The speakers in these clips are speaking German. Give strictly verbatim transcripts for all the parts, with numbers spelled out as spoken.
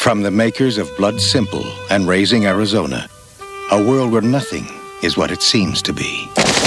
From the makers of Blood Simple and Raising Arizona, a world where nothing is what it seems to be.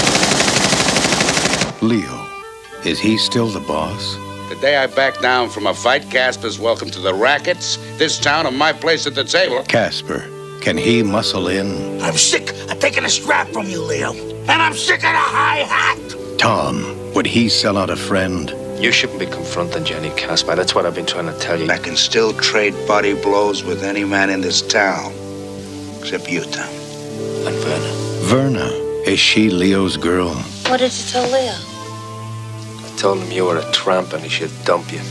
Leo, is he still the boss? The day I back down from a fight, Casper's welcome to the rackets, this town, and my place at the table. Casper, can he muscle in? I'm sick of taking a strap from you, Leo. And I'm sick of the high hat. Tom, would he sell out a friend? You shouldn't be confronting Johnny Casper. That's what I've been trying to tell you. I can still trade body blows with any man in this town. Except you, Tom. And Verna. Verna, is she Leo's girl? What did you tell Leo? I told him you were a tramp and he should dump you.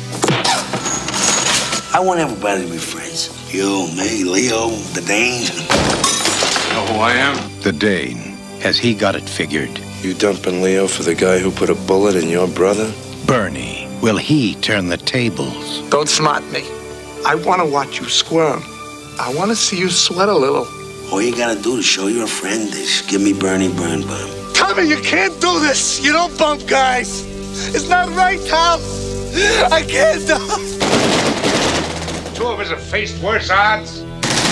I want everybody to be friends. You, me, Leo, the Dane. You know who I am? The Dane. Has he got it figured? You dumping Leo for the guy who put a bullet in your brother? Bernie, will he turn the tables? Don't smart me. I want to watch you squirm. I want to see you sweat a little. All you gotta do to show you're a friend is give me Bernie Birnbaum. Tommy, you can't do this. You don't bump guys. It's not right, Tom. I can't do it. Two of us have faced worse odds.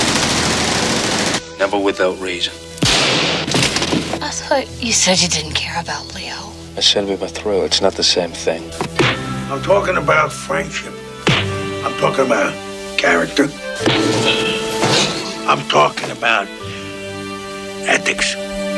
Never without reason. I thought you said you didn't care about Leo. I said we were through. It's not the same thing. I'm talking about friendship. I'm talking about character. I'm talking about ethics.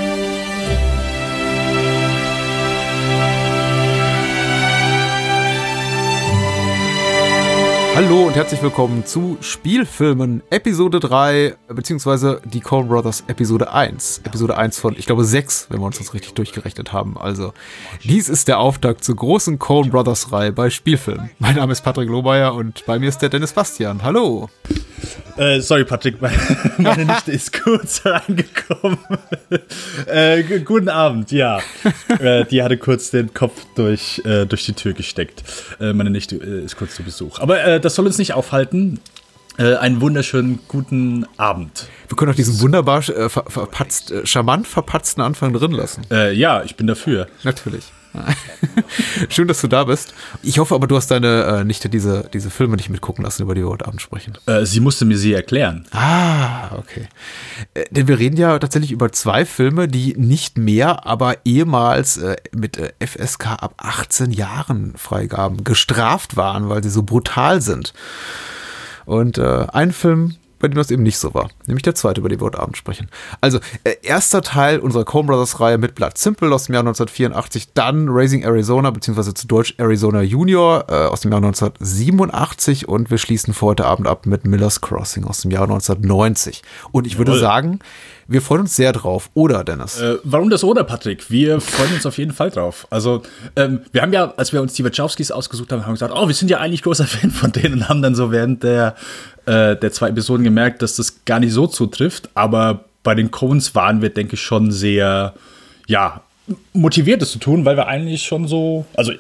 Hallo und herzlich willkommen zu Spielfilmen Episode drei, beziehungsweise die Coen Brothers Episode eins. Episode eins von, ich glaube, sechs, wenn wir uns das richtig durchgerechnet haben. Also, dies ist der Auftakt zur großen Coen Brothers Reihe bei Spielfilmen. Mein Name ist Patrick Lohmeier und bei mir ist der Dennis Bastian. Hallo! Äh, sorry, Patrick, meine, meine Nichte ist kurz reingekommen. äh, g- guten Abend, ja. äh, die hatte kurz den Kopf durch, äh, durch die Tür gesteckt. Äh, meine Nichte äh, ist kurz zu Besuch. Aber äh, das soll uns nicht aufhalten. Äh, einen wunderschönen guten Abend. Wir können auch diesen wunderbar äh, ver- verpatzt, äh, charmant verpatzten Anfang drin lassen. Äh, ja, ich bin dafür. Natürlich. Schön, dass du da bist. Ich hoffe aber, du hast deine äh, Nichte diese, diese Filme nicht mitgucken lassen, über die wir heute Abend sprechen. Äh, sie musste mir sie erklären. Ah, okay. Äh, denn wir reden ja tatsächlich über zwei Filme, die nicht mehr, aber ehemals äh, mit äh, F S K ab achtzehn Jahren Freigaben gestraft waren, weil sie so brutal sind. Und äh, ein Film, bei dem das eben nicht so war. Nämlich der zweite, über den wir heute Abend sprechen. Also, äh, erster Teil unserer Coen Brothers Reihe mit Blood Simple aus dem Jahr neunzehnhundertvierundachtzig, dann Raising Arizona, beziehungsweise zu Deutsch Arizona Junior äh, aus dem Jahr neunzehnhundertsiebenundachtzig und wir schließen für heute Abend ab mit Miller's Crossing aus dem Jahr neunzehnhundertneunzig. Und ich würde Jawohl. sagen, wir freuen uns sehr drauf, oder Dennis? Äh, warum das oder, Patrick? Wir freuen uns auf jeden Fall drauf. Also, ähm, wir haben ja, als wir uns die Wachowskis ausgesucht haben, haben wir gesagt, oh, wir sind ja eigentlich großer Fan von denen und haben dann so während der, äh, der zwei Episoden gemerkt, dass das gar nicht so zutrifft. Aber bei den Coens waren wir, denke ich, schon sehr, ja, motiviert, das zu tun, weil wir eigentlich schon so, also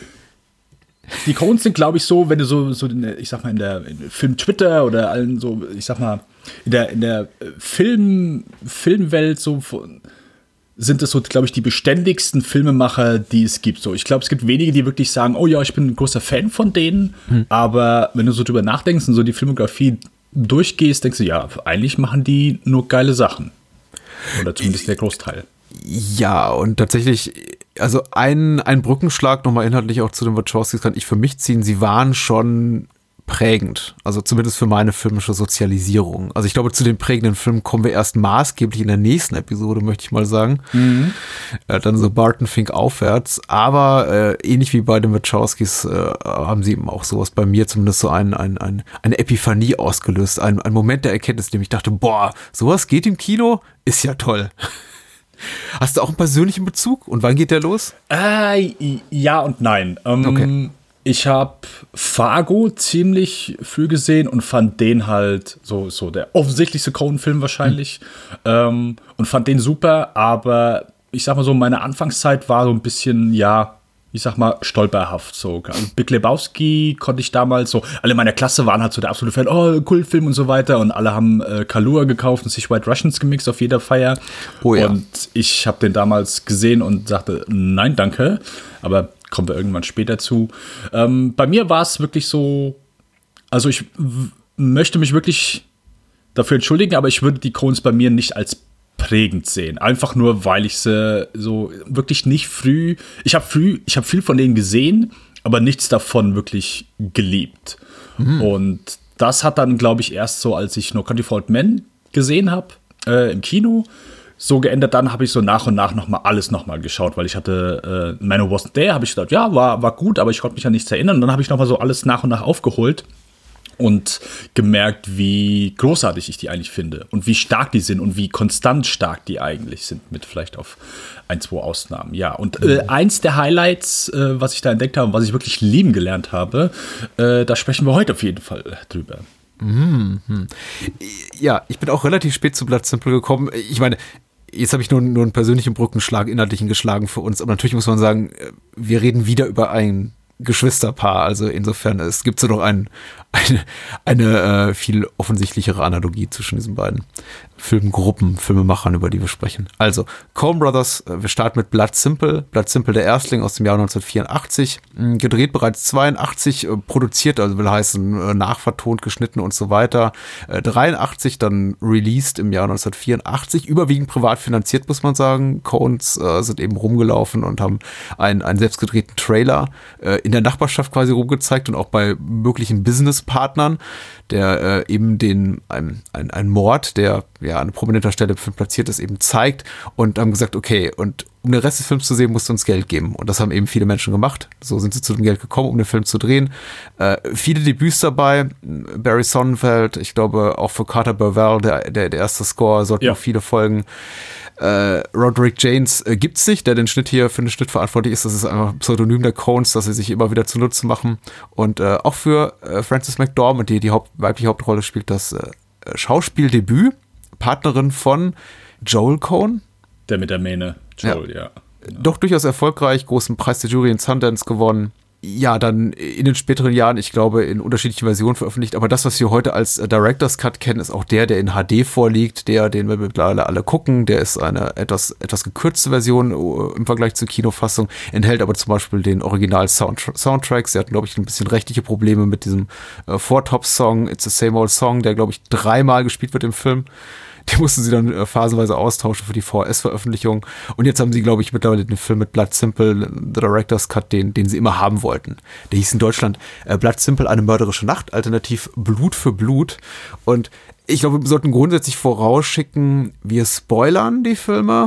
die Coens sind, glaube ich, so, wenn du so, so in der, ich sag mal, in der in Film-Twitter oder allen so, ich sag mal, in der, in der Film, Filmwelt so sind das so, glaube ich, die beständigsten Filmemacher, die es gibt. So, ich glaube, es gibt wenige, die wirklich sagen, oh ja, ich bin ein großer Fan von denen. Hm. Aber wenn du so drüber nachdenkst und so die Filmografie durchgehst, denkst du, ja, eigentlich machen die nur geile Sachen. Oder zumindest der Großteil. Ja, und tatsächlich, also ein, ein Brückenschlag nochmal inhaltlich auch zu den Wachowskis kann ich für mich ziehen. Sie waren schon prägend, also zumindest für meine filmische Sozialisierung. Also ich glaube, zu den prägenden Filmen kommen wir erst maßgeblich in der nächsten Episode, möchte ich mal sagen. Mhm. Äh, dann so Barton Fink aufwärts. Aber äh, ähnlich wie bei den Wachowskis äh, haben sie eben auch sowas bei mir zumindest so ein, ein, ein, eine Epiphanie ausgelöst. Ein, ein Moment der Erkenntnis, in dem ich dachte, boah, sowas geht im Kino? Ist ja toll. Hast du auch einen persönlichen Bezug? Und wann geht der los? Äh, ja und nein. Ähm, okay. Ich habe Fargo ziemlich früh gesehen und fand den halt so, so der offensichtlichste Coen-Film wahrscheinlich. Mhm. Ähm, und fand den super, aber ich sag mal so, meine Anfangszeit war so ein bisschen, ja, ich sag mal, stolperhaft. So. Also Big Lebowski konnte ich damals so, alle in meiner Klasse waren halt so der absolute Fan, oh, Kultfilm und so weiter. Und alle haben äh, Kahlua gekauft und sich White Russians gemixt auf jeder Feier. Oh ja. Und ich habe den damals gesehen und sagte, nein, danke. Aber kommen wir irgendwann später zu. Ähm, bei mir war es wirklich so, also ich, möchte mich wirklich dafür entschuldigen, aber ich würde die Coens bei mir nicht als prägend sehen. Einfach nur, weil ich sie so wirklich nicht früh, ich habe früh, ich habe viel von denen gesehen, aber nichts davon wirklich geliebt. Mhm. Und das hat dann, glaube ich, erst so, als ich No Country for Old Men gesehen habe, äh, im Kino, so geändert. Dann habe ich so nach und nach noch mal alles noch mal geschaut, weil ich hatte äh, Man Who Wasn't There, habe ich gedacht, ja, war, war gut, aber ich konnte mich an nichts erinnern. Und dann habe ich noch mal so alles nach und nach aufgeholt und gemerkt, wie großartig ich die eigentlich finde und wie stark die sind und wie konstant stark die eigentlich sind, mit vielleicht auf ein, zwei Ausnahmen. Ja, und äh, eins der Highlights, äh, was ich da entdeckt habe, was ich wirklich lieben gelernt habe, äh, da sprechen wir heute auf jeden Fall drüber. Mhm. Ja, ich bin auch relativ spät zu Blood Simple gekommen. Ich meine, jetzt habe ich nur, nur einen persönlichen Brückenschlag, inhaltlichen geschlagen für uns, aber natürlich muss man sagen, wir reden wieder über ein Geschwisterpaar, also insofern es gibt so noch ein, eine, eine äh, viel offensichtlichere Analogie zwischen diesen beiden Filmgruppen, Filmemachern, über die wir sprechen. Also, Coen Brothers, äh, wir starten mit Blood Simple. Blood Simple, der Erstling aus dem Jahr neunzehnhundertvierundachtzig, mh, gedreht bereits zweiundachtzig, äh, produziert, also will heißen, äh, nachvertont, geschnitten und so weiter. Äh, dreiundachtzig dann released im Jahr neunzehnhundertvierundachtzig, überwiegend privat finanziert, muss man sagen. Coens äh, sind eben rumgelaufen und haben einen, einen selbstgedrehten Trailer äh, in der Nachbarschaft quasi rumgezeigt und auch bei möglichen Businesspartnern, der äh, eben den ein, ein, ein Mord, der ja an prominenter Stelle im Film platziert ist, eben zeigt, und haben gesagt, okay, und um den Rest des Films zu sehen, musst du uns Geld geben. Und das haben eben viele Menschen gemacht. So sind sie zu dem Geld gekommen, um den Film zu drehen. Äh, viele Debüts dabei. Barry Sonnenfeld, ich glaube auch für Carter Burwell, der, der, der erste Score, sollten ja. noch viele folgen. Äh, Roderick Janes äh, gibt's nicht, der den Schnitt hier für den Schnitt verantwortlich ist. Das ist einfach ein Pseudonym der Coens, das sie sich immer wieder zunutze machen. Und äh, auch für äh, Frances McDormand, die die Haupt, weibliche Hauptrolle spielt, das äh, Schauspieldebüt, Partnerin von Joel Coen. Der mit der Mähne, Joel, ja. ja. Doch durchaus erfolgreich, großen Preis der Jury in Sundance gewonnen. Ja, dann in den späteren Jahren, ich glaube, in unterschiedlichen Versionen veröffentlicht. Aber das, was wir heute als Director's Cut kennen, ist auch der, der in H D vorliegt, der, den wir mittlerweile alle gucken. Der ist eine etwas, etwas gekürzte Version im Vergleich zur Kinofassung, enthält aber zum Beispiel den Original-Soundtrack. Sie hatten, glaube ich, ein bisschen rechtliche Probleme mit diesem äh, Four-Top-Song, It's the Same Old Song, der, glaube ich, dreimal gespielt wird im Film. Die mussten sie dann äh, phasenweise austauschen für die V H S-Veröffentlichung. Und jetzt haben sie, glaube ich, mittlerweile den Film mit Blood Simple, The Director's Cut, den, den sie immer haben wollten. Der hieß in Deutschland äh, Blood Simple, eine mörderische Nacht, alternativ Blut für Blut. Und ich glaube, wir sollten grundsätzlich vorausschicken, wir spoilern die Filme.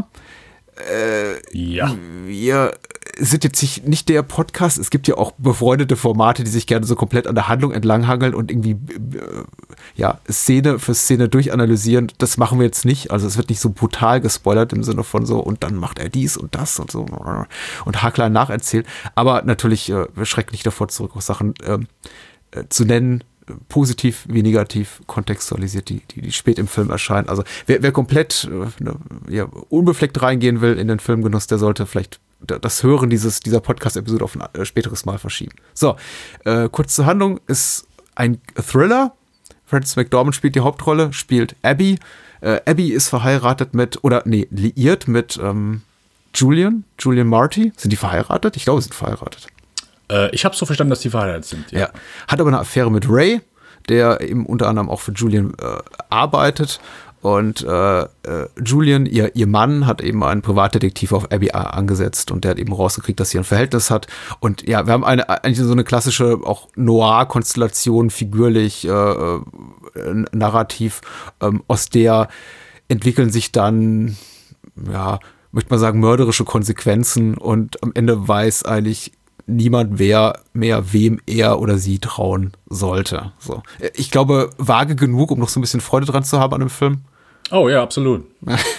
Äh, ja. Wir sind jetzt nicht der Podcast. Es gibt ja auch befreundete Formate, die sich gerne so komplett an der Handlung entlanghangeln und irgendwie äh, ja, Szene für Szene durchanalysieren. Das machen wir jetzt nicht. Also es wird nicht so brutal gespoilert im Sinne von so, und dann macht er dies und das und so und haarklein nacherzählt. Aber natürlich, äh, wir schrecken nicht davor zurück, auch Sachen äh, äh, zu nennen, positiv wie negativ kontextualisiert, die, die, die spät im Film erscheinen. Also wer, wer komplett äh, ne, ja, unbefleckt reingehen will in den Filmgenuss, der sollte vielleicht das Hören dieses, dieser Podcast-Episode auf ein äh, späteres Mal verschieben. So, äh, kurz zur Handlung, ist ein Thriller. Frances McDormand spielt die Hauptrolle, spielt Abby. Äh, Abby ist verheiratet mit, oder nee, liiert mit ähm, Julian, Julian Marty. Sind die verheiratet? Ich glaube, sie sind verheiratet. Ich habe so verstanden, dass die verheiratet sind. Ja. ja. Hat aber eine Affäre mit Ray, der eben unter anderem auch für Julian äh, arbeitet. Und äh, äh, Julian, ihr, ihr Mann, hat eben einen Privatdetektiv auf Abby angesetzt und der hat eben rausgekriegt, dass sie ein Verhältnis hat. Und ja, wir haben eine, eigentlich so eine klassische auch Noir-Konstellation, figürlich, äh, narrativ, ähm, aus der entwickeln sich dann, ja, möchte man sagen, mörderische Konsequenzen und am Ende weiß eigentlich niemand, wer mehr wem er oder sie trauen sollte. So. Ich glaube, vage genug, um noch so ein bisschen Freude dran zu haben an dem Film. Oh ja, absolut.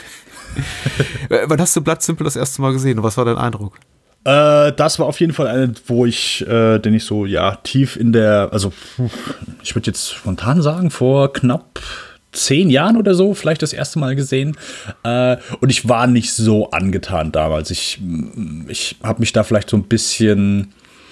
Wann hast du Blood Simple das erste Mal gesehen und was war dein Eindruck? Äh, das war auf jeden Fall eine, wo ich, äh, den ich so, ja, tief in der, also ich würde jetzt spontan sagen, vor knapp zehn Jahren oder so, vielleicht das erste Mal gesehen. Äh, und ich war nicht so angetan damals. Ich, ich habe mich da vielleicht so ein bisschen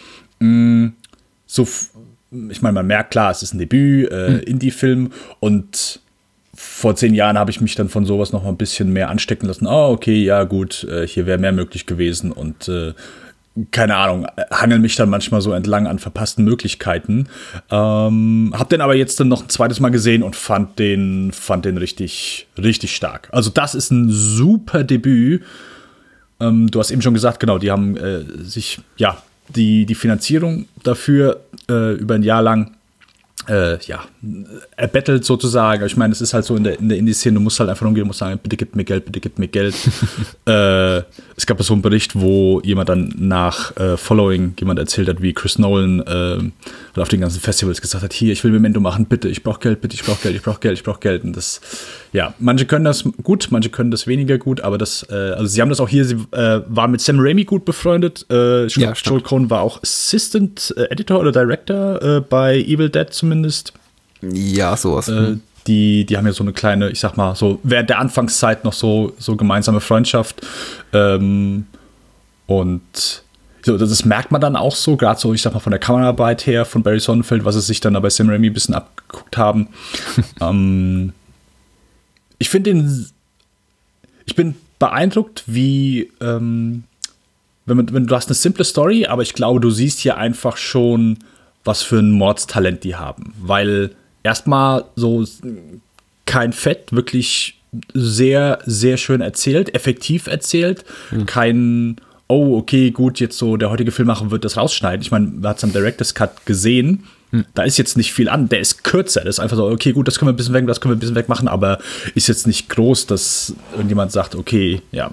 mh, so, ich meine, man merkt, klar, es ist ein Debüt, äh, hm. Indie-Film, und vor zehn Jahren habe ich mich dann von sowas noch mal ein bisschen mehr anstecken lassen. Oh, okay, ja gut, äh, hier wäre mehr möglich gewesen, und äh, keine Ahnung, hangel mich dann manchmal so entlang an verpassten Möglichkeiten. Ähm, hab den aber jetzt dann noch ein zweites Mal gesehen und fand den, fand den richtig, richtig stark. Also das ist ein super Debüt. Ähm, du hast eben schon gesagt, genau, die haben äh, sich, ja, die, die Finanzierung dafür äh, über ein Jahr lang Äh, ja, erbettelt sozusagen. Ich meine, es ist halt so in der, in der Indie-Szene, du musst halt einfach rumgehen, du musst sagen, bitte gib mir Geld, bitte gib mir Geld. äh, es gab so einen Bericht, wo jemand dann nach äh, Following, jemand erzählt hat, wie Chris Nolan äh, auf den ganzen Festivals gesagt hat, hier, ich will Memento machen, bitte, ich brauche Geld, bitte, ich brauche Geld, ich brauche Geld, ich brauche Geld. Und das, ja, manche können das gut, manche können das weniger gut, aber das, äh, also sie haben das auch hier, sie äh, waren mit Sam Raimi gut befreundet. Äh, ja, Joel Cohen war auch Assistant äh, Editor oder Director äh, bei Evil Dead zumindest. Ja, sowas. Äh, die, die haben ja so eine kleine, ich sag mal, so während der Anfangszeit noch so, so gemeinsame Freundschaft. Ähm, und so, das merkt man dann auch so, gerade so, ich sag mal, von der Kameraarbeit her von Barry Sonnenfeld, was sie sich dann da bei Sam Raimi ein bisschen abgeguckt haben. ähm, ich finde den, ich bin beeindruckt, wie, ähm, wenn, man, wenn du hast eine simple Story, aber ich glaube, du siehst hier einfach schon, was für ein Mordstalent die haben. Weil erstmal so kein Fett, wirklich sehr, sehr schön erzählt, effektiv erzählt, mhm. kein oh, okay, gut, jetzt so der heutige Filmmacher wird das rausschneiden. Ich meine, man hat es am Director's Cut gesehen, hm. da ist jetzt nicht viel an, der ist kürzer, das ist einfach so, okay, gut, das können wir ein bisschen weg, das können wir ein bisschen wegmachen, aber ist jetzt nicht groß, dass irgendjemand sagt, okay, ja,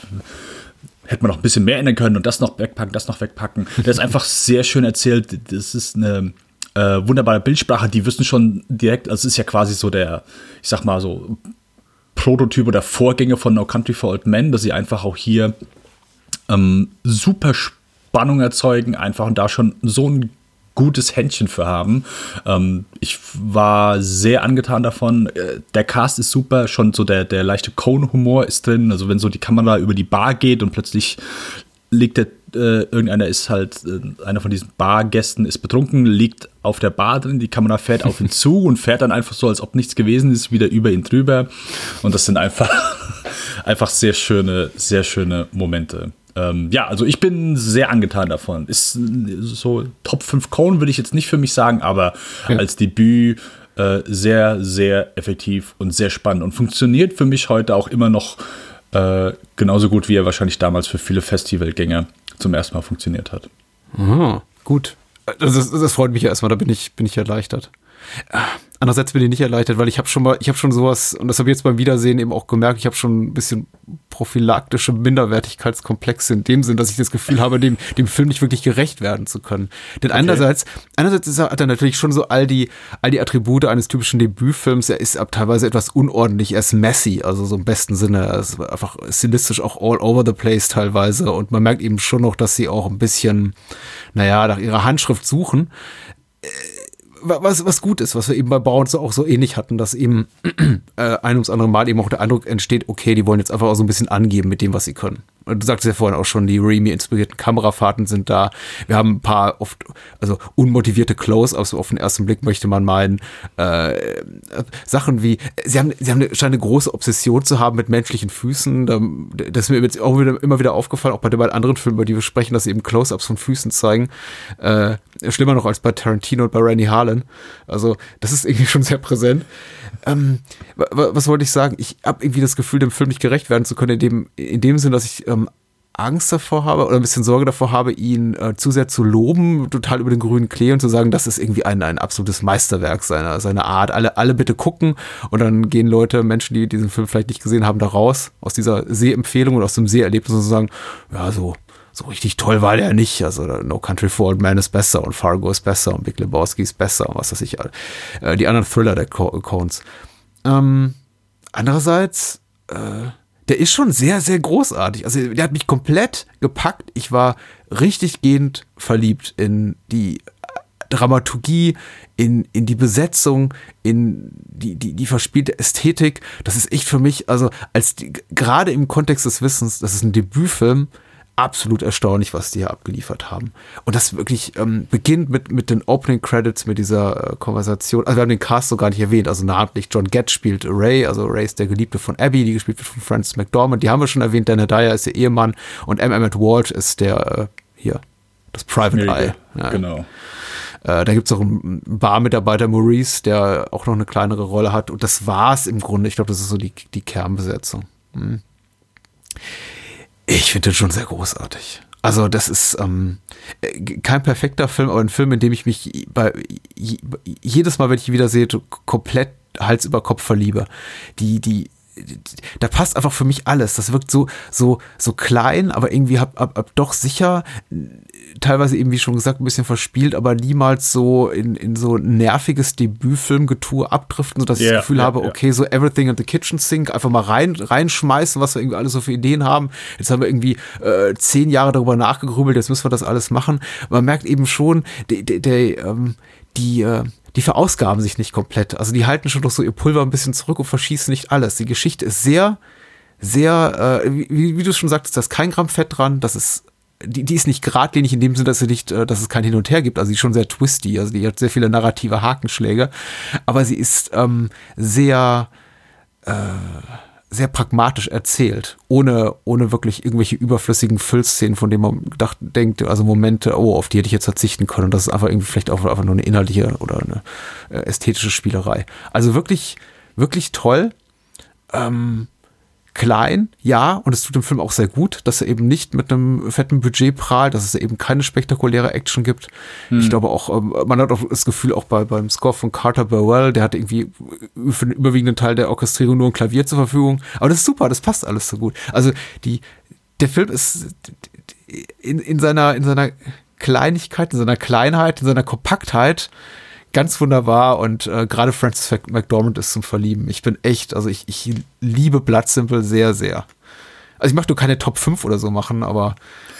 hätte man noch ein bisschen mehr ändern können und das noch wegpacken, das noch wegpacken. Der ist einfach sehr schön erzählt, das ist eine äh, wunderbare Bildsprache, die wissen schon direkt, also es ist ja quasi so der, ich sag mal so, Prototyp oder Vorgänger von No Country for Old Men, dass sie einfach auch hier Ähm, super Spannung erzeugen, einfach und da schon so ein gutes Händchen für haben. Ähm, ich war sehr angetan davon. Äh, der Cast ist super, schon so der, der leichte Coen-Humor ist drin. Also wenn so die Kamera über die Bar geht und plötzlich liegt der, äh, irgendeiner ist halt, äh, einer von diesen Bargästen ist betrunken, liegt auf der Bar drin, die Kamera fährt auf ihn zu und fährt dann einfach so, als ob nichts gewesen ist, wieder über ihn drüber. Und das sind einfach, einfach sehr schöne, sehr schöne Momente. Ähm, ja, also ich bin sehr angetan davon. Ist so Top fünf Coen würde ich jetzt nicht für mich sagen, aber ja. als Debüt äh, sehr, sehr effektiv und sehr spannend und funktioniert für mich heute auch immer noch äh, genauso gut, wie er wahrscheinlich damals für viele Festivalgänger zum ersten Mal funktioniert hat. Aha, gut. Das, das, das freut mich ja erstmal, da bin ich, bin ich erleichtert. Andererseits bin ich nicht erleichtert, weil ich habe schon mal, ich habe schon sowas, und das habe ich jetzt beim Wiedersehen eben auch gemerkt, ich habe schon ein bisschen prophylaktische Minderwertigkeitskomplexe in dem Sinn, dass ich das Gefühl habe, dem, dem Film nicht wirklich gerecht werden zu können. Denn okay. einerseits, einerseits ist er, hat er natürlich schon so all die, all die Attribute eines typischen Debütfilms. Er ist ab teilweise etwas unordentlich, er ist messy, also so im besten Sinne. Er ist einfach stilistisch auch all over the place teilweise und man merkt eben schon noch, dass sie auch ein bisschen, naja, nach ihrer Handschrift suchen. Was, was gut ist, was wir eben bei Bounce auch so ähnlich hatten, dass eben äh, ein ums andere Mal eben auch der Eindruck entsteht, okay, die wollen jetzt einfach auch so ein bisschen angeben mit dem, was sie können. Und du sagtest ja vorhin auch schon, die Raimi-inspirierten Kamerafahrten sind da. Wir haben ein paar oft, also unmotivierte Close-Ups, auf den ersten Blick möchte man meinen. Äh, Sachen wie, sie haben, sie haben eine, scheinen eine große Obsession zu haben mit menschlichen Füßen. Das ist mir jetzt auch wieder, immer wieder aufgefallen, auch bei den beiden anderen Filmen, über die wir sprechen, dass sie eben Close-Ups von Füßen zeigen. Äh, schlimmer noch als bei Tarantino und bei Renny Harlan. Also das ist irgendwie schon sehr präsent. Ähm, was wollte ich sagen? Ich habe irgendwie das Gefühl, dem Film nicht gerecht werden zu können, in dem, in dem Sinn, dass ich ähm, Angst davor habe oder ein bisschen Sorge davor habe, ihn äh, zu sehr zu loben, total über den grünen Klee und zu sagen, das ist irgendwie ein, ein absolutes Meisterwerk seiner, seiner Art. Alle, alle bitte gucken und dann gehen Leute, Menschen, die diesen Film vielleicht nicht gesehen haben, da raus aus dieser Sehempfehlung oder aus dem Seherlebnis und sagen, ja, so So richtig toll war der nicht. Also No Country for Old Men ist besser und Fargo ist besser und Big Lebowski ist besser und was weiß ich. Äh, die anderen Thriller der Coens. Ähm, andererseits, äh, der ist schon sehr, sehr großartig. Also der hat mich komplett gepackt. Ich war richtig gehend verliebt in die Dramaturgie, in, in die Besetzung, in die, die, die verspielte Ästhetik. Das ist echt für mich, also als die, gerade im Kontext des Wissens, das ist ein Debütfilm, absolut erstaunlich, was die hier abgeliefert haben. Und das wirklich ähm, beginnt mit, mit den Opening Credits, mit dieser äh, Konversation. Also wir haben den Cast so gar nicht erwähnt. Also namentlich John Getz spielt Ray, also Ray ist der Geliebte von Abby, die gespielt wird von Frances McDormand. Die haben wir schon erwähnt. Dan Hedaya ist ihr Ehemann und M. Emmett Walsh ist der, äh, hier, das Private Miracle. Eye. Ja. Genau. Äh, da gibt es auch einen Barmitarbeiter, Maurice, der auch noch eine kleinere Rolle hat. Und das war's im Grunde. Ich glaube, das ist so die, die Kernbesetzung. Hm. Ich finde den schon sehr großartig. Also das ist ähm, kein perfekter Film, aber ein Film, in dem ich mich bei jedes Mal, wenn ich ihn wieder sehe, komplett Hals über Kopf verliebe. Die, die, die da passt einfach für mich alles. Das wirkt so, so, so klein, aber irgendwie hab, hab, hab doch sicher, teilweise eben, wie schon gesagt, ein bisschen verspielt, aber niemals so in, in so ein nerviges Debütfilmgetue abdriften, sodass yeah, ich das Gefühl yeah, habe, yeah. okay, so Everything in the Kitchen Sink, einfach mal rein, reinschmeißen, was wir irgendwie alle so für Ideen haben. Jetzt haben wir irgendwie äh, zehn Jahre darüber nachgegrübelt, jetzt müssen wir das alles machen. Man merkt eben schon, die, die, die, ähm, die äh, die verausgaben sich nicht komplett. Also die halten schon doch so ihr Pulver ein bisschen zurück und verschießen nicht alles. Die Geschichte ist sehr, sehr, äh, wie, wie du schon sagtest, da ist kein Gramm Fett dran, das ist Die, die ist nicht geradlinig in dem Sinne, dass sie nicht, dass es kein Hin und Her gibt. Also sie ist schon sehr twisty. Also die hat sehr viele narrative Hakenschläge. Aber sie ist ähm, sehr, äh, sehr pragmatisch erzählt. Ohne, ohne wirklich irgendwelche überflüssigen Füllszenen, von denen man gedacht, denkt, also Momente, oh, auf die hätte ich jetzt verzichten können. Und das ist einfach irgendwie vielleicht auch einfach nur eine inhaltliche oder eine äh, ästhetische Spielerei. Also wirklich, wirklich toll. Ähm, Klein, ja, und es tut dem Film auch sehr gut, dass er eben nicht mit einem fetten Budget prahlt, dass es eben keine spektakuläre Action gibt. Hm. Ich glaube auch, man hat auch das Gefühl, auch bei, beim Score von Carter Burwell, der hat irgendwie für den überwiegenden Teil der Orchestrierung nur ein Klavier zur Verfügung. Aber das ist super, das passt alles so gut. Also die, der Film ist in, in seiner, in seiner Kleinigkeit, in seiner Kleinheit, in seiner Kompaktheit ganz wunderbar und äh, gerade Frances McDormand ist zum Verlieben. Ich bin echt, also ich, ich liebe Blood Simple sehr, sehr. Also ich möchte nur keine Top fünf oder so machen, aber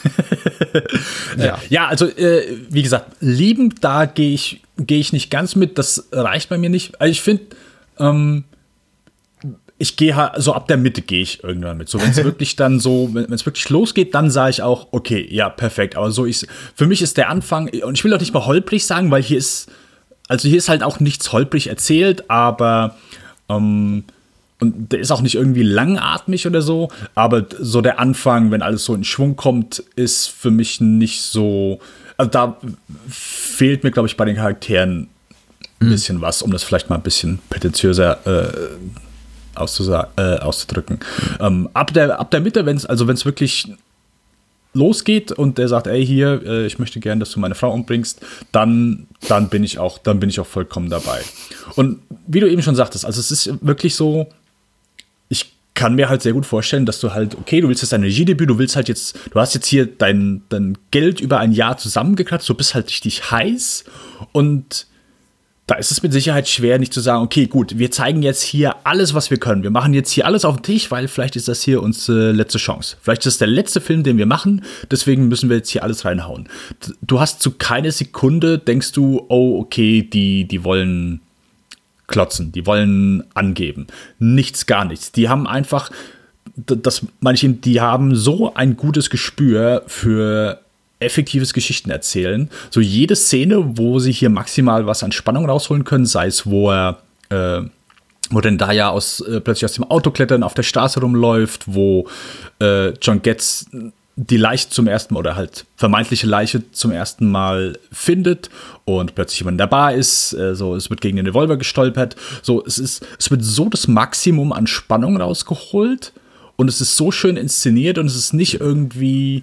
ja. ja, also äh, wie gesagt, lieben, da gehe ich, gehe ich nicht ganz mit, das reicht bei mir nicht. Also ich finde, ähm, ich gehe halt, so ab der Mitte gehe ich irgendwann mit. So, wenn es wirklich dann so, wenn es wirklich losgeht, dann sage ich auch, okay, ja, perfekt. Aber so ist, für mich ist der Anfang, und ich will auch nicht mal holprig sagen, weil hier ist, Also hier ist halt auch nichts holprig erzählt, aber ähm, und der ist auch nicht irgendwie langatmig oder so, aber so der Anfang, wenn alles so in Schwung kommt, ist für mich nicht so, also da fehlt mir, glaube ich, bei den Charakteren ein bisschen mhm. was, um das vielleicht mal ein bisschen prätentiöser äh, auszusa- äh, auszudrücken. Mhm. Ähm, ab der, ab der Mitte, wenn es also wenn es wirklich losgeht und der sagt, ey, hier, äh, ich möchte gerne, dass du meine Frau umbringst, dann, dann bin ich auch, dann bin ich auch vollkommen dabei. Und wie du eben schon sagtest, also es ist wirklich so, ich kann mir halt sehr gut vorstellen, dass du halt, okay, du willst jetzt dein Regiedebüt, du willst halt jetzt, du hast jetzt hier dein, dein Geld über ein Jahr zusammengekratzt, du bist halt richtig heiß und da ist es mit Sicherheit schwer, nicht zu sagen, okay, gut, wir zeigen jetzt hier alles, was wir können. Wir machen jetzt hier alles auf den Tisch, weil vielleicht ist das hier unsere letzte Chance. Vielleicht ist es der letzte Film, den wir machen, deswegen müssen wir jetzt hier alles reinhauen. Du hast zu keiner Sekunde, denkst du, oh, okay, die, die wollen klotzen, die wollen angeben. Nichts, gar nichts. Die haben einfach, das meine ich, die haben so ein gutes Gespür für effektives Geschichten erzählen. So jede Szene, wo sie hier maximal was an Spannung rausholen können, sei es, wo er äh, wo denn da ja aus, äh, plötzlich aus dem Auto klettern, auf der Straße rumläuft, wo äh, John Getz die Leiche zum ersten Mal oder halt vermeintliche Leiche zum ersten Mal findet und plötzlich jemand in der Bar ist, äh, so es wird gegen den Revolver gestolpert. So es ist es wird so das Maximum an Spannung rausgeholt und es ist so schön inszeniert und es ist nicht irgendwie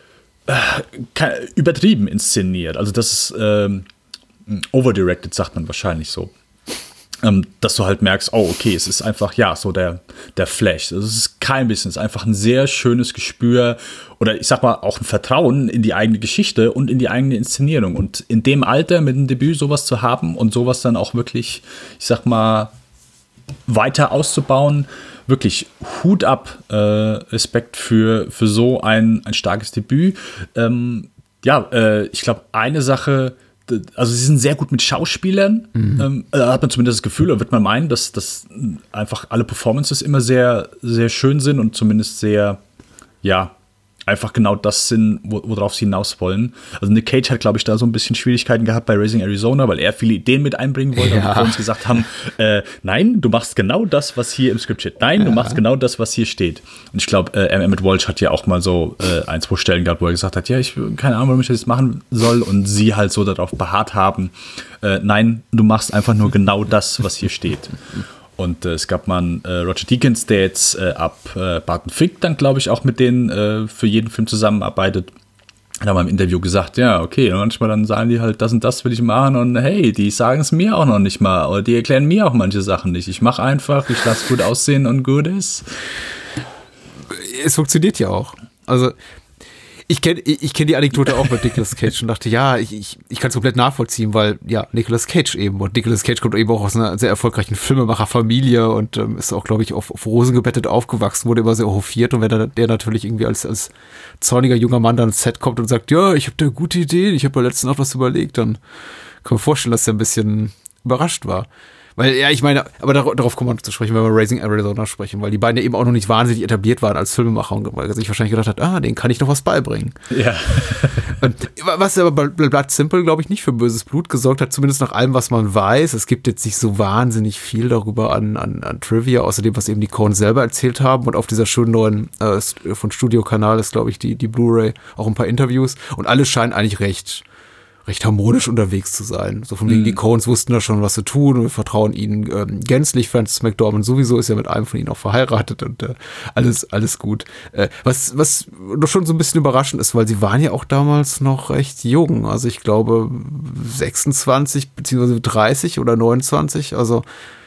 übertrieben inszeniert. Also das ist ähm, overdirected, sagt man wahrscheinlich so. Ähm, dass du halt merkst, oh, okay, es ist einfach, ja, so der, der Flash. Also es ist kein bisschen, es ist einfach ein sehr schönes Gespür oder ich sag mal auch ein Vertrauen in die eigene Geschichte und in die eigene Inszenierung. Und in dem Alter mit dem Debüt sowas zu haben und sowas dann auch wirklich, ich sag mal, weiter auszubauen, wirklich Hut ab, äh, Respekt für, für so ein, ein starkes Debüt. Ähm, ja, äh, ich glaube, eine Sache, also sie sind sehr gut mit Schauspielern, mhm. ähm, da hat man zumindest das Gefühl, oder wird man meinen, dass, dass einfach alle Performances immer sehr, sehr schön sind und zumindest sehr, ja, einfach genau das sind, wo, worauf sie hinaus wollen. Also Nick Cage hat, glaube ich, da so ein bisschen Schwierigkeiten gehabt bei Raising Arizona, weil er viele Ideen mit einbringen wollte, ja. Und wir uns gesagt haben, äh, nein, du machst genau das, was hier im Skript steht. Nein, ja. Du machst genau das, was hier steht. Und ich glaube, äh, Emmett Walsh hat ja auch mal so äh, ein, zwei Stellen gehabt, wo er gesagt hat, ja, ich keine Ahnung, warum ich das jetzt machen soll. Und sie halt so darauf beharrt haben, äh, nein, du machst einfach nur genau das, was hier steht. Und äh, es gab mal einen äh, Roger Deakins, der jetzt äh, ab äh, Barton Fink dann, glaube ich, auch mit denen äh, für jeden Film zusammenarbeitet. Hat er mal im Interview gesagt, ja, okay, und manchmal dann sagen die halt, das und das will ich machen und hey, die sagen es mir auch noch nicht mal oder die erklären mir auch manche Sachen nicht. Ich mache einfach, ich lasse gut aussehen und gut ist. Es funktioniert ja auch. Also Ich kenne ich kenn die Anekdote auch mit Nicolas Cage und dachte, ja, ich, ich, ich kann es komplett nachvollziehen, weil, ja, Nicolas Cage eben. Und Nicolas Cage kommt eben auch aus einer sehr erfolgreichen Filmemacherfamilie und ähm, ist auch, glaube ich, auf, auf Rosen gebettet aufgewachsen, wurde immer sehr hofiert. Und wenn der, der natürlich irgendwie als, als zorniger junger Mann dann ins Set kommt und sagt, ja, ich habe da gute Ideen, ich habe mir letztens noch was überlegt, dann kann man vorstellen, dass er ein bisschen überrascht war. Weil, ja, ich meine, aber darauf, darauf kommen wir zu sprechen, wenn wir Raising Arizona sprechen, weil die beiden ja eben auch noch nicht wahnsinnig etabliert waren als Filmemacher und weil er sich wahrscheinlich gedacht hat, ah, denen kann ich noch was beibringen. Ja. Und was aber bei Blood Simple, glaube ich, nicht für böses Blut gesorgt hat, zumindest nach allem, was man weiß. Es gibt jetzt nicht so wahnsinnig viel darüber an, an, an Trivia, außerdem, was eben die Coens selber erzählt haben. Und auf dieser schönen neuen äh, von Studio-Kanal ist, glaube ich, die, die Blu-ray auch ein paar Interviews. Und alles scheint eigentlich recht recht harmonisch unterwegs zu sein. So von wegen, mm. die Coens wussten da schon, was sie tun und wir vertrauen ihnen ähm, gänzlich. Frances McDormand sowieso ist ja mit einem von ihnen auch verheiratet und äh, alles alles gut. Äh, was was doch schon so ein bisschen überraschend ist, weil sie waren ja auch damals noch recht jung. Also ich glaube sechsundzwanzig beziehungsweise dreißig oder neunundzwanzig. Also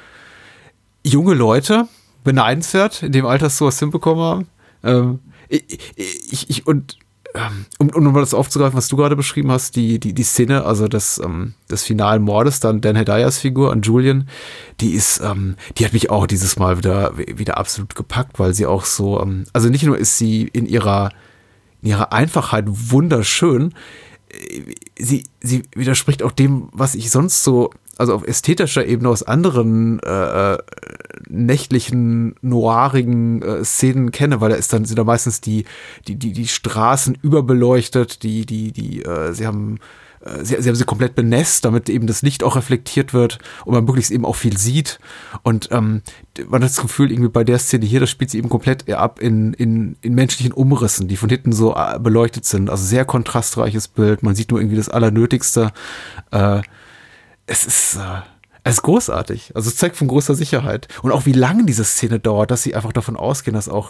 junge Leute, beneidenswert, in dem Alter so was hinbekommen haben. Ähm, ich, ich, ich und Um, um nochmal das aufzugreifen, was du gerade beschrieben hast, die, die, die Szene, also des, ähm, des finalen Mordes, dann Dan Hedayas Figur an Julian, die ist, ähm, die hat mich auch dieses Mal wieder, wieder absolut gepackt, weil sie auch so, ähm, also nicht nur ist sie in ihrer, in ihrer Einfachheit wunderschön, sie, sie widerspricht auch dem, was ich sonst so, also auf ästhetischer Ebene aus anderen äh, nächtlichen, noirigen äh, Szenen kenne, weil da ist dann, sind da meistens die, die, die, die Straßen überbeleuchtet, die, die, die, äh, sie haben, äh, sie, sie haben sie komplett benässt, damit eben das Licht auch reflektiert wird und man möglichst eben auch viel sieht. Und ähm, man hat das Gefühl, irgendwie bei der Szene hier, das spielt sie eben komplett ab in, in, in menschlichen Umrissen, die von hinten so äh, beleuchtet sind. Also sehr kontrastreiches Bild, man sieht nur irgendwie das Allernötigste. Äh, Es ist, äh, es ist großartig. Also es zeigt von großer Sicherheit. Und auch wie lange diese Szene dauert, dass sie einfach davon ausgehen, dass auch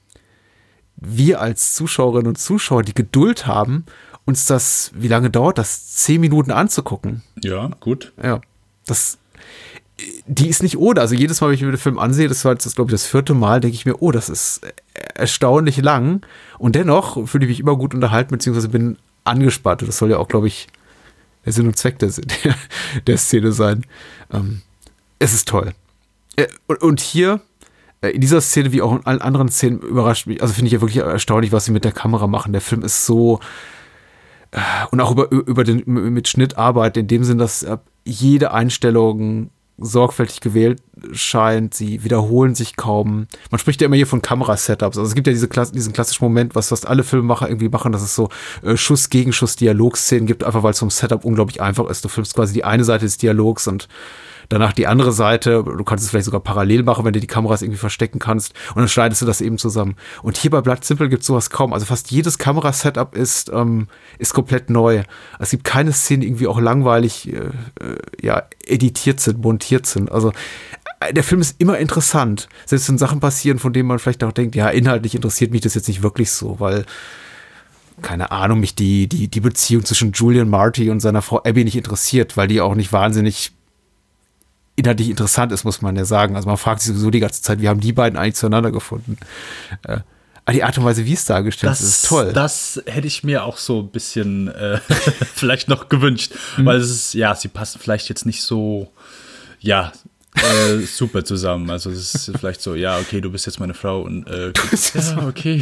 wir als Zuschauerinnen und Zuschauer die Geduld haben, uns das, wie lange dauert das, zehn Minuten anzugucken. Ja, gut. Ja, das, die ist nicht ohne. Also jedes Mal, wenn ich mir den Film ansehe, das war jetzt, glaube ich, das vierte Mal, denke ich mir, oh, das ist erstaunlich lang. Und dennoch fühle ich mich immer gut unterhalten, beziehungsweise bin angespannt. Das soll ja auch, glaube ich, der Sinn und Zweck der, der, der Szene sein. Ähm, es ist toll. Äh, und, und hier, äh, in dieser Szene, wie auch in allen anderen Szenen, überrascht mich, also finde ich ja wirklich erstaunlich, was sie mit der Kamera machen. Der Film ist so, äh, und auch über, über den, mit Schnittarbeit, in dem Sinn, dass äh, jede Einstellung sorgfältig gewählt scheint, sie wiederholen sich kaum. Man spricht ja immer hier von Kamerasetups. Also es gibt ja diese Klasse, diesen klassischen Moment, was fast alle Filmemacher irgendwie machen, dass es so äh, Schuss-Gegenschuss-Dialogszenen gibt, einfach weil es vom Setup unglaublich einfach ist. Du filmst quasi die eine Seite des Dialogs und danach die andere Seite. Du kannst es vielleicht sogar parallel machen, wenn du die Kameras irgendwie verstecken kannst und dann schneidest du das eben zusammen. Und hier bei Blood Simple gibt es sowas kaum. Also fast jedes Kamerasetup ist, ähm, ist komplett neu. Es gibt keine Szenen, die irgendwie auch langweilig äh, äh, ja, editiert sind, montiert sind. Also der Film ist immer interessant. Selbst wenn Sachen passieren, von denen man vielleicht auch denkt, ja, inhaltlich interessiert mich das jetzt nicht wirklich so, weil keine Ahnung, mich die, die, die Beziehung zwischen Julian Marty und seiner Frau Abby nicht interessiert, weil die auch nicht wahnsinnig inhaltlich interessant ist, muss man ja sagen. Also man fragt sich sowieso die ganze Zeit, wie haben die beiden eigentlich zueinander gefunden? Äh, aber die Art und Weise, wie es dargestellt das, ist, ist toll. Das hätte ich mir auch so ein bisschen äh, vielleicht noch gewünscht, mhm. weil es ist, ja, sie passen vielleicht jetzt nicht so, ja, äh, super zusammen. Also es ist vielleicht so, ja, okay, du bist jetzt meine Frau und äh, ja, okay.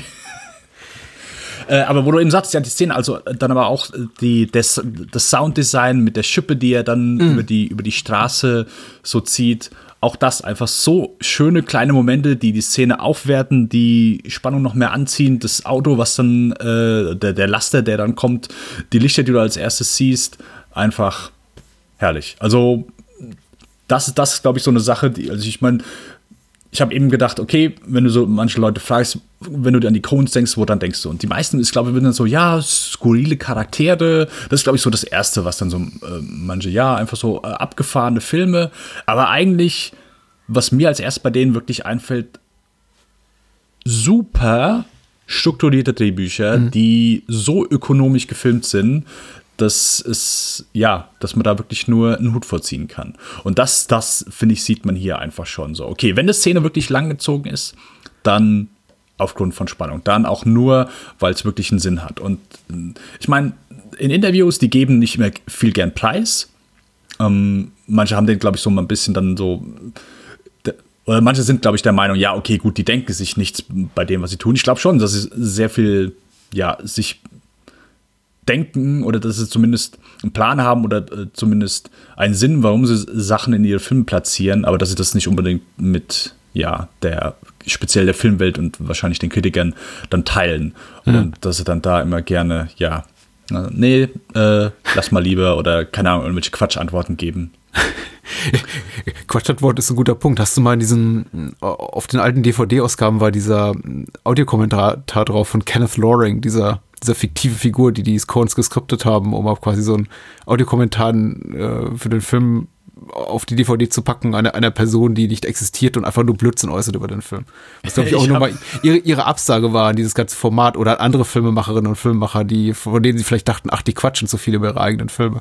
Äh, aber wo du eben sagst, ja, die Szene, also dann aber auch die, das, das Sounddesign mit der Schippe, die er dann mhm. über, die, über die Straße so zieht, auch das einfach so schöne kleine Momente, die die Szene aufwerten, die Spannung noch mehr anziehen. Das Auto, was dann, äh, der, der Laster, der dann kommt, die Lichter, die du als erstes siehst, einfach herrlich. Also das ist, das ist, glaube ich, so eine Sache, die, also ich meine, ich habe eben gedacht, okay, wenn du so manche Leute fragst, wenn du an die Coens denkst, wo dann denkst du? Und die meisten, ich glaube, dann so, ja, skurrile Charaktere. Das ist, glaube ich, so das Erste, was dann so äh, manche, ja, einfach so äh, abgefahrene Filme. Aber eigentlich, was mir als erst bei denen wirklich einfällt, super strukturierte Drehbücher, mhm. die so ökonomisch gefilmt sind, dass es, ja, dass man da wirklich nur einen Hut vorziehen kann. Und das, das, finde ich, sieht man hier einfach schon so. Okay, wenn eine Szene wirklich langgezogen ist, dann aufgrund von Spannung. Dann auch nur, weil es wirklich einen Sinn hat. Und ich meine, in Interviews, die geben nicht mehr viel gern Preis. Ähm, manche haben den, glaube ich, so mal ein bisschen dann so, oder manche sind, glaube ich, der Meinung, ja, okay, gut, die denken sich nichts bei dem, was sie tun. Ich glaube schon, dass sie sehr viel, ja, sich denken oder dass sie zumindest einen Plan haben oder äh, zumindest einen Sinn, warum sie Sachen in ihre Filme platzieren, aber dass sie das nicht unbedingt mit, ja, der, speziell der Filmwelt und wahrscheinlich den Kritikern dann teilen. Mhm. Und dass sie dann da immer gerne, ja, nee, äh, lass mal lieber oder, keine Ahnung, irgendwelche Quatschantworten geben. Quatschantwort ist ein guter Punkt. Hast du mal in diesen, auf den alten D V D-Ausgaben war dieser Audiokommentar drauf von Kenneth Loring, dieser dieser fiktive Figur, die die Coens geskriptet haben, um auch quasi so einen Audiokommentar äh, für den Film auf die D V D zu packen, einer, einer Person, die nicht existiert und einfach nur Blödsinn äußert über den Film. Was, glaube ich, auch nochmal ihre, ihre Absage war an dieses ganze Format oder an andere Filmemacherinnen und Filmemacher, die, von denen sie vielleicht dachten, ach, die quatschen so viel über ihre eigenen Filme.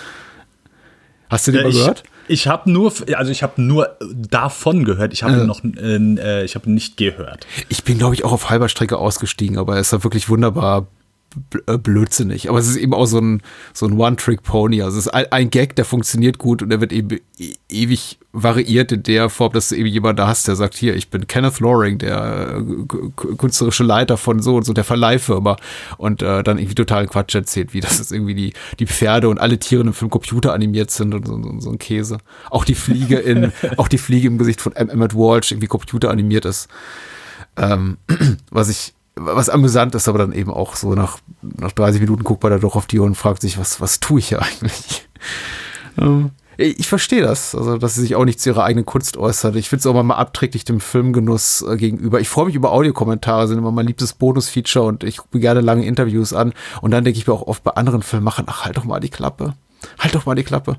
Hast du den ja, mal ich, gehört? Ich habe nur, also ich habe nur davon gehört. Ich habe äh. noch, äh, ich habe nicht gehört. Ich bin, glaube ich, auch auf halber Strecke ausgestiegen, aber es war wirklich wunderbar blödsinnig. Aber es ist eben auch so ein, so ein One-Trick-Pony. Also es ist ein, ein Gag, der funktioniert gut und der wird eben e- ewig variiert in der Form, dass du eben jemanden da hast, der sagt, hier, ich bin Kenneth Loring, der k- künstlerische Leiter von so und so der Verleihfirma und äh, dann irgendwie totalen Quatsch erzählt, wie das ist irgendwie die, die Pferde und alle Tiere im Film Computer animiert sind und so, so, so ein Käse. Auch die Fliege in, auch die Fliege im Gesicht von Emmett Walsh irgendwie Computer animiert ist. Ähm, was ich Was amüsant ist, aber dann eben auch so nach, nach dreißig Minuten guckt man da doch auf die Uhr und fragt sich, was, was tue ich hier eigentlich? ähm, ich verstehe das, also dass sie sich auch nicht zu ihrer eigenen Kunst äußert. Ich finde es auch mal abträglich dem Filmgenuss äh, gegenüber. Ich freue mich über Audiokommentare, sind immer mein liebstes Bonus-Feature und ich gucke mir gerne lange Interviews an. Und dann denke ich mir auch oft bei anderen Filmemachern, ach, halt doch mal die Klappe. Halt doch mal die Klappe.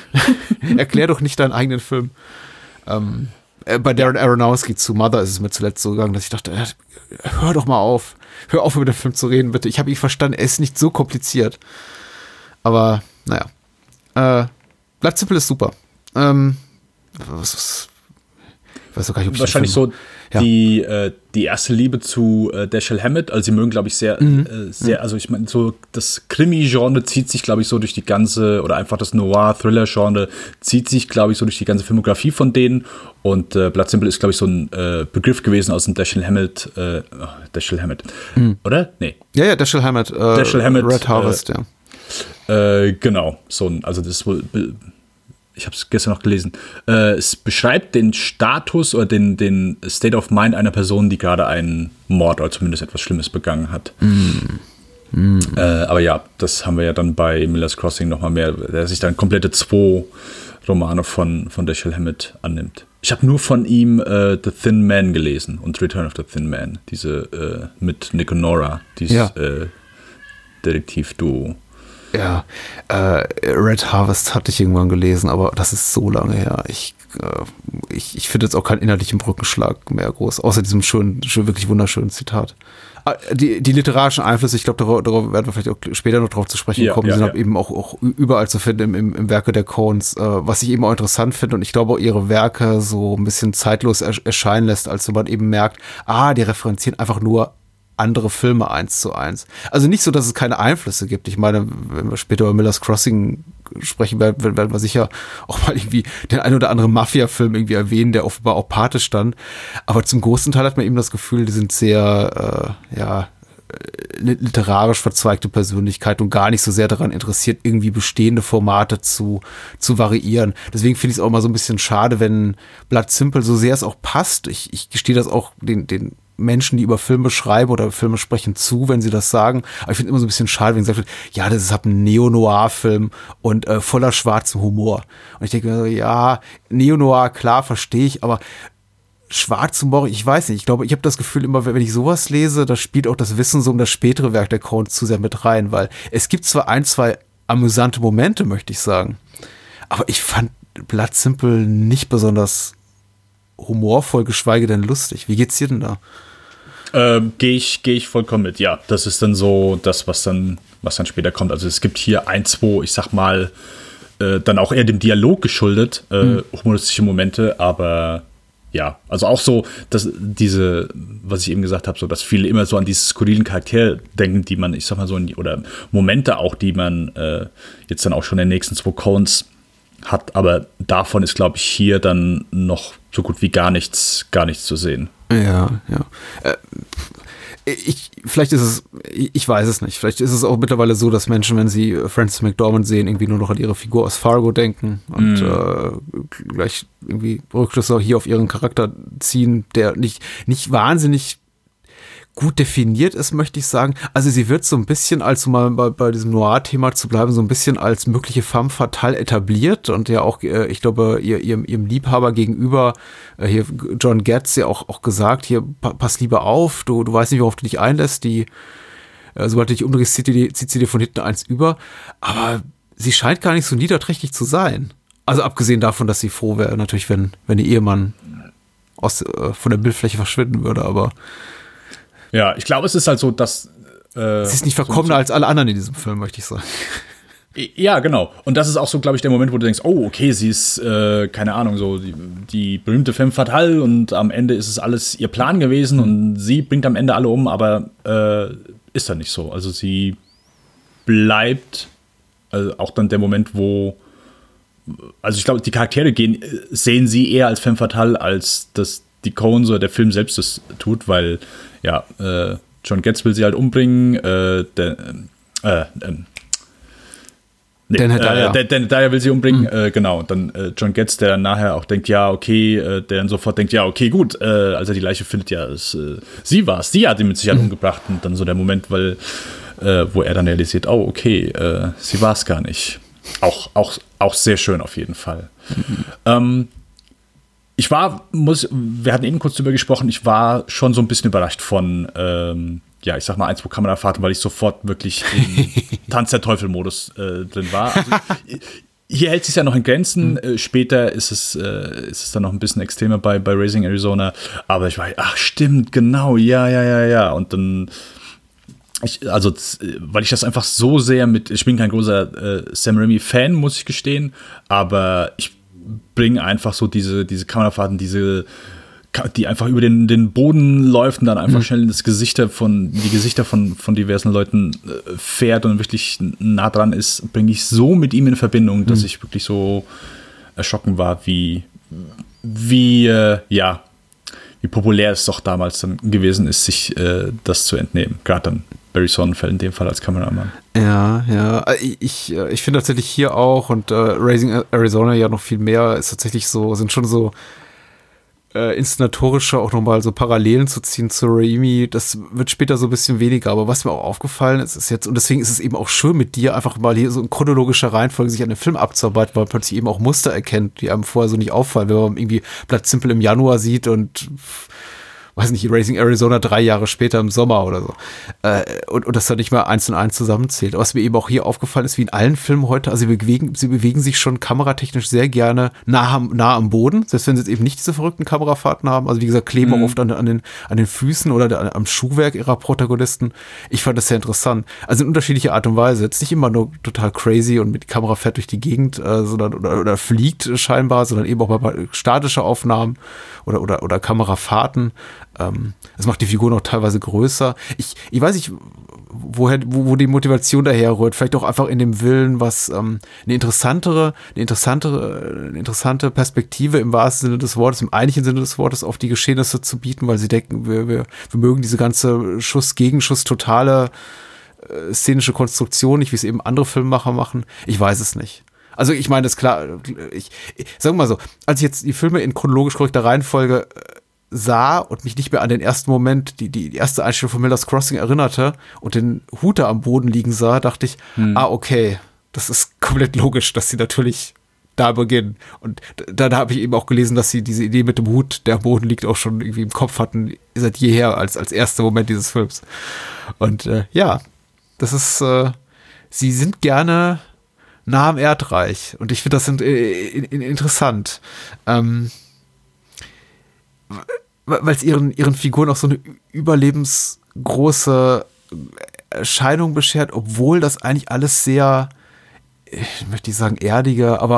Erklär doch nicht deinen eigenen Film. Ähm, Bei Darren Aronofsky zu Mother ist es mir zuletzt so gegangen, dass ich dachte, hör doch mal auf. Hör auf, über den Film zu reden, bitte. Ich habe ihn verstanden, er ist nicht so kompliziert. Aber, naja. Äh, Blood Simple ist super. Ähm, was, was, ich weiß doch gar nicht, ob ich Wahrscheinlich so ja. die, äh, die erste Liebe zu äh, Dashiell Hammett. Also sie mögen, glaube ich, sehr, mhm. äh, sehr, also ich meine, so das Krimi-Genre zieht sich, glaube ich, so durch die ganze, oder einfach das Noir-Thriller-Genre zieht sich, glaube ich, so durch die ganze Filmografie von denen. Und äh, Blood Simple ist, glaube ich, so ein äh, Begriff gewesen aus dem Dashiell Hammett, äh, oh, Dashiell Hammett, mhm. oder? Nee. Ja, ja, Dashiell Hammett. Äh, Dashiell Hammett. Red Harvest, äh, ja. Äh, genau, so ein, also das ist wohl, ich habe es gestern noch gelesen, äh, es beschreibt den Status oder den, den State of Mind einer Person, die gerade einen Mord oder zumindest etwas Schlimmes begangen hat. Mm. Mm. Äh, aber ja, das haben wir ja dann bei Miller's Crossing nochmal mehr, der sich dann komplette zwei Romane von, von Dashiell Hammett annimmt. Ich habe nur von ihm äh, The Thin Man gelesen und Return of the Thin Man, diese äh, mit Nick und Nora, dieses ja. äh, Detektiv-Duo. Ja, äh, Red Harvest hatte ich irgendwann gelesen, aber das ist so lange her. Ich, äh, ich, ich finde jetzt auch keinen inhaltlichen Brückenschlag mehr groß, außer diesem schönen, schön, wirklich wunderschönen Zitat. Die, die literarischen Einflüsse, ich glaube, darauf, darauf werden wir vielleicht auch später noch drauf zu sprechen ja, kommen, ja, sind ja. eben auch, auch überall zu finden im, im, im Werke der Coens, äh, was ich eben auch interessant finde und ich glaube auch ihre Werke so ein bisschen zeitlos erscheinen lässt, als wenn man eben merkt, ah, die referenzieren einfach nur andere Filme eins zu eins. Also nicht so, dass es keine Einflüsse gibt. Ich meine, wenn wir später über Miller's Crossing sprechen, werden, werden wir sicher auch mal irgendwie den ein oder anderen Mafia-Film irgendwie erwähnen, der offenbar auch Pate stand. Aber zum großen Teil hat man eben das Gefühl, die sind sehr, äh, ja, literarisch verzweigte Persönlichkeit und gar nicht so sehr daran interessiert, irgendwie bestehende Formate zu, zu variieren. Deswegen finde ich es auch mal so ein bisschen schade, wenn Blood Simple, so sehr es auch passt, ich, ich gestehe das auch den, den Menschen, die über Filme schreiben oder Filme sprechen, zu, wenn sie das sagen. Aber ich finde immer so ein bisschen schade, wenn gesagt wird, ja, das ist halt ein Neo-Noir-Film und äh, voller schwarzem Humor. Und ich denke mir so, ja, Neo-Noir, klar, verstehe ich, aber schwarzen Humor, ich weiß nicht. Ich glaube, ich habe das Gefühl immer, wenn ich sowas lese, da spielt auch das Wissen so um das spätere Werk der Coens zu sehr mit rein, weil es gibt zwar ein, zwei amüsante Momente, möchte ich sagen, aber ich fand Blood Simple nicht besonders humorvoll, geschweige denn lustig. Wie geht's dir denn da? Ähm, gehe ich, geh ich vollkommen mit, ja. Das ist dann so das, was dann, was dann später kommt. Also es gibt hier ein, zwei, ich sag mal, äh, dann auch eher dem Dialog geschuldet, äh, hm. humoristische Momente, aber ja, also auch so, dass diese, was ich eben gesagt habe, so, dass viele immer so an diese skurrilen Charaktere denken, die man, ich sag mal so, in die, oder Momente auch, die man äh, jetzt dann auch schon in den nächsten zwei Coens hat, aber davon ist, glaube ich, hier dann noch so gut wie gar nichts, gar nichts zu sehen. Ja, ja. Äh, ich, vielleicht ist es, ich weiß es nicht, vielleicht ist es auch mittlerweile so, dass Menschen, wenn sie Frances McDormand sehen, irgendwie nur noch an ihre Figur aus Fargo denken und mm. äh, gleich irgendwie Rückschlüsse hier auf ihren Charakter ziehen, der nicht, nicht wahnsinnig gut definiert ist, möchte ich sagen. Also sie wird so ein bisschen, als um mal bei, bei diesem Noir-Thema zu bleiben, so ein bisschen als mögliche femme fatale etabliert und ja auch, äh, ich glaube, ihr, ihrem, ihrem Liebhaber gegenüber, äh, hier John Getz, ja auch, auch gesagt, hier, pa- pass lieber auf, du, du weißt nicht, worauf du dich einlässt, die, äh, sobald du dich umdrehst, zieht, die, zieht sie dir von hinten eins über, aber sie scheint gar nicht so niederträchtig zu sein. Also abgesehen davon, dass sie froh wäre, natürlich, wenn, wenn ihr Ehemann aus, äh, von der Bildfläche verschwinden würde, aber ja, ich glaube, es ist halt so, dass äh, sie ist nicht verkommener so, als alle anderen in diesem Film, möchte ich sagen. Ja, genau. Und das ist auch so, glaube ich, der Moment, wo du denkst, oh, okay, sie ist, äh, keine Ahnung, so die, die berühmte femme fatale und am Ende ist es alles ihr Plan gewesen und sie bringt am Ende alle um, aber äh, ist dann nicht so. Also sie bleibt, also auch dann der Moment, wo, also ich glaube, die Charaktere gehen, sehen sie eher als femme fatale, als das die Coens oder der Film selbst das tut, weil ja, äh, John Getz will sie halt umbringen, äh, der, äh, äh, nee, Dan Hedaya äh, Dan Hedaya will sie umbringen, mhm. äh, genau, und dann äh, John Getz, der dann nachher auch denkt, ja, okay, äh, der dann sofort denkt, ja, okay, gut, äh, als er die Leiche findet, ja, es, äh, sie war es, sie hat ihn mit Sicherheit mhm. umgebracht und dann so der Moment, weil, äh, wo er dann realisiert, oh, okay, äh, sie war es gar nicht. Auch, auch, auch sehr schön auf jeden Fall. Mhm. Ähm, Ich war, muss, wir hatten eben kurz drüber gesprochen, ich war schon so ein bisschen überrascht von, ähm, ja, ich sag mal, ein, zwei Kamerafahrten, weil ich sofort wirklich im Tanz der Teufel-Modus äh, drin war. Also, hier hält es sich ja noch in Grenzen, äh, später ist es, äh, ist es dann noch ein bisschen extremer bei, bei Raising Arizona, aber ich war, ach stimmt, genau, ja, ja, ja, ja, und dann, ich, also, weil ich das einfach so sehr mit, ich bin kein großer äh, Sam Raimi-Fan, muss ich gestehen, aber ich bringen einfach so diese, diese Kamerafahrten, diese, die einfach über den, den Boden läuft und dann einfach mhm. schnell in das Gesichter von, die Gesichter von, von diversen Leuten äh, fährt und wirklich nah dran ist, bringe ich so mit ihm in Verbindung, dass mhm. ich wirklich so erschrocken war, wie, wie, äh, ja, wie populär es doch damals dann gewesen ist, sich äh, das zu entnehmen. Gerade dann Barry Sonnenfeld in dem Fall als Kameramann. Ja, ja. Ich, ich finde tatsächlich hier auch und äh, Raising Arizona ja noch viel mehr ist tatsächlich so, sind schon so äh, inszenatorische auch nochmal so Parallelen zu ziehen zu Raimi. Das wird später so ein bisschen weniger, aber was mir auch aufgefallen ist, ist jetzt, und deswegen ist es eben auch schön mit dir, einfach mal hier so in chronologischer Reihenfolge sich an den Film abzuarbeiten, weil man plötzlich eben auch Muster erkennt, die einem vorher so nicht auffallen, wenn man irgendwie Blood Simple im Januar sieht und weiß nicht, Raising Arizona drei Jahre später im Sommer oder so. Äh, und, und das dann nicht mal eins und eins zusammenzählt. Aber was mir eben auch hier aufgefallen ist, wie in allen Filmen heute, also sie bewegen, sie bewegen sich schon kameratechnisch sehr gerne nah, nah am Boden, selbst wenn sie jetzt eben nicht diese verrückten Kamerafahrten haben. Also wie gesagt, kleben mhm. auch oft an, an, den, an den Füßen oder der, am Schuhwerk ihrer Protagonisten. Ich fand das sehr interessant. Also in unterschiedlicher Art und Weise. Jetzt nicht immer nur total crazy und mit die Kamera fährt durch die Gegend, äh, sondern oder, oder fliegt scheinbar, sondern eben auch bei statische Aufnahmen oder, oder, oder Kamerafahrten. Ähm, das macht die Figur noch teilweise größer. Ich, ich weiß nicht, woher, wo, wo die Motivation daher rührt. Vielleicht auch einfach in dem Willen, was ähm, eine interessantere, eine interessantere, eine interessante Perspektive im wahrsten Sinne des Wortes, im eigentlichen Sinne des Wortes auf die Geschehnisse zu bieten, weil sie denken, wir, wir, wir mögen diese ganze Schuss-Gegenschuss, totale äh, szenische Konstruktion nicht, wie es eben andere Filmemacher machen. Ich weiß es nicht. Also ich meine, das ist klar, ich, ich sag mal so, als ich jetzt die Filme in chronologisch korrekter Reihenfolge sah und mich nicht mehr an den ersten Moment, die, die, die erste Einstellung von Miller's Crossing erinnerte und den Hut da am Boden liegen sah, dachte ich, hm. ah, okay, das ist komplett logisch, dass sie natürlich da beginnen. Und dann habe ich eben auch gelesen, dass sie diese Idee mit dem Hut, der am Boden liegt, auch schon irgendwie im Kopf hatten, seit jeher als, als erster Moment dieses Films. Und äh, ja, das ist, äh, sie sind gerne nah am Erdreich. Und ich finde das in, in, in interessant. Ähm, weil es ihren, ihren Figuren auch so eine überlebensgroße Erscheinung beschert, obwohl das eigentlich alles sehr, ich möchte nicht sagen erdige, aber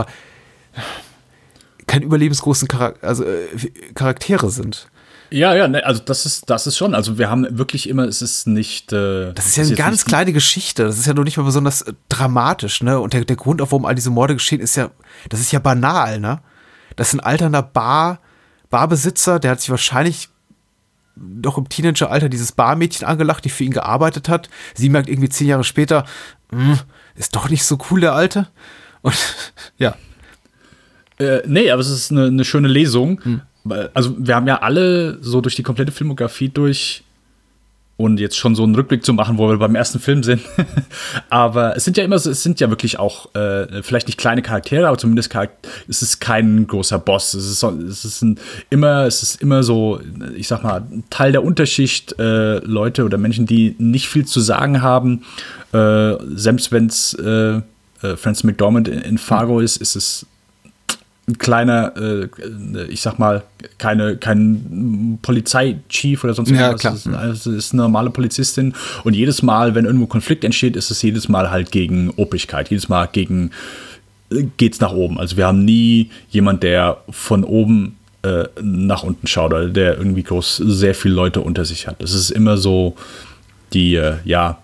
keine überlebensgroßen Charak- also, äh, Charaktere sind. Ja, ja, ne, also das ist, das ist schon, also wir haben wirklich immer, es ist nicht äh, das ist ja eine ganz kleine Geschichte, das ist ja noch nicht mal besonders äh, dramatisch, ne, und der, der Grund, auf warum all diese Morde geschehen, ist ja, das ist ja banal, ne, das ist ein alternder Bar, Barbesitzer, der hat sich wahrscheinlich noch im Teenageralter dieses Barmädchen angelacht, die für ihn gearbeitet hat, sie merkt irgendwie zehn Jahre später, ist doch nicht so cool, der Alte, und ja. Äh, nee, aber es ist eine, eine schöne Lesung, hm. Also wir haben ja alle so durch die komplette Filmografie durch, und jetzt schon so einen Rückblick zu machen, wo wir beim ersten Film sind. Aber es sind ja immer, es sind ja wirklich auch äh, vielleicht nicht kleine Charaktere, aber zumindest Charakter- es ist kein großer Boss. Es ist, so, es ist ein, immer, es ist immer so, ich sag mal, Teil der Unterschicht, äh, Leute oder Menschen, die nicht viel zu sagen haben. Äh, selbst wenn es äh, äh, Frances McDormand in, in Fargo ist, ist es ein kleiner, äh, ich sag mal, keine, kein Polizeichief oder sonst ja, was. Klar. Es ist, also ist eine normale Polizistin. Und jedes Mal, wenn irgendwo Konflikt entsteht, ist es jedes Mal halt gegen Obrigkeit. Jedes Mal gegen, äh, geht's nach oben. Also wir haben nie jemand, der von oben äh, nach unten schaut oder der irgendwie groß sehr viele Leute unter sich hat. Es ist immer so die, äh, ja,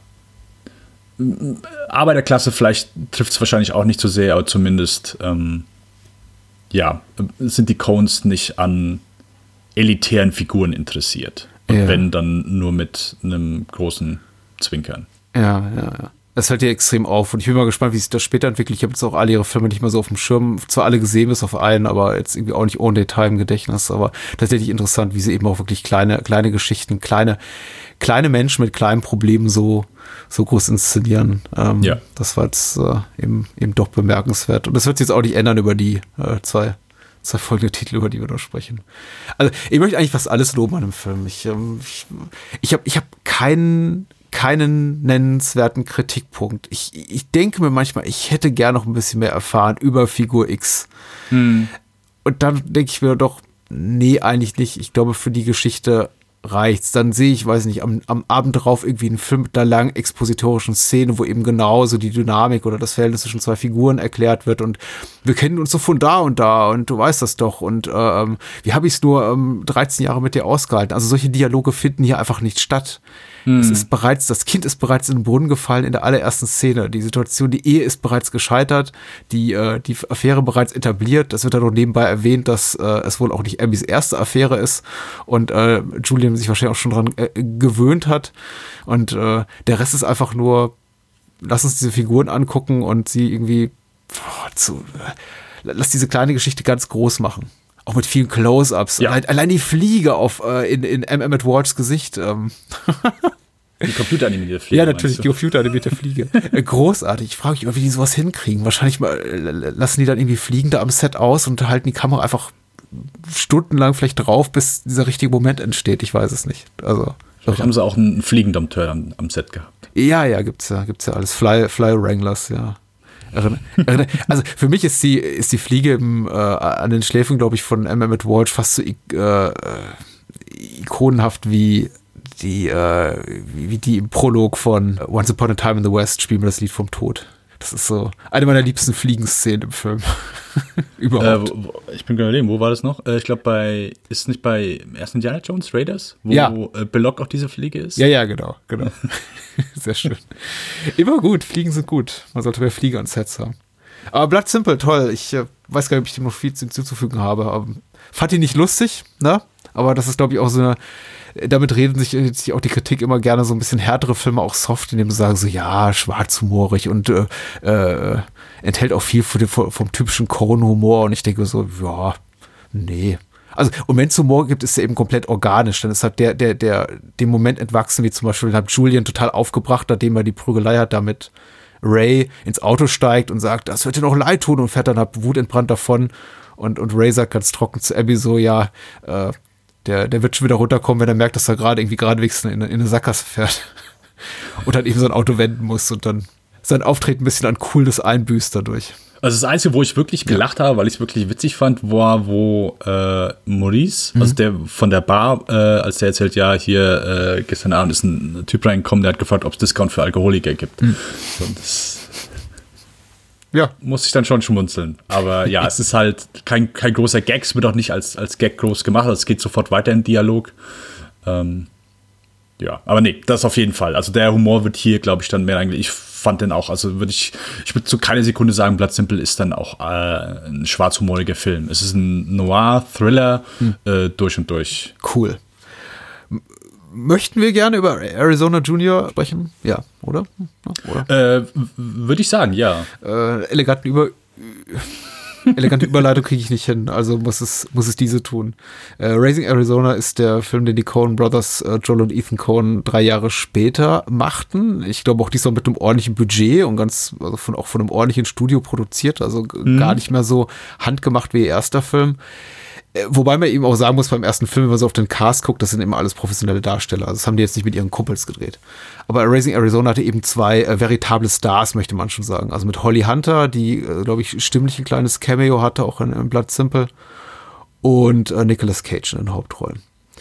Arbeiterklasse, vielleicht trifft es wahrscheinlich auch nicht so sehr, aber zumindest ähm, ja, sind die Coens nicht an elitären Figuren interessiert. Und ja. wenn, dann nur mit einem großen Zwinkern. Ja, ja, ja. Das fällt dir extrem auf. Und ich bin mal gespannt, wie sich das später entwickelt. Ich habe jetzt auch alle ihre Filme nicht mehr so auf dem Schirm. Zwar alle gesehen, bis auf einen, aber jetzt irgendwie auch nicht ohne Detail im Gedächtnis. Aber tatsächlich interessant, wie sie eben auch wirklich kleine, kleine Geschichten, kleine, kleine Menschen mit kleinen Problemen so, so groß inszenieren. Ähm, ja. Das war jetzt äh, eben, eben doch bemerkenswert. Und das wird sich jetzt auch nicht ändern über die äh, zwei, zwei folgende Titel, über die wir da sprechen. Also ich möchte eigentlich fast alles loben an dem Film. Ich, ähm, ich, ich habe ich hab keinen keinen nennenswerten Kritikpunkt. Ich, ich denke mir manchmal, ich hätte gern noch ein bisschen mehr erfahren über Figur X. Hm. Und dann denke ich mir doch, nee, eigentlich nicht. Ich glaube, für die Geschichte reicht's. Dann sehe ich, weiß nicht, am, am Abend drauf irgendwie einen Film mit einer langen expositorischen Szene, wo eben genauso die Dynamik oder das Verhältnis zwischen zwei Figuren erklärt wird und wir kennen uns so von da und da und du weißt das doch und ähm, wie habe ich es nur ähm, dreizehn Jahre mit dir ausgehalten? Also solche Dialoge finden hier einfach nicht statt. Hm. Es ist bereits, das Kind ist bereits in den Brunnen gefallen in der allerersten Szene. Die Situation, die Ehe ist bereits gescheitert, die, äh, die Affäre bereits etabliert. Das wird dann noch nebenbei erwähnt, dass äh, es wohl auch nicht Abbys erste Affäre ist und äh, Julian sich wahrscheinlich auch schon dran äh, gewöhnt hat. Und äh, der Rest ist einfach nur, lass uns diese Figuren angucken und sie irgendwie boah, zu, äh, lass diese kleine Geschichte ganz groß machen. Auch mit vielen Close-Ups. Ja. Allein, allein die Fliege auf, äh, in, in M. Emmett Walsh Gesicht. Ähm. Die computeranimierte Fliege. Ja, natürlich, die computeranimierte Fliege. Großartig. Ich frage mich immer, wie die sowas hinkriegen. Wahrscheinlich mal, lassen die dann irgendwie Fliegende am Set aus und halten die Kamera einfach stundenlang vielleicht drauf, bis dieser richtige Moment entsteht. Ich weiß es nicht. Also, vielleicht haben sie auch einen Fliegendompteur am, am Set gehabt. Ja, ja, gibt's ja, gibt's ja alles. Fly, Fly Wranglers, ja. Also für mich ist die, ist die Fliege im, äh, an den Schläfen, glaube ich, von M. Emmett Walsh fast so äh, ikonenhaft wie die, äh, wie, wie die im Prolog von Once Upon a Time in the West, Spielen wir das Lied vom Tod. Das ist so eine meiner liebsten Fliegenszenen im Film. Überhaupt. Äh, wo, wo, ich bin gerade überlegen, wo war das noch? Äh, ich glaube, bei, ist es nicht bei ersten Indiana Jones, Raiders? Wo ja. äh, Belloc auch diese Fliege ist? Ja, ja, genau, genau. Sehr schön. Immer gut, Fliegen sind gut. Man sollte mehr Flieger ans Herz haben. Aber Blood Simple, toll. Ich äh, weiß gar nicht, ob ich dem noch viel hinzuzufügen habe. Aber fand ihn nicht lustig, ne? Aber das ist, glaube ich, auch so eine, damit reden sich, sich auch die Kritik immer gerne so ein bisschen härtere Filme auch soft, indem sie sagen so, ja, schwarzhumorig und äh, äh, enthält auch viel vom, vom typischen Coen-Humor. Und ich denke so, ja, nee. Also, und wenn es Humor gibt, ist er eben komplett organisch. Dann ist halt der, der, der, dem Moment entwachsen, wie zum Beispiel hat Julian total aufgebracht, nachdem er die Prügelei hat, damit Ray ins Auto steigt und sagt, das wird dir noch leid tun und fährt dann ab wutentbrannt davon. Und, und Ray sagt ganz trocken zu Abby so, ja, äh, Der, der wird schon wieder runterkommen, wenn er merkt, dass er gerade irgendwie geradewegs in, in eine Sackgasse fährt. Und dann eben sein Auto wenden muss und dann sein Auftreten ein bisschen an Coolness einbüßt dadurch. Also das Einzige, wo ich wirklich gelacht ja. habe, weil ich es wirklich witzig fand, war, wo äh, Maurice, mhm. also der von der Bar, äh, als der erzählt, ja, hier äh, gestern Abend ist ein Typ reingekommen, der hat gefragt, ob es Discount für Alkoholiker gibt. Mhm. So, das ja. muss ich dann schon schmunzeln. Aber ja, es ist halt kein, kein großer Gag, es wird auch nicht als, als Gag groß gemacht, es geht sofort weiter im Dialog. Ähm, ja, aber nee, das auf jeden Fall. Also der Humor wird hier, glaube ich, dann mehr eigentlich, ich fand den auch, also würde ich, ich würde zu keiner Sekunde sagen, Blood Simple ist dann auch äh, ein schwarzhumoriger Film. Es ist ein Noir-Thriller hm. äh, durch und durch. Cool. Möchten wir gerne über Arizona Junior sprechen? Ja, oder? oder? Äh, würde ich sagen, ja. Äh, eleganten Über... Elegante Überleitung kriege ich nicht hin, also muss es, muss es diese tun. Äh, Raising Arizona ist der Film, den die Coen Brothers, äh, Joel und Ethan Coen, drei Jahre später machten. Ich glaube auch diesmal mit einem ordentlichen Budget und ganz, also von, auch von einem ordentlichen Studio produziert, also mhm. gar nicht mehr so handgemacht wie ihr erster Film. Wobei man eben auch sagen muss, beim ersten Film, wenn man so auf den Cast guckt, das sind immer alles professionelle Darsteller. Also das haben die jetzt nicht mit ihren Kumpels gedreht. Aber Raising Arizona hatte eben zwei äh, veritable Stars, möchte man schon sagen. Also mit Holly Hunter, die, äh, glaube ich, stimmlich ein kleines Cameo hatte, auch in, in Blood Simple. Und äh, Nicolas Cage in den Hauptrollen.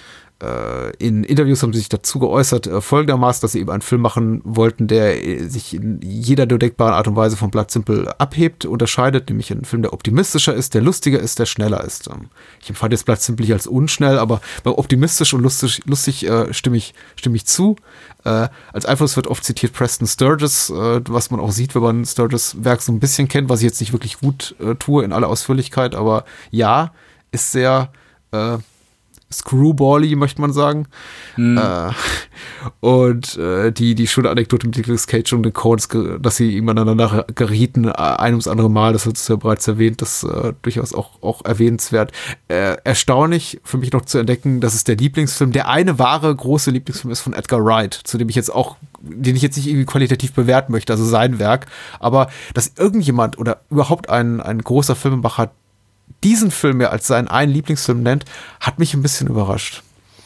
In Interviews haben sie sich dazu geäußert, äh, folgendermaßen, dass sie eben einen Film machen wollten, der äh, sich in jeder denkbaren Art und Weise von Blood Simple abhebt, unterscheidet, nämlich ein Film, der optimistischer ist, der lustiger ist, der schneller ist. Ähm, ich empfand jetzt Blood Simple nicht als unschnell, aber bei optimistisch und lustig, lustig äh, stimme ich, stimme ich zu. Äh, als Einfluss wird oft zitiert Preston Sturges, äh, was man auch sieht, wenn man Sturges Werk so ein bisschen kennt, was ich jetzt nicht wirklich gut äh, tue in aller Ausführlichkeit, aber ja, ist sehr äh, Screwbally, möchte man sagen. Mhm. Äh, und äh, die, die schöne Anekdote mit Nicolas Cage und den Coens, dass sie ihm aneinander gerieten, ein ums andere Mal, das wird ja bereits erwähnt, das äh, durchaus auch, auch erwähnenswert. Äh, erstaunlich für mich noch zu entdecken, dass es der Lieblingsfilm, der eine wahre große Lieblingsfilm ist von Edgar Wright, zu dem ich jetzt auch, den ich jetzt nicht irgendwie qualitativ bewerten möchte, also sein Werk, aber dass irgendjemand oder überhaupt ein, ein großer Filmemacher diesen Film ja als seinen einen Lieblingsfilm nennt, hat mich ein bisschen überrascht.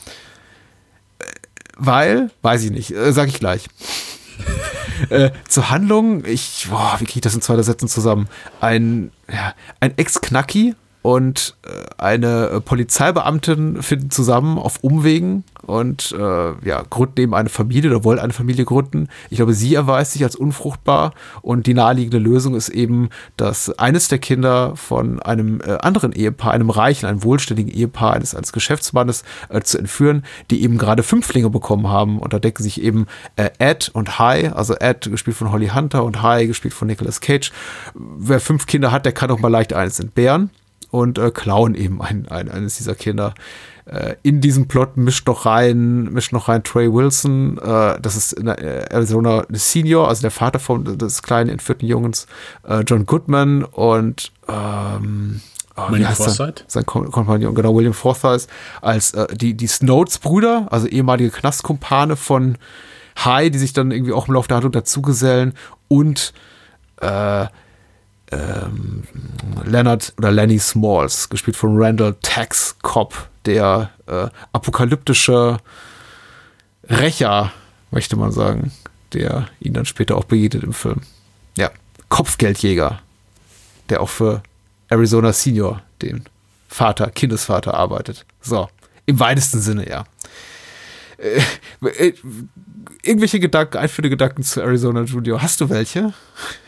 Weil, weiß ich nicht, äh, sag ich gleich. äh, zur Handlung, ich, boah, wie kriege ich das in zwei Sätzen zusammen? Ein, ja, ein Ex-Knacki und äh, eine äh, Polizeibeamtin finden zusammen auf Umwegen und äh, ja, gründen eben eine Familie oder wollen eine Familie gründen. Ich glaube, sie erweist sich als unfruchtbar und die naheliegende Lösung ist eben, dass eines der Kinder von einem äh, anderen Ehepaar, einem reichen, einem wohlständigen Ehepaar, eines, eines Geschäftsmannes äh, zu entführen, die eben gerade Fünflinge bekommen haben. Und da decken sich eben äh, Ed und Hi, also Ed gespielt von Holly Hunter und Hi gespielt von Nicolas Cage. Wer fünf Kinder hat, der kann auch mal leicht eines entbehren. Und äh, klauen eben ein, ein, eines dieser Kinder. Äh, in diesem Plot mischt noch rein, mischt noch rein Trey Wilson, äh, das ist in Arizona Senior, also der Vater von, des kleinen entführten Jungens, äh, John Goodman und ähm, oh, William Forsythe? Sein Kompagnon, genau, William Forsythe, als äh, die, die Snodes-Brüder, also ehemalige Knastkumpane von Hi, die sich dann irgendwie auch im Laufe der Handlung dazugesellen und äh, Ähm, Leonard oder Lenny Smalls, gespielt von Randall Tex Cobb, der äh, apokalyptische Rächer, möchte man sagen, der ihn dann später auch begegnet im Film. Ja, Kopfgeldjäger, der auch für Arizona Senior, den Vater, Kindesvater, arbeitet. So, im weitesten Sinne, ja. Äh, äh, irgendwelche Gedanken, einführende Gedanken zu Arizona Junior, hast du welche?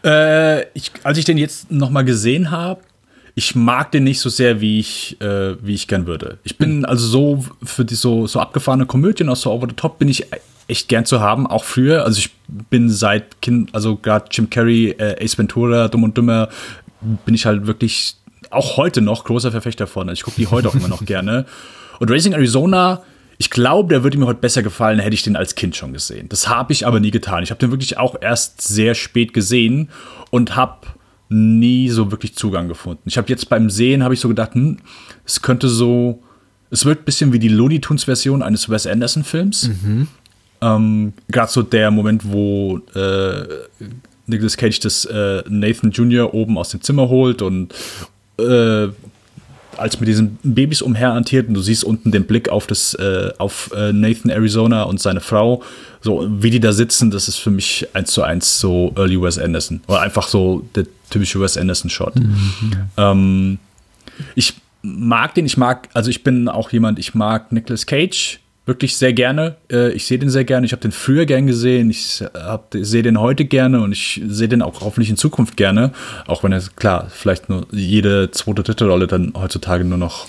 Äh, ich, als ich den jetzt noch mal gesehen habe, ich mag den nicht so sehr, wie ich, äh, wie ich gern würde. Ich bin mhm. also so für die so, so abgefahrene Komödien aus so Over the Top bin ich echt gern zu haben, auch früher. Also ich bin seit Kind, also gerade Jim Carrey, äh, Ace Ventura, Dumm und Dümmer, bin ich halt wirklich auch heute noch großer Verfechter von. Also ich gucke die heute auch immer noch gerne. Und Raising Arizona, ich glaube, der würde mir heute besser gefallen, hätte ich den als Kind schon gesehen. Das habe ich aber nie getan. Ich habe den wirklich auch erst sehr spät gesehen und habe nie so wirklich Zugang gefunden. Ich habe jetzt beim Sehen, habe ich so gedacht, hm, es könnte so, es wird ein bisschen wie die Looney Tunes Version eines Wes Anderson Films. Mhm. Ähm, gerade so der Moment, wo äh, Nicolas Cage das äh, Nathan Junior oben aus dem Zimmer holt und äh, als mit diesen Babys umherhantiert und du siehst unten den Blick auf das äh, auf äh, Nathan Arizona und seine Frau, so wie die da sitzen, das ist für mich eins zu eins so Early Wes Anderson oder einfach so der typische Wes Anderson Shot. Mhm. Ähm, ich mag den, ich mag, also ich bin auch jemand, ich mag Nicolas Cage wirklich sehr gerne. Äh, ich sehe den sehr gerne. Ich habe den früher gern gesehen. Ich sehe den heute gerne und ich sehe den auch hoffentlich in Zukunft gerne. Auch wenn er, klar, vielleicht nur jede zweite, dritte Rolle dann heutzutage nur noch.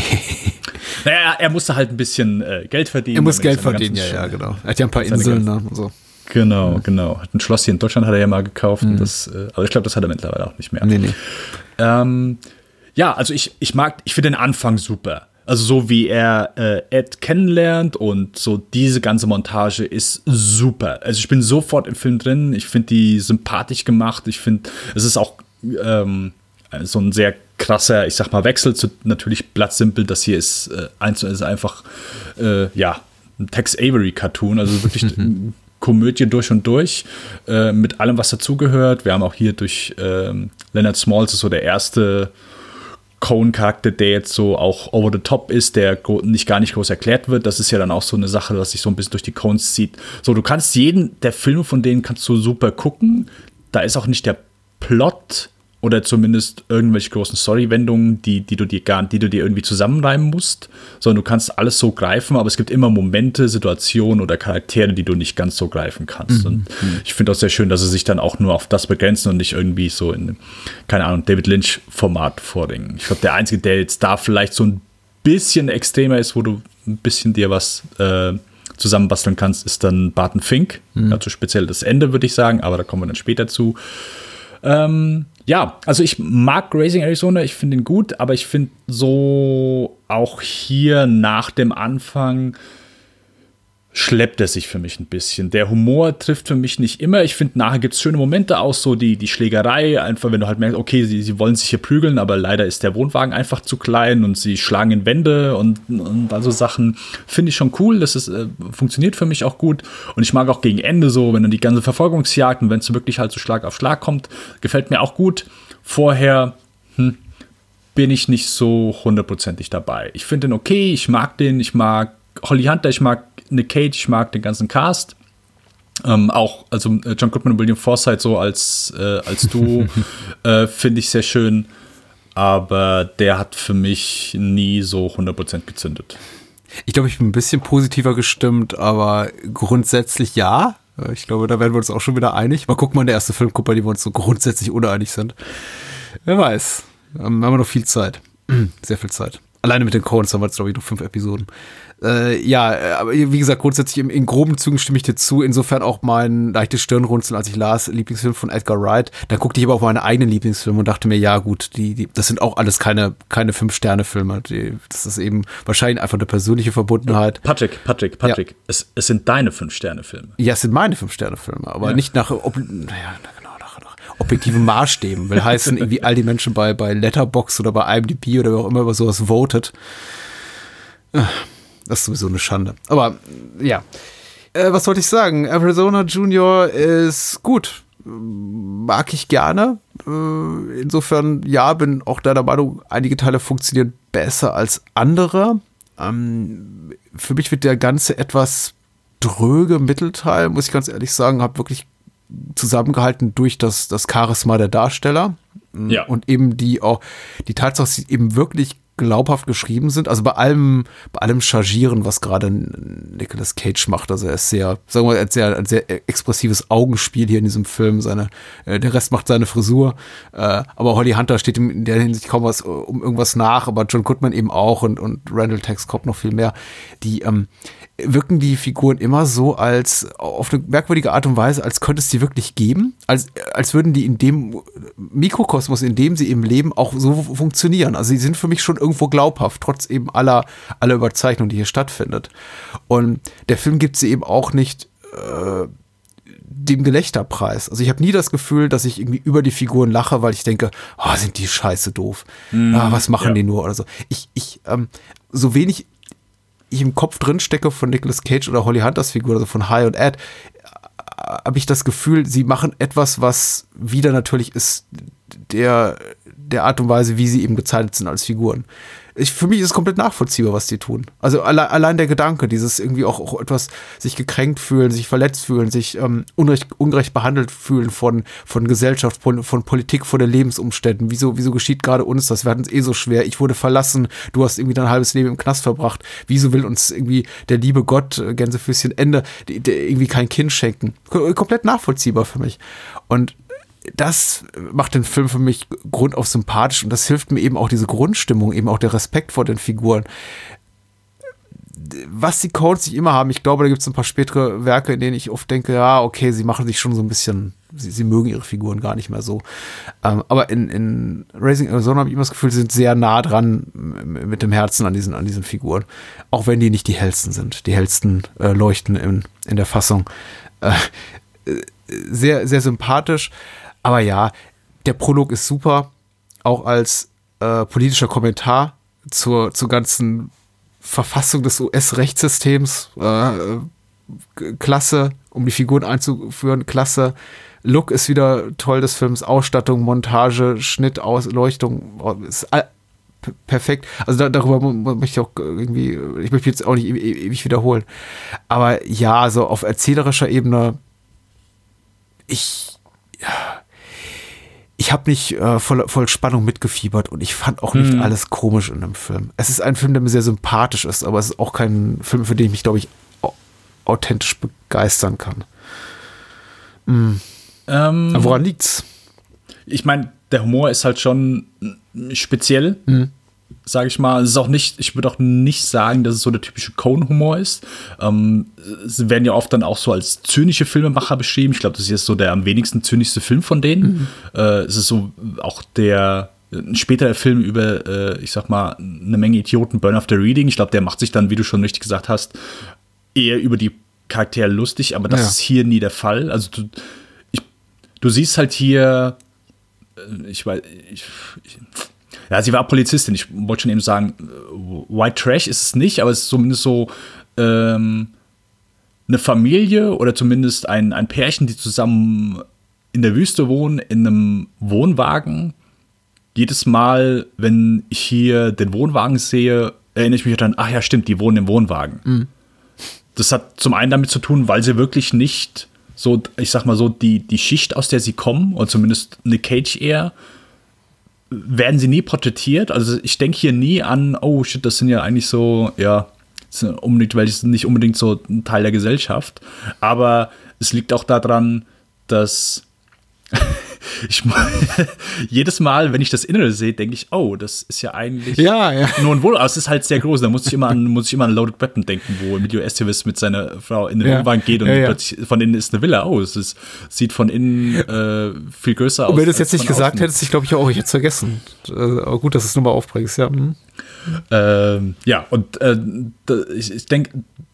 Naja, er musste halt ein bisschen äh, Geld verdienen. Er muss Geld verdienen, ja, ja, genau. Er hat ja ein paar Inseln ne, und so. Genau, ja. genau. Ein Schloss hier in Deutschland hat er ja mal gekauft. Mhm. Und das, äh, aber ich glaube, das hat er mittlerweile auch nicht mehr. Nee, nee. Ähm, ja, also ich, ich mag, ich finde den Anfang super. Also so wie er äh, Ed kennenlernt und so diese ganze Montage ist super. Also ich bin sofort im Film drin. Ich finde die sympathisch gemacht. Ich finde, es ist auch ähm, so ein sehr krasser, ich sag mal, Wechsel zu natürlich Blood Simple. Das hier ist, äh, eins, ist einfach äh, ja, ein Tex Avery-Cartoon. Also wirklich Komödie durch und durch, äh, mit allem, was dazugehört. Wir haben auch hier durch ähm, Leonard Smalls, das ist so der erste Coen-Charakter, der jetzt so auch over the top ist, der nicht gar nicht groß erklärt wird. Das ist ja dann auch so eine Sache, was sich so ein bisschen durch die Coens zieht. So, du kannst jeden der Filme von denen kannst du super gucken. Da ist auch nicht der Plot oder zumindest irgendwelche großen Story-Wendungen, die, die du dir gar, die du dir irgendwie zusammenreimen musst, sondern du kannst alles so greifen, aber es gibt immer Momente, Situationen oder Charaktere, die du nicht ganz so greifen kannst. Mhm. Und ich finde auch sehr schön, dass sie sich dann auch nur auf das begrenzen und nicht irgendwie so in, keine Ahnung, David Lynch-Format vordringen. Ich glaube, der Einzige, der jetzt da vielleicht so ein bisschen extremer ist, wo du ein bisschen dir was äh, zusammenbasteln kannst, ist dann Barton Fink. Mhm. Also speziell das Ende, würde ich sagen, aber da kommen wir dann später zu. Ähm, ja, also ich mag Raising Arizona, ich finde ihn gut, aber ich finde so auch hier nach dem Anfang schleppt er sich für mich ein bisschen. Der Humor trifft für mich nicht immer. Ich finde, nachher gibt es schöne Momente aus, so die, die Schlägerei, einfach wenn du halt merkst, okay, sie, sie wollen sich hier prügeln, aber leider ist der Wohnwagen einfach zu klein und sie schlagen in Wände und, und also Sachen finde ich schon cool. Das ist, äh, funktioniert für mich auch gut. Und ich mag auch gegen Ende so, wenn dann die ganze Verfolgungsjagd und wenn es wirklich halt so Schlag auf Schlag kommt, gefällt mir auch gut. Vorher, hm, bin ich nicht so hundertprozentig dabei. Ich finde den okay, ich mag den, ich mag Holly Hunter, ich mag Nick Cage, ich mag den ganzen Cast. Ähm, auch, also John Goodman und William Forsythe so als, äh, als Duo äh, finde ich sehr schön. Aber der hat für mich nie so hundert Prozent gezündet. Ich glaube, ich bin ein bisschen positiver gestimmt, aber grundsätzlich ja. Ich glaube, da werden wir uns auch schon wieder einig. Mal gucken, mal in der erste Film, guck mal, die wir uns so grundsätzlich uneinig sind. Wer weiß. Ähm, haben wir noch viel Zeit. Sehr viel Zeit. Alleine mit den Coens haben wir jetzt, glaube ich, noch fünf Episoden. Äh, ja, aber wie gesagt, grundsätzlich in, in groben Zügen stimme ich dir zu. Insofern auch mein leichtes Stirnrunzeln, als ich las, Lieblingsfilm von Edgar Wright. Dann guckte ich aber auf meine eigenen Lieblingsfilme und dachte mir, ja gut, die, die, das sind auch alles keine, keine Fünf-Sterne-Filme. Die, das ist eben wahrscheinlich einfach eine persönliche Verbundenheit. Patrick, Patrick, Patrick, ja. es, es sind deine Fünf-Sterne-Filme. Ja, es sind meine Fünf-Sterne-Filme, aber ja. nicht nach, ob, naja, genau, nach, nach objektiven Maßstäben. Will heißen, irgendwie all die Menschen bei, bei Letterboxd oder bei I M D B oder wer auch immer über sowas votet. Das ist sowieso eine Schande. Aber ja, äh, was wollte ich sagen? Arizona Junior ist gut. Mag ich gerne. Äh, insofern, ja, bin auch der Meinung, einige Teile funktionieren besser als andere. Ähm, für mich wird der ganze etwas dröge Mittelteil, muss ich ganz ehrlich sagen, habe wirklich zusammengehalten durch das, das Charisma der Darsteller. Ja. Und eben die auch, die Tatsache, dass sie eben wirklich glaubhaft geschrieben sind. Also bei allem, bei allem Chargieren, was gerade Nicolas Cage macht. Also er ist sehr, sagen wir mal, er hat sehr, ein sehr expressives Augenspiel hier in diesem Film. Seine, äh, der Rest macht seine Frisur. Äh, aber Holly Hunter steht ihm in der Hinsicht kaum was um irgendwas nach, aber John Goodman eben auch und, und Randall Tex Cobb noch viel mehr. Die, ähm, wirken die Figuren immer so als, auf eine merkwürdige Art und Weise, als könnte es die wirklich geben, als, als würden die in dem Mikrokosmos, in dem sie eben leben, auch so funktionieren. Also sie sind für mich schon irgendwo glaubhaft, trotz eben aller, aller Überzeichnung, die hier stattfindet. Und der Film gibt sie eben auch nicht äh, dem Gelächterpreis. Also ich habe nie das Gefühl, dass ich irgendwie über die Figuren lache, weil ich denke, oh, sind die scheiße doof. Mm, ah, was machen ja. die nur oder so. Ich, ich, ähm, so wenig ich im Kopf drin stecke von Nicolas Cage oder Holly Hunters Figur, also von Hi und Ed, habe ich das Gefühl, sie machen etwas, was wieder natürlich ist der, der Art und Weise, wie sie eben gezeichnet sind als Figuren. Ich, für mich ist es komplett nachvollziehbar, was die tun. Also alle, allein der Gedanke, dieses irgendwie auch, auch etwas sich gekränkt fühlen, sich verletzt fühlen, sich ähm, unrecht, ungerecht behandelt fühlen von, von Gesellschaft, von, von Politik, von den Lebensumständen. Wieso, wieso geschieht gerade uns das? Wir hatten es eh so schwer. Ich wurde verlassen. Du hast irgendwie dein halbes Leben im Knast verbracht. Wieso will uns irgendwie der liebe Gott, Gänsefüßchen, Ende, der, der irgendwie kein Kind schenken? Komplett nachvollziehbar für mich. Und das macht den Film für mich grundauf sympathisch und das hilft mir eben auch diese Grundstimmung, eben auch der Respekt vor den Figuren. Was die Coens nicht immer haben, ich glaube, da gibt es ein paar spätere Werke, in denen ich oft denke, ja, okay, sie machen sich schon so ein bisschen, sie, sie mögen ihre Figuren gar nicht mehr so. Ähm, aber in, in Raising Arizona habe ich immer das Gefühl, sie sind sehr nah dran mit dem Herzen an diesen, an diesen Figuren. Auch wenn die nicht die hellsten sind. Die hellsten äh, leuchten in, in der Fassung. Äh, sehr, sehr sympathisch. Aber ja, der Prolog ist super, auch als äh, politischer Kommentar zur, zur ganzen Verfassung des U S-Rechtssystems. Äh, klasse, um die Figuren einzuführen, klasse. Look ist wieder toll des Films, Ausstattung, Montage, Schnitt, Ausleuchtung, ist all, perfekt. Also da, darüber möchte ich auch irgendwie, ich möchte jetzt auch nicht ewig wiederholen. Aber ja, so auf erzählerischer Ebene, ich, ja, ich habe nicht äh, voll, voll Spannung mitgefiebert und ich fand auch nicht hm. alles komisch in dem Film. Es ist ein Film, der mir sehr sympathisch ist, aber es ist auch kein Film, für den ich mich, glaube ich, authentisch begeistern kann. Mhm. Ähm, aber woran liegt's? Ich meine, der Humor ist halt schon speziell, mhm. sage ich mal. Es ist auch nicht, ich würde auch nicht sagen, dass es so der typische Coen-Humor ist. Ähm, sie werden ja oft dann auch so als zynische Filmemacher beschrieben. Ich glaube, das ist jetzt so der am wenigsten zynischste Film von denen. Mhm. Äh, es ist so auch der ein späterer Film über, äh, ich sag mal, eine Menge Idioten, Burn After Reading. Ich glaube, der macht sich dann, wie du schon richtig gesagt hast, eher über die Charaktere lustig, aber das ja. ist hier nie der Fall. Also du, ich, du siehst halt hier, ich weiß, ich, ich, ja, sie war Polizistin, ich wollte schon eben sagen, White Trash ist es nicht, aber es ist zumindest so ähm, eine Familie oder zumindest ein, ein Pärchen, die zusammen in der Wüste wohnen, in einem Wohnwagen. Jedes Mal, wenn ich hier den Wohnwagen sehe, erinnere ich mich dann, ach ja, stimmt, die wohnen im Wohnwagen. Mhm. Das hat zum einen damit zu tun, weil sie wirklich nicht so, ich sag mal so, die, die Schicht, aus der sie kommen, oder zumindest Nick Cage eher, werden sie nie porträtiert. Also ich denke hier nie an, oh shit, das sind ja eigentlich so, ja, unbedingt, weil die sind nicht unbedingt so ein Teil der Gesellschaft. Aber es liegt auch daran, dass ich jedes Mal, wenn ich das Innere sehe, denke ich, oh, das ist ja eigentlich ja, ja. nur ein Wohnwagen. Aber es ist halt sehr groß. Da muss ich immer an, muss ich immer an Loaded Weapon denken, wo Emilio Estevez mit seiner Frau in den ja. Wohnwagen geht und ja, ja. plötzlich von innen ist eine Villa. Oh, es ist, sieht von innen äh, viel größer aus. Und wenn du es jetzt nicht gesagt außen. hättest, ich glaube ich auch, ich hätte es vergessen. Aber gut, dass du es nochmal aufbringst, ja. Mhm. Ähm, ja, und äh, ich, ich denke,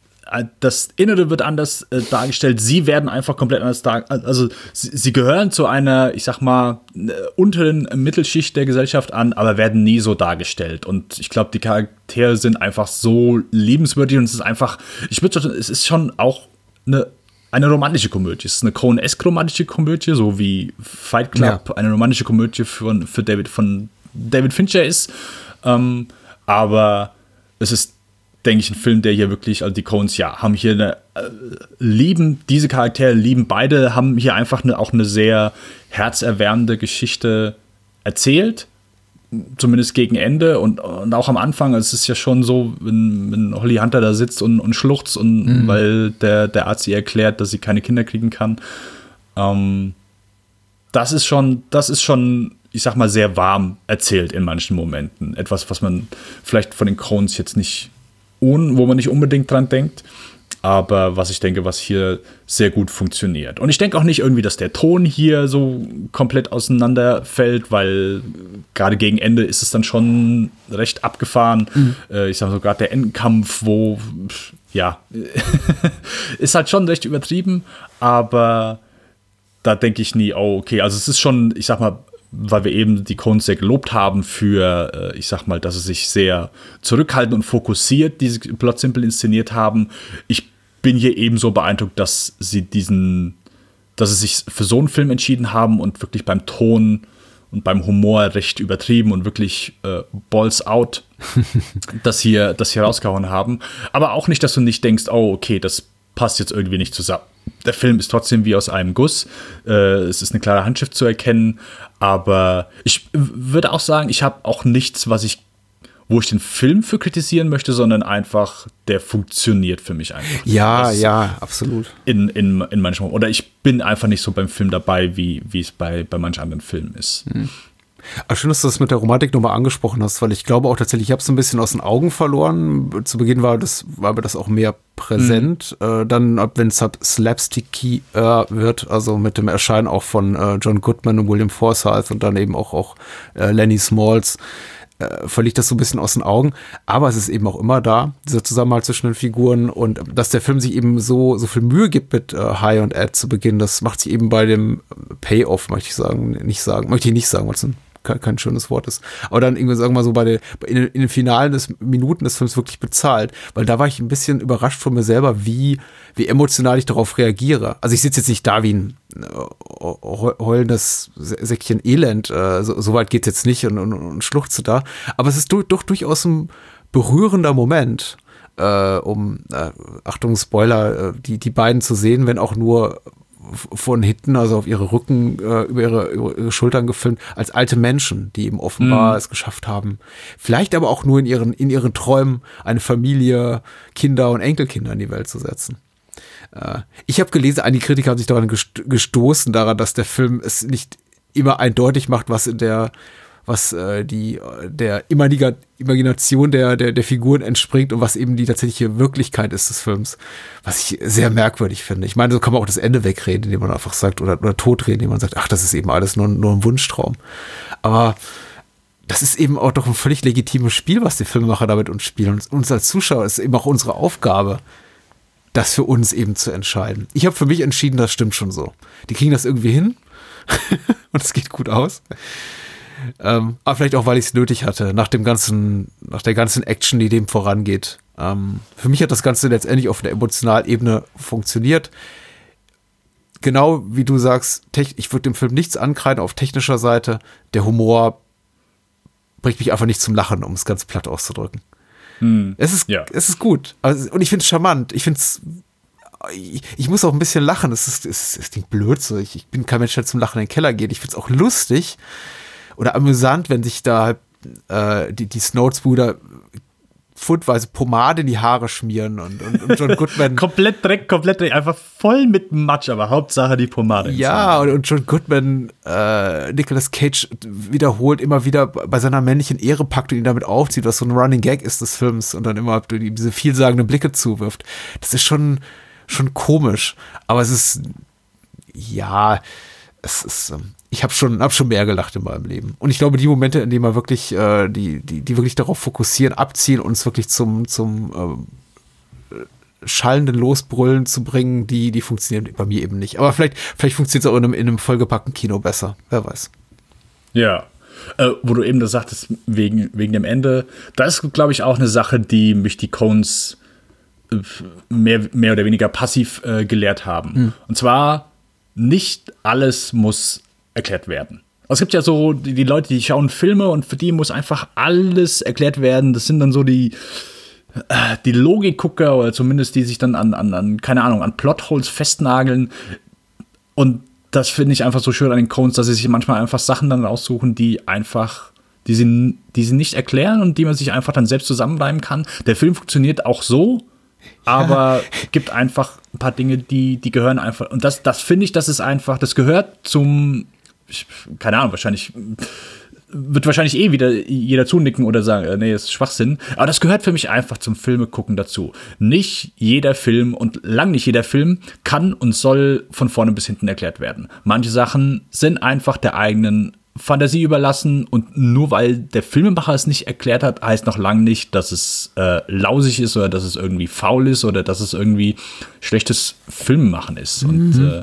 das Innere wird anders äh, dargestellt. Sie werden einfach komplett anders dargestellt. Also sie, sie gehören zu einer, ich sag mal, unteren Mittelschicht der Gesellschaft an, aber werden nie so dargestellt. Und ich glaube, die Charaktere sind einfach so liebenswürdig und es ist einfach, ich würde es ist schon auch eine, eine romantische Komödie. Es ist eine Coen-esque romantische Komödie, so wie Fight Club ja. eine romantische Komödie für, für David, von David Fincher ist. Ähm, aber es ist, denke ich, ein Film, der hier wirklich, also die Coens, ja, haben hier eine, äh, lieben, diese Charaktere lieben beide, haben hier einfach eine, auch eine sehr herzerwärmende Geschichte erzählt. zumindest gegen Ende und, und auch am Anfang, es ist ja schon so, wenn, wenn Holly Hunter da sitzt und, und schluchzt und mhm. weil der, der Arzt ihr erklärt, dass sie keine Kinder kriegen kann. Ähm, das ist schon, das ist schon, ich sag mal, sehr warm erzählt in manchen Momenten. Etwas, was man vielleicht von den Coens jetzt nicht, un, wo man nicht unbedingt dran denkt. Aber was ich denke, was hier sehr gut funktioniert. Und ich denke auch nicht irgendwie, dass der Ton hier so komplett auseinanderfällt, weil gerade gegen Ende ist es dann schon recht abgefahren. Mhm. Äh, ich sage so, gerade der Endkampf, wo, ja, ist halt schon recht übertrieben. Aber da denke ich nie, oh, okay, also es ist schon, ich sag mal, weil wir eben die Coens sehr gelobt haben für, ich sag mal, dass sie sich sehr zurückhaltend und fokussiert diese Plot Simple inszeniert haben. Ich bin hier ebenso beeindruckt, dass sie diesen, dass sie sich für so einen Film entschieden haben und wirklich beim Ton und beim Humor recht übertrieben und wirklich äh, balls out das hier, das hier rausgehauen haben. Aber auch nicht, dass du nicht denkst, oh, okay, das passt jetzt irgendwie nicht zusammen. Der Film ist trotzdem wie aus einem Guss. Äh, es ist eine klare Handschrift zu erkennen. Aber ich würde auch sagen, ich habe auch nichts, was ich, wo ich den Film für kritisieren möchte, sondern einfach, der funktioniert für mich einfach. Ja, ja, absolut. In, in, in manchen, oder ich bin einfach nicht so beim Film dabei, wie, wie es bei, bei manchen anderen Filmen ist. Hm. Aber schön, dass du das mit der Romantik nochmal angesprochen hast, weil ich glaube auch tatsächlich, ich habe es ein bisschen aus den Augen verloren. Zu Beginn war das, war mir das auch mehr präsent. Mhm. Äh, dann, wenn es halt slapsticky äh, wird, also mit dem Erscheinen auch von äh, John Goodman und William Forsythe und dann eben auch, auch äh, Lenny Smalls, äh, verliert das so ein bisschen aus den Augen. Aber es ist eben auch immer da, dieser Zusammenhalt zwischen den Figuren, und dass der Film sich eben so, so viel Mühe gibt mit äh, Hi und Ed zu Beginn, das macht sich eben bei dem Payoff, möchte ich sagen, nicht sagen, möchte ich nicht sagen, weil es ein Kein, kein schönes Wort ist. Aber dann irgendwie, sagen wir mal so, bei der, in, den, in den finalen des Minuten des Films wirklich bezahlt. Weil da war ich ein bisschen überrascht von mir selber, wie, wie emotional ich darauf reagiere. Also ich sitze jetzt nicht da wie ein äh, heulendes Säckchen Elend. Äh, so, so weit geht's jetzt nicht und, und, und schluchze da. Aber es ist du, doch durchaus ein berührender Moment, äh, um, äh, Achtung, Spoiler, äh, die, die beiden zu sehen, wenn auch nur von hinten, also auf ihre Rücken, äh, über, ihre, über ihre Schultern gefilmt, als alte Menschen, die eben offenbar mm. es geschafft haben. Vielleicht aber auch nur in ihren, in ihren Träumen eine Familie, Kinder und Enkelkinder in die Welt zu setzen. Äh, ich habe gelesen, einige Kritiker haben sich daran gest- gestoßen, daran, dass der Film es nicht immer eindeutig macht, was in der was äh, die der Imagina- Imagination der, der, der Figuren entspringt und was eben die tatsächliche Wirklichkeit ist des Films. Was ich sehr merkwürdig finde. Ich meine, so kann man auch das Ende wegreden, indem man einfach sagt, oder, oder totreden, indem man sagt, ach, das ist eben alles nur, nur ein Wunschtraum. Aber das ist eben auch doch ein völlig legitimes Spiel, was die Filmemacher damit uns spielen. Und uns als Zuschauer ist eben auch unsere Aufgabe, das für uns eben zu entscheiden. Ich habe für mich entschieden, das stimmt schon so. Die kriegen das irgendwie hin und es geht gut aus. Ähm, aber vielleicht auch, weil ich es nötig hatte, nach dem ganzen, nach der ganzen Action, die dem vorangeht. Ähm, für mich hat das Ganze letztendlich auf der emotionalen Ebene funktioniert. Genau wie du sagst, tech- ich würde dem Film nichts ankreiden auf technischer Seite. Der Humor bringt mich einfach nicht zum Lachen, um es ganz platt auszudrücken. Hm. Es ist, ja. es ist gut. Also, und ich finde es charmant. Ich finde es, ich, ich muss auch ein bisschen lachen. Es ist, es, es klingt blöd so. Ich, ich bin kein Mensch, der zum Lachen in den Keller geht. Ich finde es auch lustig oder amüsant, wenn sich da äh, die, die Snodes-Brüder pfundweise Pomade in die Haare schmieren und, und, und John Goodman. komplett Dreck, komplett Dreck, einfach voll mit Matsch, aber Hauptsache die Pomade. Ja, und, und John Goodman, äh, Nicolas Cage wiederholt immer wieder bei seiner männlichen Ehre packt und ihn damit aufzieht, was so ein Running Gag ist des Films und dann immer ihm diese vielsagenden Blicke zuwirft. Das ist schon, schon komisch, aber es ist, ja, es ist, ich habe schon, hab schon mehr gelacht in meinem Leben. Und ich glaube, die Momente, in denen wir wirklich, äh, die, die, die wirklich darauf fokussieren, abziehen, uns wirklich zum, zum äh, schallenden Losbrüllen zu bringen, die, die funktionieren bei mir eben nicht. Aber vielleicht, vielleicht funktioniert es auch in einem, in einem vollgepackten Kino besser. Wer weiß. Ja. Äh, wo du eben das sagtest, wegen, wegen dem Ende, das ist, glaube ich, auch eine Sache, die mich die Coens mehr, mehr oder weniger passiv äh, gelehrt haben. Hm. Und zwar, nicht alles muss erklärt werden. Also es gibt ja so die, die Leute, die schauen Filme und für die muss einfach alles erklärt werden. Das sind dann so die, äh, die Logikgucker oder zumindest die sich dann an, an, an, keine Ahnung, an Plotholes festnageln. Und das finde ich einfach so schön an den Coens, dass sie sich manchmal einfach Sachen dann raussuchen, die einfach die sie, die sie nicht erklären und die man sich einfach dann selbst zusammenreimen kann. Der Film funktioniert auch so, aber ja. gibt einfach ein paar Dinge, die, die gehören einfach. Und das, das finde ich, das ist einfach, das gehört zum, keine Ahnung, wahrscheinlich wird wahrscheinlich eh wieder jeder zunicken oder sagen, äh, nee, das ist Schwachsinn. Aber das gehört für mich einfach zum Filme gucken dazu. Nicht jeder Film und lang nicht jeder Film kann und soll von vorne bis hinten erklärt werden. Manche Sachen sind einfach der eigenen Fantasie überlassen und nur weil der Filmemacher es nicht erklärt hat, heißt noch lange nicht, dass es äh, lausig ist oder dass es irgendwie faul ist oder dass es irgendwie schlechtes Filmemachen ist. Mhm. Und äh,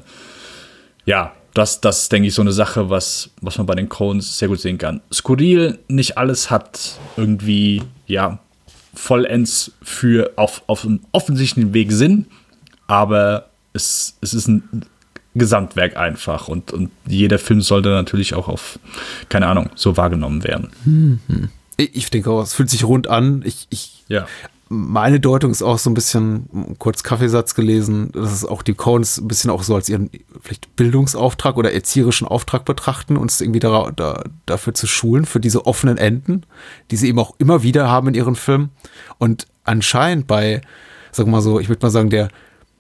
ja, Das, das ist, denke ich, so eine Sache, was, was man bei den Coens sehr gut sehen kann. Skurril, nicht alles hat irgendwie, ja, vollends für auf, auf einem offensichtlichen Weg Sinn, aber es, es ist ein Gesamtwerk einfach und, und jeder Film sollte natürlich auch auf, keine Ahnung, so wahrgenommen werden. Mhm. Ich denke auch, es fühlt sich rund an. Ich, ich ja. Meine Deutung ist auch so ein bisschen, kurz Kaffeesatz gelesen, dass es auch die Coens ein bisschen auch so als ihren vielleicht Bildungsauftrag oder erzieherischen Auftrag betrachten, uns irgendwie da, da, dafür zu schulen, für diese offenen Enden, die sie eben auch immer wieder haben in ihren Filmen. Und anscheinend bei, sagen wir mal so, ich würde mal sagen, der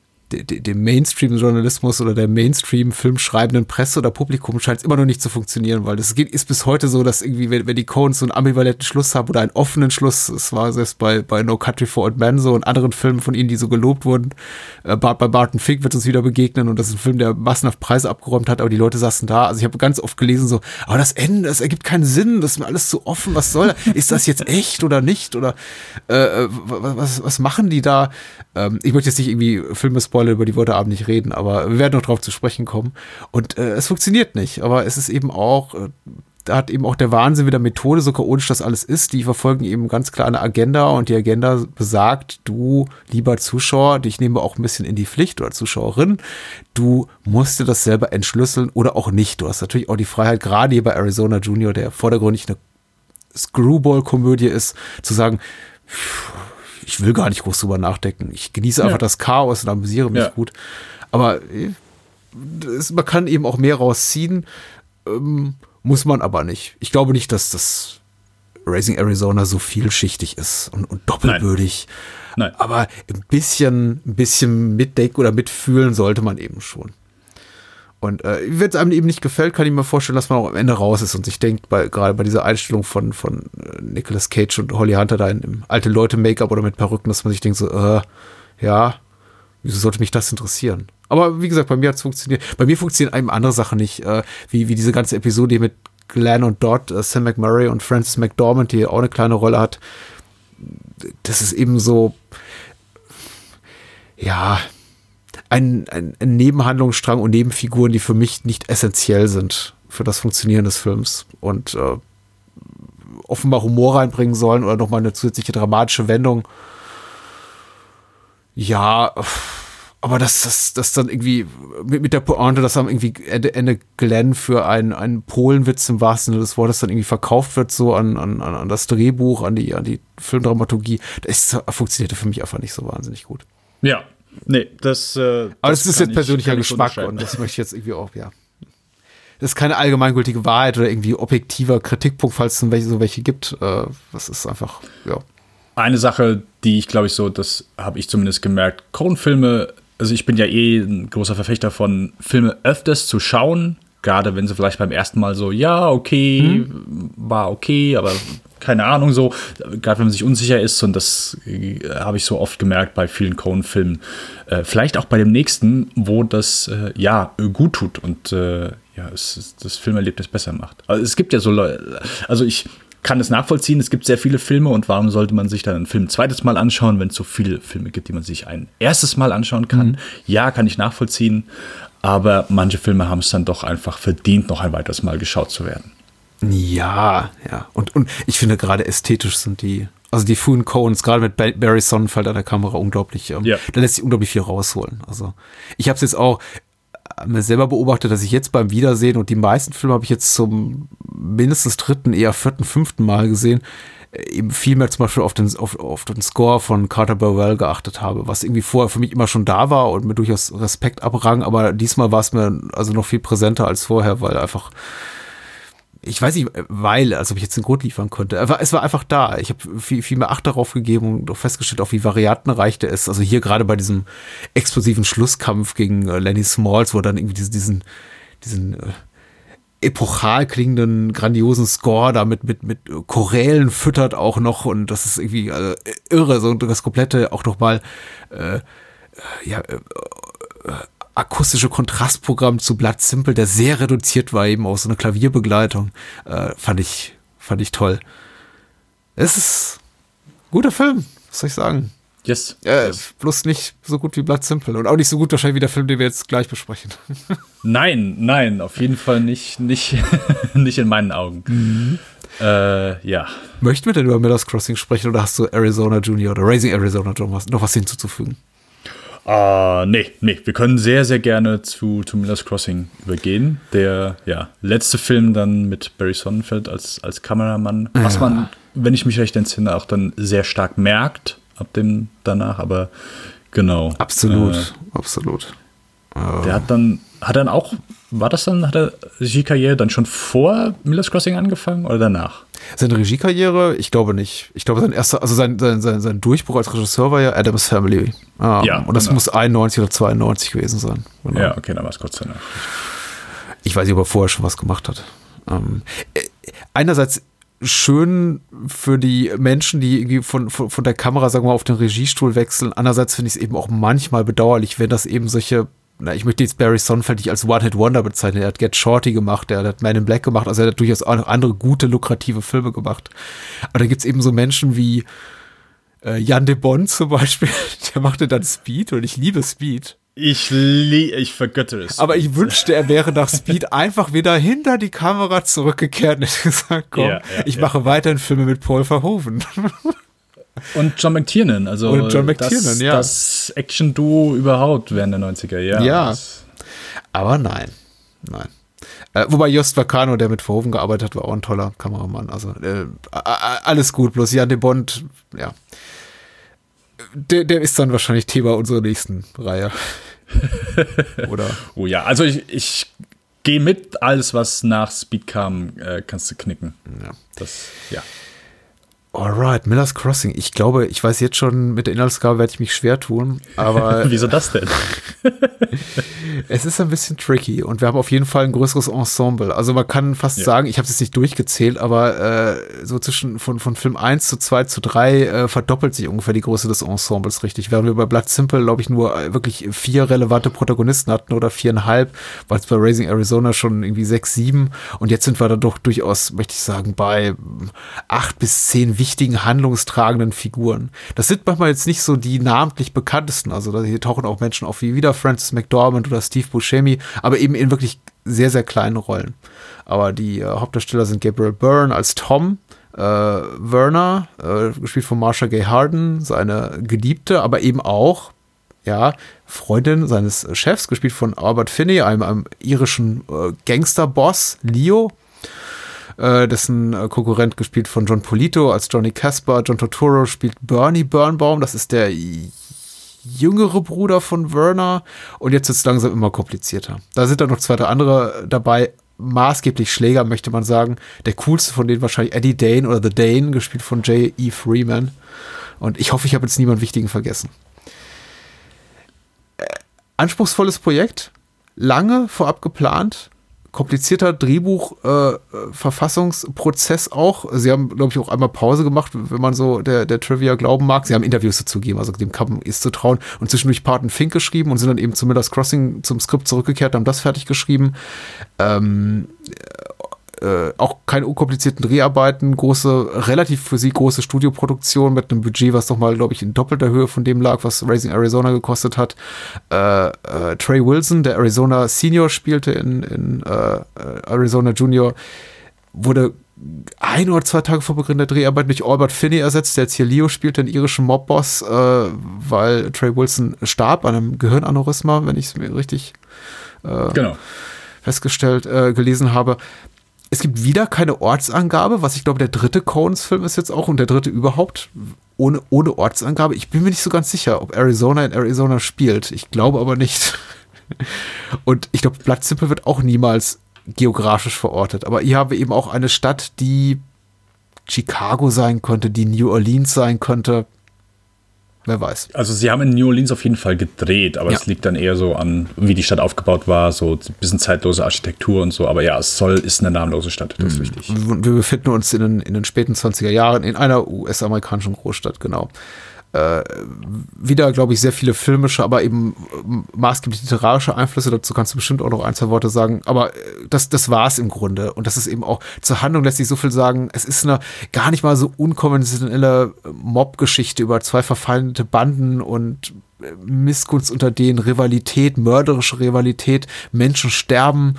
dem Mainstream-Journalismus oder der Mainstream-filmschreibenden Presse oder Publikum scheint es immer noch nicht zu funktionieren, weil das geht, ist bis heute so, dass irgendwie, wenn, wenn die Coens so einen ambivalenten Schluss haben oder einen offenen Schluss, es war selbst bei, bei No Country for Old Men so und anderen Filmen von ihnen, die so gelobt wurden, äh, bei Barton Fink wird uns wieder begegnen und das ist ein Film, der massenhaft Preise abgeräumt hat, aber die Leute saßen da, also ich habe ganz oft gelesen so, aber das Ende, das ergibt keinen Sinn, das ist mir alles zu offen, was soll das? Ist das jetzt echt oder nicht? Oder äh, was, was machen die da? Ähm, ich möchte jetzt nicht irgendwie Filme spoilern, über die wir heute Abend nicht reden, aber wir werden noch drauf zu sprechen kommen. Und äh, es funktioniert nicht, aber es ist eben auch, äh, da hat eben auch der Wahnsinn wieder Methode, so chaotisch das alles ist, die verfolgen eben ganz klar eine Agenda und die Agenda besagt, du, lieber Zuschauer, dich nehmen wir auch ein bisschen in die Pflicht oder Zuschauerin, du musst dir das selber entschlüsseln oder auch nicht. Du hast natürlich auch die Freiheit, gerade hier bei Arizona Junior, der vordergründig eine Screwball-Komödie ist, zu sagen, pff, ich will gar nicht groß drüber nachdenken. Ich genieße einfach ja. das Chaos und amüsiere mich ja. gut. Aber es, man kann eben auch mehr rausziehen, ähm, muss man aber nicht. Ich glaube nicht, dass das Raising Arizona so vielschichtig ist und, und doppelbödig. Nein. Nein. Aber ein bisschen, ein bisschen mitdenken oder mitfühlen sollte man eben schon. Und äh, wenn es einem eben nicht gefällt, kann ich mir vorstellen, dass man auch am Ende raus ist und sich denkt, bei, gerade bei dieser Einstellung von, von Nicolas Cage und Holly Hunter da in, im alte Leute-Make-up oder mit Perücken, dass man sich denkt so, äh, ja, wieso sollte mich das interessieren? Aber wie gesagt, bei mir hat es funktioniert. Bei mir funktionieren eben andere Sachen nicht, äh, wie, wie diese ganze Episode hier mit Glenn und Dot, äh, Sam McMurray und Frances McDormand, die auch eine kleine Rolle hat. Das ist eben so, ja, Ein, ein, ein Nebenhandlungsstrang und Nebenfiguren, die für mich nicht essentiell sind für das Funktionieren des Films und äh, offenbar Humor reinbringen sollen oder nochmal eine zusätzliche dramatische Wendung. Ja, aber das, das, das dann irgendwie mit, mit der Pointe, dass dann irgendwie Ende, Ende Glenn für einen, einen Polenwitz im wahrsten Sinne des Wortes dann irgendwie verkauft wird, so an, an, an das Drehbuch, an die, an die Filmdramaturgie, das funktionierte für mich einfach nicht so wahnsinnig gut. Ja. Nee, das. Äh, Aber das, das ist jetzt persönlicher Geschmack und das möchte ich jetzt irgendwie auch, ja. Das ist keine allgemeingültige Wahrheit oder irgendwie objektiver Kritikpunkt, falls es so welche gibt. Äh, das ist einfach, ja. Eine Sache, die ich glaube ich so, das habe ich zumindest gemerkt, Coen-Filme, also ich bin ja eh ein großer Verfechter von Filme öfters zu schauen, gerade wenn sie vielleicht beim ersten Mal so, ja, okay, hm. war okay, aber keine Ahnung, so, gerade wenn man sich unsicher ist und das äh, habe ich so oft gemerkt bei vielen Coen-Filmen, äh, vielleicht auch bei dem nächsten, wo das, äh, ja, gut tut und äh, ja, es, das Filmerlebnis besser macht. Also es gibt ja so Leute, also ich kann es nachvollziehen, es gibt sehr viele Filme und warum sollte man sich dann einen Film ein zweites Mal anschauen, wenn es so viele Filme gibt, die man sich ein erstes Mal anschauen kann? Mhm. Ja, kann ich nachvollziehen, aber manche Filme haben es dann doch einfach verdient, noch ein weiteres Mal geschaut zu werden. Ja, ja. Und, und ich finde gerade ästhetisch sind die, also die frühen Coens, gerade mit Barry Sonnenfeld an der Kamera unglaublich, ähm, ja. da lässt sich unglaublich viel rausholen. Also ich habe es jetzt auch mir selber beobachtet, dass ich jetzt beim Wiedersehen und die meisten Filme habe ich jetzt zum mindestens dritten, eher vierten, fünften Mal gesehen, eben viel mehr zum Beispiel auf den, auf, auf den Score von Carter Burwell geachtet habe, was irgendwie vorher für mich immer schon da war und mir durchaus Respekt abrang, aber diesmal war es mir also noch viel präsenter als vorher, weil einfach ich weiß nicht, weil, als ob ich jetzt einen Grund liefern könnte. Aber es war einfach da. Ich habe viel, viel mehr Acht darauf gegeben und auch festgestellt, auch wie variantenreich der ist. Also hier gerade bei diesem explosiven Schlusskampf gegen äh, Lenny Smalls, wo er dann irgendwie diesen, diesen, diesen äh, epochal klingenden, grandiosen Score da mit, mit, mit Chorälen füttert auch noch und das ist irgendwie äh, irre. So das komplette auch noch mal äh, ja, äh, äh, akustische Kontrastprogramm zu Blood Simple, der sehr reduziert war, eben auch so eine Klavierbegleitung, äh, fand ich, fand ich toll. Es ist ein guter Film, was soll ich sagen? Yes. Äh, yes. Bloß nicht so gut wie Blood Simple und auch nicht so gut wahrscheinlich wie der Film, den wir jetzt gleich besprechen. Nein, nein, auf jeden Fall nicht, nicht, nicht in meinen Augen. Mhm. Äh, ja. Möchten wir denn über Miller's Crossing sprechen oder hast du Arizona Junior oder Raising Arizona noch was hinzuzufügen? Uh, nee, nee, wir können sehr, sehr gerne zu, zu Miller's Crossing übergehen. Der ja, letzte Film dann mit Barry Sonnenfeld als, als Kameramann, ja. Was man, wenn ich mich recht entsinne, auch dann sehr stark merkt ab dem danach, aber genau. Absolut, äh, absolut. Der hat dann, hat dann auch, war das dann, hat er Regiekarriere dann schon vor Miller's Crossing angefangen oder danach? Seine Regiekarriere, ich glaube nicht. Ich glaube, sein erster, also sein, sein, sein, sein Durchbruch als Regisseur war ja Addams Family. Ah, ja, und das genau. muss einundneunzig oder zweiundneunzig gewesen sein. Genau. Ja, okay, dann war es kurz danach. Ich weiß nicht, ob er vorher schon was gemacht hat. Ähm, einerseits schön für die Menschen, die irgendwie von, von, von der Kamera, sagen wir mal, auf den Regiestuhl wechseln. Andererseits finde ich es eben auch manchmal bedauerlich, wenn das eben solche, na, ich möchte jetzt Barry Sonnenfeld nicht als One-Hit-Wonder bezeichnen. Er hat Get Shorty gemacht, er hat Man in Black gemacht, also er hat durchaus auch noch andere gute, lukrative Filme gemacht. Aber da gibt es eben so Menschen wie äh, Jan de Bont zum Beispiel, der machte dann Speed und ich liebe Speed. Ich, lie- ich vergöttere es. Aber ich wünschte, er wäre nach Speed einfach wieder hinter die Kamera zurückgekehrt und hätte gesagt, komm, ja, ja, ich ja. mache weiterhin Filme mit Paul Verhoeven. Und John McTiernan, also und John McTiernan, das, ja. das Action-Duo überhaupt während der neunziger, ja. Ja, aber nein, nein. Äh, wobei Jost Vacano, der mit Verhoeven gearbeitet hat, war auch ein toller Kameramann. Also äh, alles gut, bloß Jan de Bont, ja. Der, der ist dann wahrscheinlich Thema unserer nächsten Reihe. Oder? Oh ja, also ich, ich gehe mit, alles was nach Speed kam, äh, kannst du knicken. Ja. Das, ja. Alright, Miller's Crossing. Ich glaube, ich weiß jetzt schon, mit der Inhaltsgabe werde ich mich schwer tun, aber... Wieso das denn? Es ist ein bisschen tricky und wir haben auf jeden Fall ein größeres Ensemble. Also man kann fast ja. sagen, ich habe es jetzt nicht durchgezählt, aber äh, so zwischen von, von Film eins zu zwei zu drei äh, verdoppelt sich ungefähr die Größe des Ensembles, richtig. Während wir bei Blood Simple, glaube ich, nur äh, wirklich vier relevante Protagonisten hatten oder viereinhalb, war es bei Raising Arizona schon irgendwie sechs, sieben und jetzt sind wir dann doch durchaus, möchte ich sagen, bei acht bis zehn wichtigen handlungstragenden Figuren. Das sind manchmal jetzt nicht so die namentlich bekanntesten, also hier tauchen auch Menschen auf wie wieder Frances McDormand oder Steve Buscemi, aber eben in wirklich sehr, sehr kleinen Rollen. Aber die äh, Hauptdarsteller sind Gabriel Byrne als Tom, äh, Werner, äh, gespielt von Marsha Gay Harden, seine Geliebte, aber eben auch, ja, Freundin seines Chefs, gespielt von Albert Finney, einem, einem irischen äh, Gangsterboss, Leo, äh, dessen äh, Konkurrent gespielt von John Polito als Johnny Casper. John Turturro spielt Bernie Birnbaum, das ist der jüngere Bruder von Werner und jetzt wird es langsam immer komplizierter. Da sind dann noch zwei, drei andere dabei, maßgeblich Schläger, möchte man sagen. Der coolste von denen wahrscheinlich Eddie Dane oder The Dane, gespielt von J E Freeman. Und ich hoffe, ich habe jetzt niemanden Wichtigen vergessen. Äh, anspruchsvolles Projekt, lange vorab geplant, komplizierter Drehbuch-Verfassungsprozess äh, auch. Sie haben, glaube ich, auch einmal Pause gemacht, wenn man so der, der Trivia glauben mag. Sie haben Interviews dazu gegeben, also dem kann man ist zu trauen. Und zwischendurch Parton Fink geschrieben und sind dann eben zu Miller's Crossing zum Skript zurückgekehrt, haben das fertig geschrieben. Ähm, äh, auch keine unkomplizierten Dreharbeiten, große, relativ für sie große Studioproduktion mit einem Budget, was doch mal, glaube ich, in doppelter Höhe von dem lag, was Raising Arizona gekostet hat. Äh, äh, Trey Wilson, der Arizona Senior spielte in, in äh, Arizona Junior, wurde ein oder zwei Tage vor Beginn der Dreharbeit durch Albert Finney ersetzt, der jetzt hier Leo spielt, den irischen Mobboss, äh, weil Trey Wilson starb an einem Gehirnaneurysma, wenn ich es mir richtig äh, genau. festgestellt, äh, gelesen habe. Es gibt wieder keine Ortsangabe, was ich glaube, der dritte Coens-Film ist jetzt auch und der dritte überhaupt ohne, ohne Ortsangabe. Ich bin mir nicht so ganz sicher, ob Arizona in Arizona spielt. Ich glaube aber nicht. Und ich glaube, Blood Simple wird auch niemals geografisch verortet. Aber hier haben wir eben auch eine Stadt, die Chicago sein könnte, die New Orleans sein könnte. Wer weiß. Also sie haben in New Orleans auf jeden Fall gedreht, aber es ja. liegt dann eher so an, wie die Stadt aufgebaut war, so ein bisschen zeitlose Architektur und so. Aber ja, es soll, ist eine namenlose Stadt, das ist richtig. Wir befinden uns in den, in den späten zwanziger Jahren in einer U S-amerikanischen Großstadt, genau. Äh, wieder, glaube ich, sehr viele filmische, aber eben maßgeblich literarische Einflüsse. Dazu kannst du bestimmt auch noch ein, zwei Worte sagen. Aber das, das war es im Grunde. Und das ist eben auch, zur Handlung lässt sich so viel sagen. Es ist eine gar nicht mal so unkonventionelle Mob-Geschichte über zwei verfeindete Banden und Missgunst unter denen, Rivalität, mörderische Rivalität, Menschen sterben.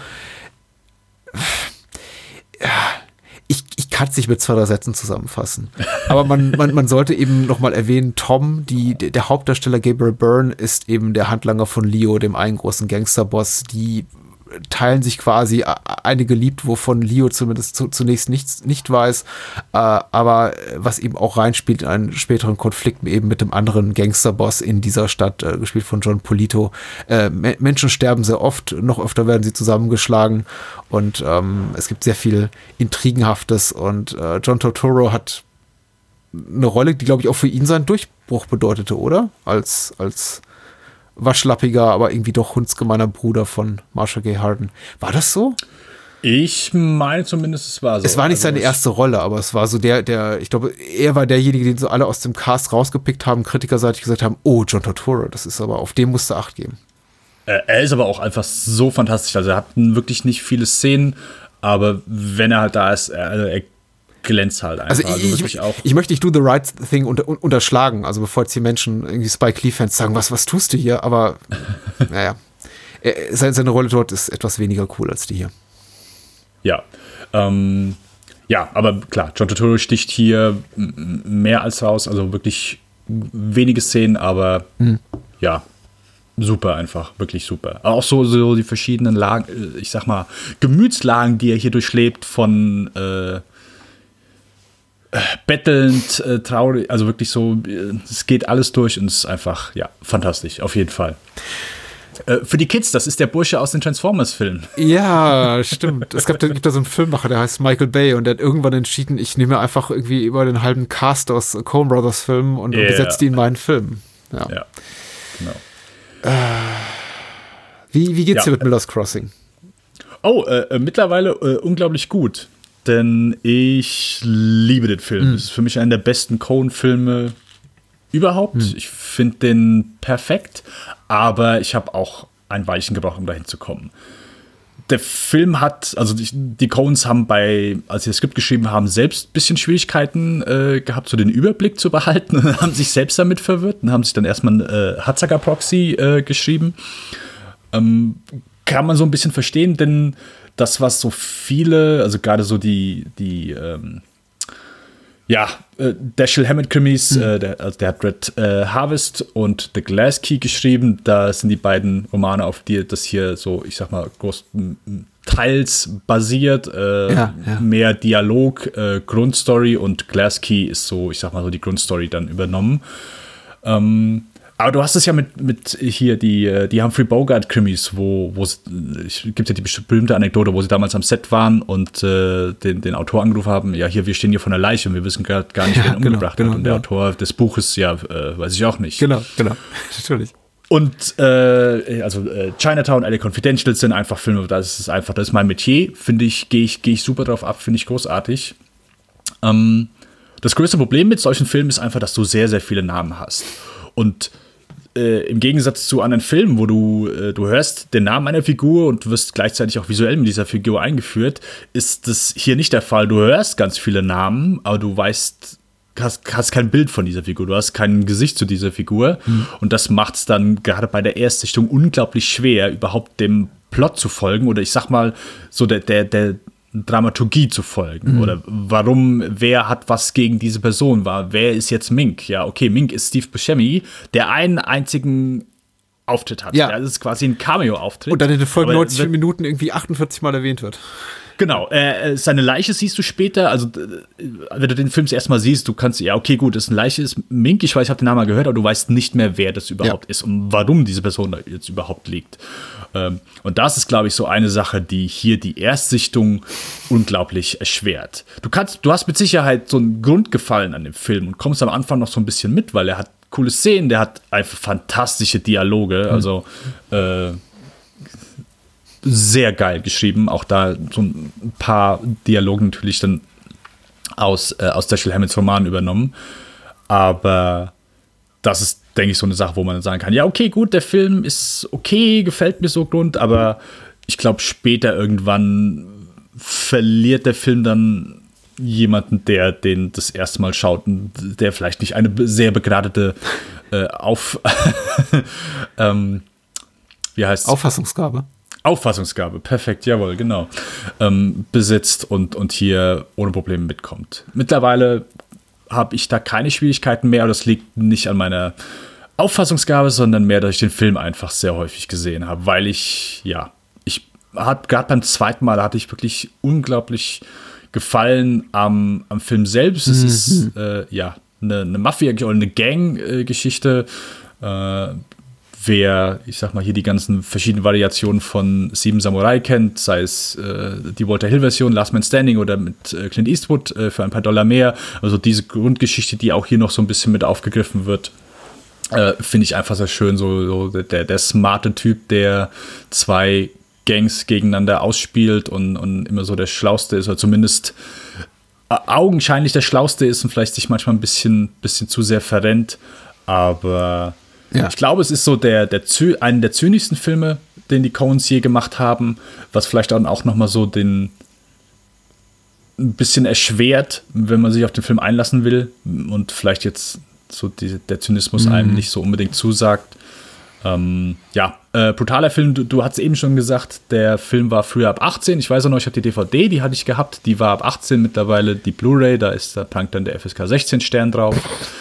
Ja. Ich, ich kann es nicht mit zwei, drei Sätzen zusammenfassen. Aber man, man, man sollte eben nochmal erwähnen, Tom, die, der Hauptdarsteller Gabriel Byrne, ist eben der Handlanger von Leo, dem einen großen Gangsterboss. Die teilen sich quasi eine Geliebte, wovon Leo zumindest zu, zunächst nichts, nicht weiß, äh, aber was eben auch reinspielt in einen späteren Konflikt eben mit dem anderen Gangsterboss in dieser Stadt, äh, gespielt von John Polito. Äh, Me- Menschen sterben sehr oft, noch öfter werden sie zusammengeschlagen und ähm, es gibt sehr viel Intrigenhaftes und äh, John Turturro hat eine Rolle, die, glaube ich, auch für ihn seinen Durchbruch bedeutete, oder? Als, als waschlappiger, aber irgendwie doch hundsgemeiner Bruder von Marshall Gay Harden. War das so? Ich meine zumindest, es war so. Es war nicht also seine erste Rolle, aber es war so der, der, ich glaube, er war derjenige, den so alle aus dem Cast rausgepickt haben, kritikerseitig gesagt haben, oh, John Turturro, das ist aber, auf dem musste Acht geben. Er ist aber auch einfach so fantastisch, also er hat wirklich nicht viele Szenen, aber wenn er halt da ist, er, also er glänzt halt einfach. Also ich, also wirklich ich, auch. ich möchte nicht Do the Right Thing unter, unterschlagen, also bevor jetzt die Menschen, irgendwie Spike Lee-Fans sagen, was, was tust du hier, aber naja, seine, seine Rolle dort ist etwas weniger cool als die hier. Ja, ähm, ja, aber klar, John Turturro sticht hier mehr als raus, also wirklich wenige Szenen, aber hm. ja, super einfach, wirklich super. Auch so, so die verschiedenen Lagen, ich sag mal, Gemütslagen, die er hier durchlebt, von äh, bettelnd, äh, traurig, also wirklich so, es geht alles durch und es ist einfach, ja, fantastisch, auf jeden Fall. Äh, für die Kids, das ist der Bursche aus den Transformers-Filmen. Ja, stimmt. Es gab, gibt da so einen Filmmacher, der heißt Michael Bay und der hat irgendwann entschieden, ich nehme einfach irgendwie über den halben Cast aus Coen Brothers Filmen und, yeah. und besetze die in meinen Film. Ja, ja genau. Äh, wie, wie geht's ja. dir mit Miller's Crossing? Oh, äh, mittlerweile äh, unglaublich gut. Denn ich liebe den Film. Mhm. Das ist für mich einer der besten Coen-Filme überhaupt. Mhm. Ich finde den perfekt, aber ich habe auch ein Weilchen gebraucht, um dahin zu kommen. Der Film hat, also die, die Coens haben bei, als sie das Skript geschrieben haben, selbst ein bisschen Schwierigkeiten äh, gehabt, so den Überblick zu behalten und haben sich selbst damit verwirrt und haben sich dann erstmal äh, Hatzacker Proxy äh, geschrieben. Ähm, kann man so ein bisschen verstehen, denn das, was so viele, also gerade so die, die ähm, ja, äh, Dashiell Hammett-Krimis, mhm. äh, der, also der hat Red äh, Harvest und The Glass Key geschrieben. Da sind die beiden Romane, auf die das hier so, ich sag mal, groß, teils basiert. Äh, ja, ja. Mehr Dialog, äh, Grundstory und Glass Key ist so, ich sag mal, so die Grundstory dann übernommen. Ähm, Aber du hast es ja mit, mit hier die, die Humphrey Bogart-Krimis, wo, wo es gibt ja die berühmte Anekdote, wo sie damals am Set waren und äh, den, den Autor angerufen haben, ja, hier, wir stehen hier vor einer Leiche und wir wissen gar, gar nicht, wer ihn genau, umgebracht genau, hat. Und der genau. Autor des Buches, ja, äh, weiß ich auch nicht. Genau, genau, natürlich. Und äh, also äh, Chinatown, L A Confidential sind einfach Filme, das ist einfach, das ist mein Metier, finde ich, gehe ich, geh ich super drauf ab, finde ich großartig. Ähm, das größte Problem mit solchen Filmen ist einfach, dass du sehr, sehr viele Namen hast. Und Äh, im Gegensatz zu anderen Filmen, wo du, äh, du hörst den Namen einer Figur und wirst gleichzeitig auch visuell mit dieser Figur eingeführt, ist das hier nicht der Fall. Du hörst ganz viele Namen, aber du weißt, hast, hast kein Bild von dieser Figur, du hast kein Gesicht zu dieser Figur. Mhm. Und das macht es dann gerade bei der Erstsichtung unglaublich schwer, überhaupt dem Plot zu folgen oder ich sag mal, so der, der, der Dramaturgie zu folgen mhm. oder warum, wer hat was gegen diese Person war, wer ist jetzt Mink? Ja, okay, Mink ist Steve Buscemi, der einen einzigen Auftritt hat. Ja. Das ist quasi ein Cameo-Auftritt. Und dann in den Folgen neunzig Minuten irgendwie achtundvierzig Mal erwähnt wird. Genau, äh, seine Leiche siehst du später, also äh, wenn du den Film erst mal siehst, du kannst, ja okay, gut, das ist eine Leiche, ist Mink, ich weiß, ich habe den Namen mal gehört, aber du weißt nicht mehr, wer das überhaupt ja. ist und warum diese Person da jetzt überhaupt liegt. Ähm, und das ist, glaube ich, so eine Sache, die hier die Erstsichtung unglaublich erschwert. Du kannst, du hast mit Sicherheit so einen Grundgefallen an dem Film und kommst am Anfang noch so ein bisschen mit, weil er hat coole Szenen, der hat einfach fantastische Dialoge, mhm. also äh, sehr geil geschrieben. Auch da so ein paar Dialoge natürlich dann aus, äh, aus Dashiell Hammetts Roman übernommen. Aber das ist, denke ich, so eine Sache, wo man dann sagen kann, ja, okay, gut, der Film ist okay, gefällt mir so Grund, aber ich glaube, später irgendwann verliert der Film dann jemanden, der den das erste Mal schaut und der vielleicht nicht eine sehr begradete äh, Auf ähm, wie heißt Auffassungsgabe. Auffassungsgabe, perfekt, jawohl, genau, ähm, besitzt und, und hier ohne Probleme mitkommt. Mittlerweile habe ich da keine Schwierigkeiten mehr, aber das liegt nicht an meiner Auffassungsgabe, sondern mehr, dass ich den Film einfach sehr häufig gesehen habe, weil ich, ja, ich habe gerade beim zweiten Mal hatte ich wirklich unglaublich Gefallen am, am Film selbst. Es mhm. ist, äh, ja, eine, eine Mafia- oder eine Gang-Geschichte, äh, wer, ich sag mal, hier die ganzen verschiedenen Variationen von Sieben Samurai kennt, sei es äh, die Walter Hill-Version, Last Man Standing oder mit äh, Clint Eastwood äh, für ein paar Dollar mehr. Also diese Grundgeschichte, die auch hier noch so ein bisschen mit aufgegriffen wird, äh, finde ich einfach sehr schön. So, so der, der smarte Typ, der zwei Gangs gegeneinander ausspielt und, und immer so der Schlauste ist, oder zumindest äh, augenscheinlich der Schlauste ist und vielleicht sich manchmal ein bisschen, bisschen zu sehr verrennt. Aber ja. Ich glaube, es ist so der, der Zy- einer der zynischsten Filme, den die Coens je gemacht haben, was vielleicht dann auch nochmal so den ein bisschen erschwert, wenn man sich auf den Film einlassen will und vielleicht jetzt so die, der Zynismus mhm. einem nicht so unbedingt zusagt. Ähm, ja, äh, brutaler Film, du, du hast eben schon gesagt, der Film war früher ab achtzehn. Ich weiß auch noch, ich habe die D V D, die hatte ich gehabt, die war ab achtzehn, mittlerweile die Blu-ray, da ist da prangt dann der F S K sechzehn Stern drauf.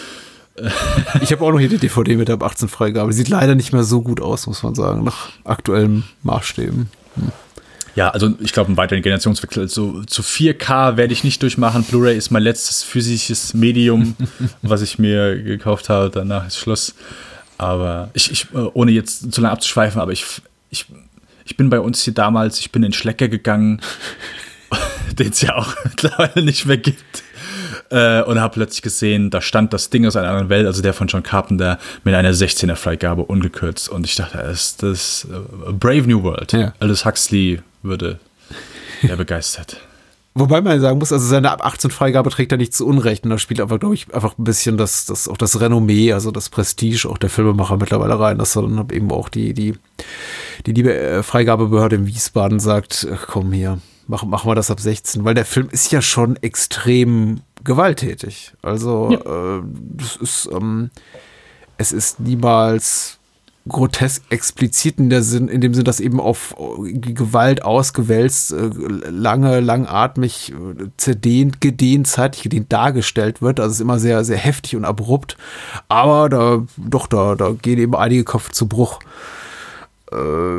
Ich habe auch noch hier die D V D mit der ab achtzehn Freigabe. Sieht leider nicht mehr so gut aus, muss man sagen, nach aktuellen Maßstäben. Hm. Ja, also ich glaube, einen weiteren Generationswechsel so, zu vier K werde ich nicht durchmachen. Blu-ray ist mein letztes physisches Medium, was ich mir gekauft habe. Danach ist Schluss. Aber ich, ich ohne jetzt zu lange abzuschweifen, aber ich, ich, ich bin bei uns hier damals, ich bin in den Schlecker gegangen, den es ja auch mittlerweile nicht mehr gibt. Äh, und habe plötzlich gesehen, da stand das Ding aus einer anderen Welt, also der von John Carpenter, mit einer sechzehner Freigabe ungekürzt. Und ich dachte, das ist das uh, Brave New World. Ja. Aldous Huxley würde ja begeistert. Wobei man sagen muss, also seine ab achtzehn Freigabe trägt er nicht zu Unrecht. Und da spielt einfach, glaube ich, einfach ein bisschen das, das, auch das Renommee, also das Prestige auch der Filmemacher mittlerweile rein, dass er dann eben auch die, die, die liebe Freigabebehörde in Wiesbaden sagt, komm hier, mach, mach mal das ab sechzehn, weil der Film ist ja schon extrem gewalttätig. Also ja. äh, das ist, ähm, es ist niemals grotesk explizit in der Sinn, in dem Sinn, dass eben auf Gewalt ausgewälzt, äh, lange, langatmig, äh, zerdehnt, gedehnt, zeitlich gedehnt dargestellt wird. Also es ist immer sehr, sehr heftig und abrupt. Aber da, doch, da, da gehen eben einige Köpfe zu Bruch. Äh,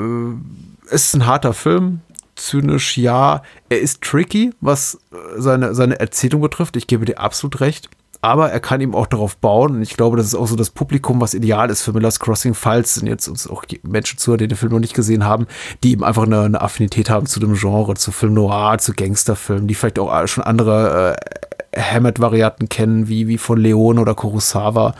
es ist ein harter Film. Zynisch, ja. Er ist tricky, was seine, seine Erzählung betrifft. Ich gebe dir absolut recht. Aber er kann eben auch darauf bauen. Und ich glaube, das ist auch so das Publikum, was ideal ist für Miller's Crossing, falls sind jetzt uns auch Menschen zuhören, die den Film noch nicht gesehen haben, die eben einfach eine, eine Affinität haben zu dem Genre, zu Film Noir, zu Gangsterfilmen, die vielleicht auch schon andere äh, Hammett-Varianten kennen, wie, wie von Leone oder Kurosawa.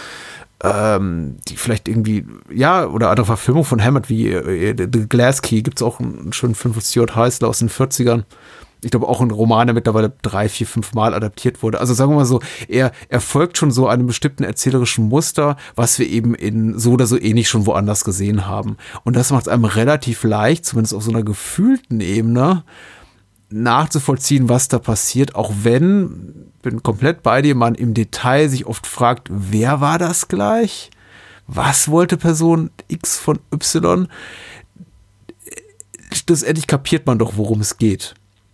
Ähm, die vielleicht irgendwie, ja, oder andere Verfilmung von Hammett wie äh, The Glass Key, gibt es auch einen schönen Film von Stuart Heisler aus den vierzigern. Ich glaube auch ein Roman, der mittlerweile drei, vier, fünf Mal adaptiert wurde. Also sagen wir mal so, er, er folgt schon so einem bestimmten erzählerischen Muster, was wir eben in so oder so ähnlich schon woanders gesehen haben. Und das macht es einem relativ leicht, zumindest auf so einer gefühlten Ebene, nachzuvollziehen, was da passiert, auch wenn, bin komplett bei dir, man im Detail sich oft fragt, wer war das gleich? Was wollte Person X von Y? Schlussendlich kapiert man doch, worum es geht.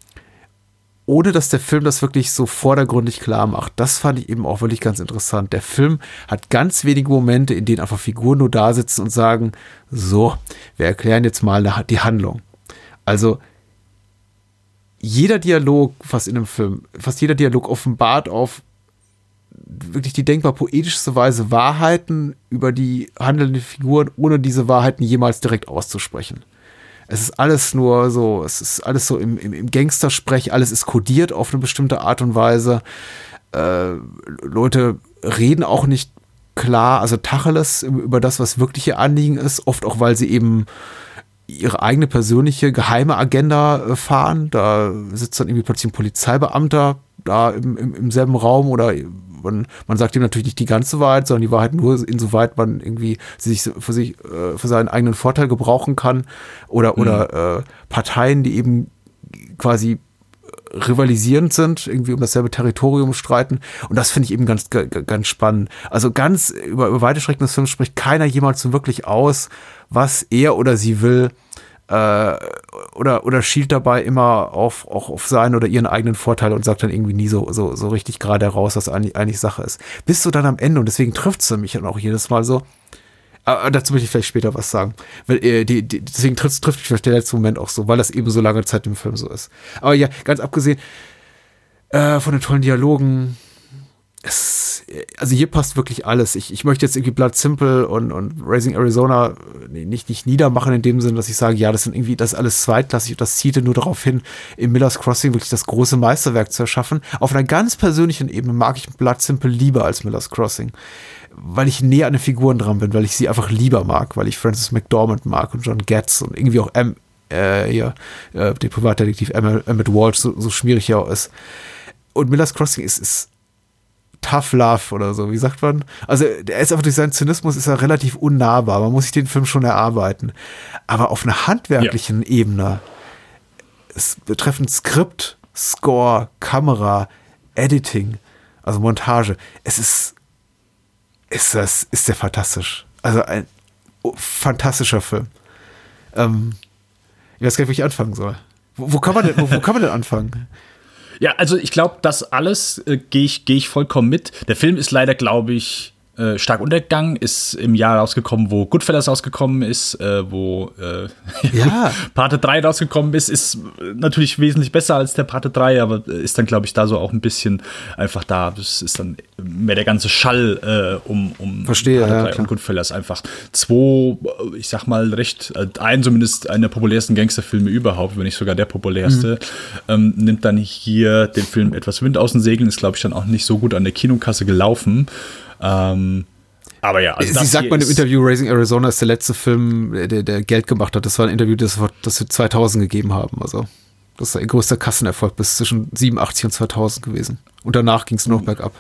Ohne dass der Film das wirklich so vordergründig klar macht. Das fand ich eben auch wirklich ganz interessant. Der Film hat ganz wenige Momente, in denen einfach Figuren nur da sitzen und sagen, so, wir erklären jetzt mal die Handlung. Also jeder Dialog, fast in dem Film, fast jeder Dialog offenbart auf wirklich die denkbar poetischste Weise Wahrheiten über die handelnden Figuren, ohne diese Wahrheiten jemals direkt auszusprechen. Es ist alles nur so, es ist alles so im, im, im Gangstersprech, alles ist kodiert auf eine bestimmte Art und Weise. Äh, Leute reden auch nicht klar, also Tacheles über das, was wirklich ihr Anliegen ist, oft auch, weil sie eben ihre eigene persönliche geheime Agenda fahren. Da sitzt dann irgendwie plötzlich ein Polizeibeamter da im, im, im selben Raum oder man, man sagt ihm natürlich nicht die ganze Wahrheit, sondern die Wahrheit nur insoweit man irgendwie sich für sich äh, für seinen eigenen Vorteil gebrauchen kann oder mhm. oder äh, Parteien, die eben quasi rivalisierend sind, irgendwie um dasselbe Territorium streiten. Und das finde ich eben ganz ganz spannend. Also ganz über, über weite Strecken des Films spricht keiner jemals so wirklich aus, was er oder sie will, äh, oder oder schielt dabei immer auf auch auf seinen oder ihren eigenen Vorteil und sagt dann irgendwie nie so so so richtig gerade heraus, was eigentlich, eigentlich Sache ist. Bis so dann am Ende, und deswegen trifft es mich dann auch jedes Mal so. Aber dazu möchte ich vielleicht später was sagen. Weil, äh, die, die, deswegen trifft, trifft mich der letzte Moment auch so, weil das eben so lange Zeit im Film so ist. Aber ja, ganz abgesehen äh, von den tollen Dialogen, es, also hier passt wirklich alles. Ich, ich möchte jetzt irgendwie Blood Simple und, und Raising Arizona nicht, nicht niedermachen in dem Sinn, dass ich sage, ja, das sind irgendwie, das ist alles zweitklassig und das zielte nur darauf hin, in Miller's Crossing wirklich das große Meisterwerk zu erschaffen. Auf einer ganz persönlichen Ebene mag ich Blood Simple lieber als Miller's Crossing, weil ich näher an den Figuren dran bin, weil ich sie einfach lieber mag, weil ich Frances McDormand mag und John Getz und irgendwie auch M, äh, ja, äh, den Privatdetektiv Emmett Walsh, so, so schmierig er auch ist. Und Miller's Crossing ist, ist Tough Love oder so, wie sagt man? Also er ist einfach durch seinen Zynismus ist er relativ unnahbar, man muss sich den Film schon erarbeiten. Aber auf einer handwerklichen ja. Ebene, es betreffend Skript, Score, Kamera, Editing, also Montage, es ist ist das, ist der fantastisch. Also ein oh, fantastischer Film. Ähm, ich weiß gar nicht, wo ich anfangen soll. Wo, wo, kann, man denn, wo, wo kann man denn anfangen? Ja, also ich glaube, das alles äh, gehe ich, geh ich vollkommen mit. Der Film ist leider, glaube ich, äh, stark untergegangen, ist im Jahr rausgekommen, wo Goodfellas rausgekommen ist, äh, wo äh, ja. Pate drei rausgekommen ist, ist natürlich wesentlich besser als der Pate drei, aber ist dann, glaube ich, da so auch ein bisschen einfach da. Das ist dann mehr der ganze Schall äh, um, um Verstehe, Pate drei ja, und Goodfellas. Einfach zwei, ich sag mal, recht, äh, ein zumindest einer der populärsten Gangsterfilme überhaupt, wenn nicht sogar der populärste, mhm. ähm, nimmt dann hier den Film etwas Wind aus den Segeln, ist, glaube ich, dann auch nicht so gut an der Kinokasse gelaufen. Ähm, aber ja, also sie sagt mal im Interview, Raising Arizona ist der letzte Film, der, der Geld gemacht hat. Das war ein Interview, das, das wir zweitausend gegeben haben. Also das ist ihr größter Kassenerfolg bis zwischen siebenundachtzig und zweitausend gewesen. Und danach ging es nur noch bergab.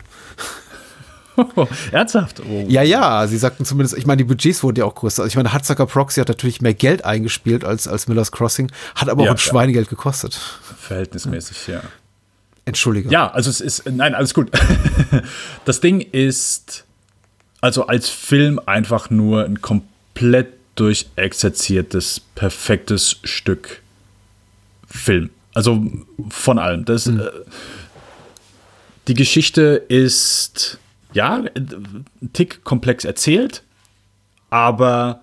Oh, ernsthaft? Oh. Ja, ja, sie sagten zumindest, ich meine, die Budgets wurden ja auch größer. Also ich meine, Hudsucker Proxy hat natürlich mehr Geld eingespielt als, als Miller's Crossing, hat aber ja, auch ein ja. Schweinegeld gekostet. Verhältnismäßig, ja. Entschuldige. Ja, also es ist, nein, alles gut. Das Ding ist also als Film einfach nur ein komplett durchexerziertes, perfektes Stück Film. Also von allem. Das, mhm. äh, die Geschichte ist, ja, ein Tick komplex erzählt, aber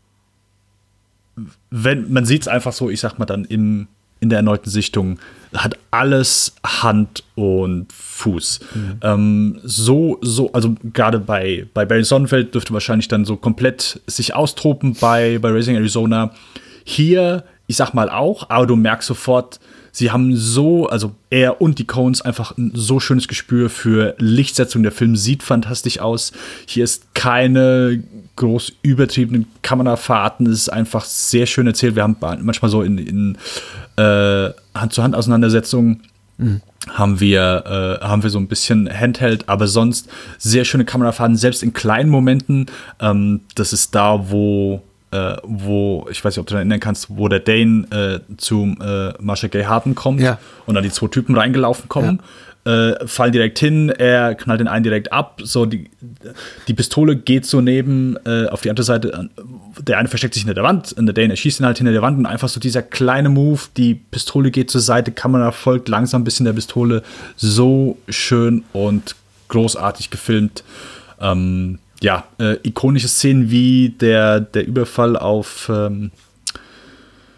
wenn man sieht es einfach so, ich sag mal dann im in der erneuten Sichtung, hat alles Hand und Fuß. Mhm. Ähm, so, so, also gerade bei, bei Barry Sonnenfeld dürfte wahrscheinlich dann so komplett sich austoben bei, bei Raising Arizona. Hier, ich sag mal auch, aber du merkst sofort, sie haben so, also er und die Coens einfach ein so schönes Gespür für Lichtsetzung. Der Film sieht fantastisch aus. Hier ist keine groß übertriebenen Kamerafahrten. Es ist einfach sehr schön erzählt. Wir haben manchmal so in, in äh, Hand-zu-Hand-Auseinandersetzungen mhm. haben wir, äh, haben wir so ein bisschen Handheld, aber sonst sehr schöne Kamerafahrten, selbst in kleinen Momenten. Ähm, das ist da, wo Äh, wo, ich weiß nicht, ob du dich erinnern kannst, wo der Dane äh, zum äh, Marshall Gay Harden kommt ja. und dann die zwei Typen reingelaufen kommen, ja. äh, fallen direkt hin, er knallt den einen direkt ab, so die, die Pistole geht so neben äh, auf die andere Seite, der eine versteckt sich hinter der Wand und der Dane erschießt ihn halt hinter der Wand und einfach so dieser kleine Move, die Pistole geht zur Seite, Kamera folgt langsam ein bisschen der Pistole, so schön und großartig gefilmt. Ähm, Ja, äh, ikonische Szenen wie der, der Überfall auf, ähm,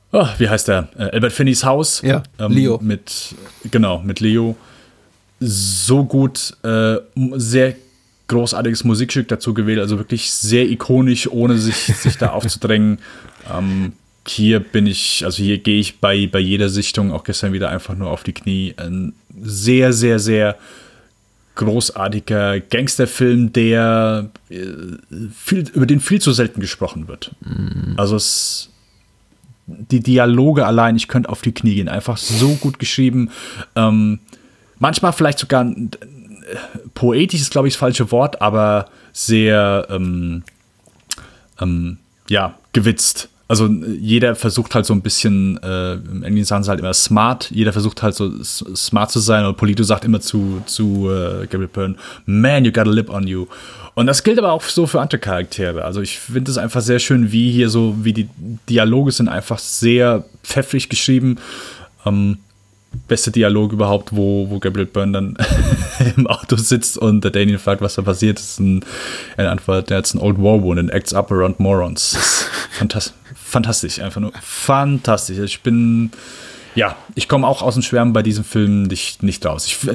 oh, wie heißt der? Äh, Albert Finneys Haus. Ja, ähm, Leo. Mit, genau, mit Leo. So gut, äh, sehr großartiges Musikstück dazu gewählt, also wirklich sehr ikonisch, ohne sich, sich da aufzudrängen. Ähm, hier bin ich, also hier gehe ich bei, bei jeder Sichtung, auch gestern wieder einfach nur auf die Knie. Ein sehr, sehr, sehr großartiger Gangsterfilm, der äh, viel, über den viel zu selten gesprochen wird. Mhm. Also es, die Dialoge allein, ich könnte auf die Knie gehen, einfach so gut geschrieben. Ähm, manchmal vielleicht sogar äh, poetisch ist, glaube ich, das falsche Wort, aber sehr ähm, ähm, ja, gewitzt. Also jeder versucht halt so ein bisschen, äh, im Englischen sagen sie halt immer smart, jeder versucht halt so smart zu sein, und Polito sagt immer zu, zu äh, Gabriel Byrne, man, you got a lip on you. Und das gilt aber auch so für andere Charaktere. Also ich finde es einfach sehr schön, wie hier so, wie die Dialoge sind einfach sehr pfeffrig geschrieben. Ähm, beste Dialog überhaupt, wo, wo Gabriel Byrne dann im Auto sitzt und der Daniel fragt, was da passiert ist. Und er antwortet, that's an old war wound and acts up around morons. Das ist fantastisch. Fantastisch, einfach nur fantastisch. Ich bin, ja, ich komme auch aus dem Schwärmen bei diesem Film nicht, nicht raus. Ich,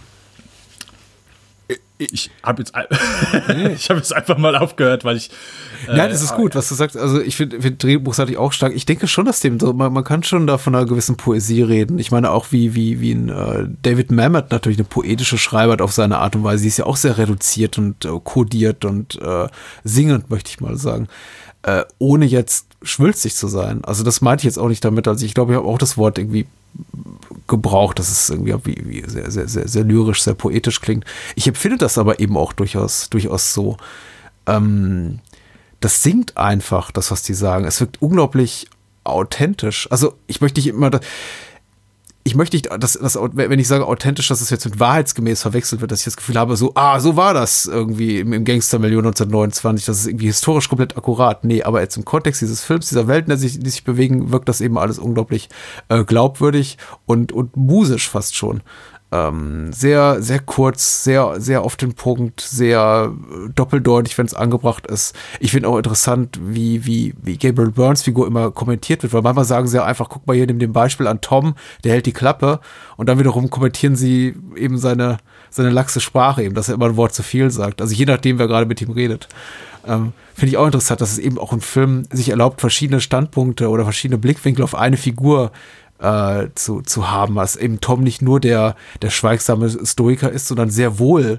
ich habe jetzt, ich hab jetzt einfach mal aufgehört, weil ich. Äh, Nein, das ist gut, was du sagst. Also ich finde, find drehbuchseitig auch stark. Ich denke schon, dass dem so, man, man kann schon da von einer gewissen Poesie reden. Ich meine auch, wie, wie, wie ein äh, David Mamet natürlich eine poetische Schreibart auf seine Art und Weise. Sie ist ja auch sehr reduziert und äh, kodiert und äh, singend, möchte ich mal sagen. Äh, ohne jetzt schwülstig zu sein. Also das meinte ich jetzt auch nicht damit. Also ich glaube, ich habe auch das Wort irgendwie gebraucht, dass es irgendwie wie, wie sehr, sehr, sehr, sehr lyrisch, sehr poetisch klingt. Ich empfinde das aber eben auch durchaus, durchaus so. Ähm, das singt einfach, das, was die sagen. Es wirkt unglaublich authentisch. Also ich möchte nicht immer, ich möchte nicht, dass, dass, wenn ich sage authentisch, dass es jetzt mit wahrheitsgemäß verwechselt wird, dass ich das Gefühl habe, so, ah, so war das irgendwie im, im Gangstermilieu neunzehnhundertneunundzwanzig, das ist irgendwie historisch komplett akkurat. Nee, aber jetzt im Kontext dieses Films, dieser Welt, in der sich, die sich bewegen, wirkt das eben alles unglaublich äh, glaubwürdig und, und musisch fast schon. Ähm, sehr, sehr kurz, sehr, sehr auf den Punkt, sehr doppeldeutig, wenn es angebracht ist. Ich finde auch interessant, wie, wie, wie Gabriel Byrnes Figur immer kommentiert wird, weil manchmal sagen sie ja einfach, guck mal hier, nimm dem Beispiel an Tom, der hält die Klappe, und dann wiederum kommentieren sie eben seine, seine laxe Sprache eben, dass er immer ein Wort zu viel sagt. Also je nachdem, wer gerade mit ihm redet. Ähm, finde ich auch interessant, dass es eben auch ein Film sich erlaubt, verschiedene Standpunkte oder verschiedene Blickwinkel auf eine Figur Äh, zu, zu haben, dass eben Tom nicht nur der, der schweigsame Stoiker ist, sondern sehr wohl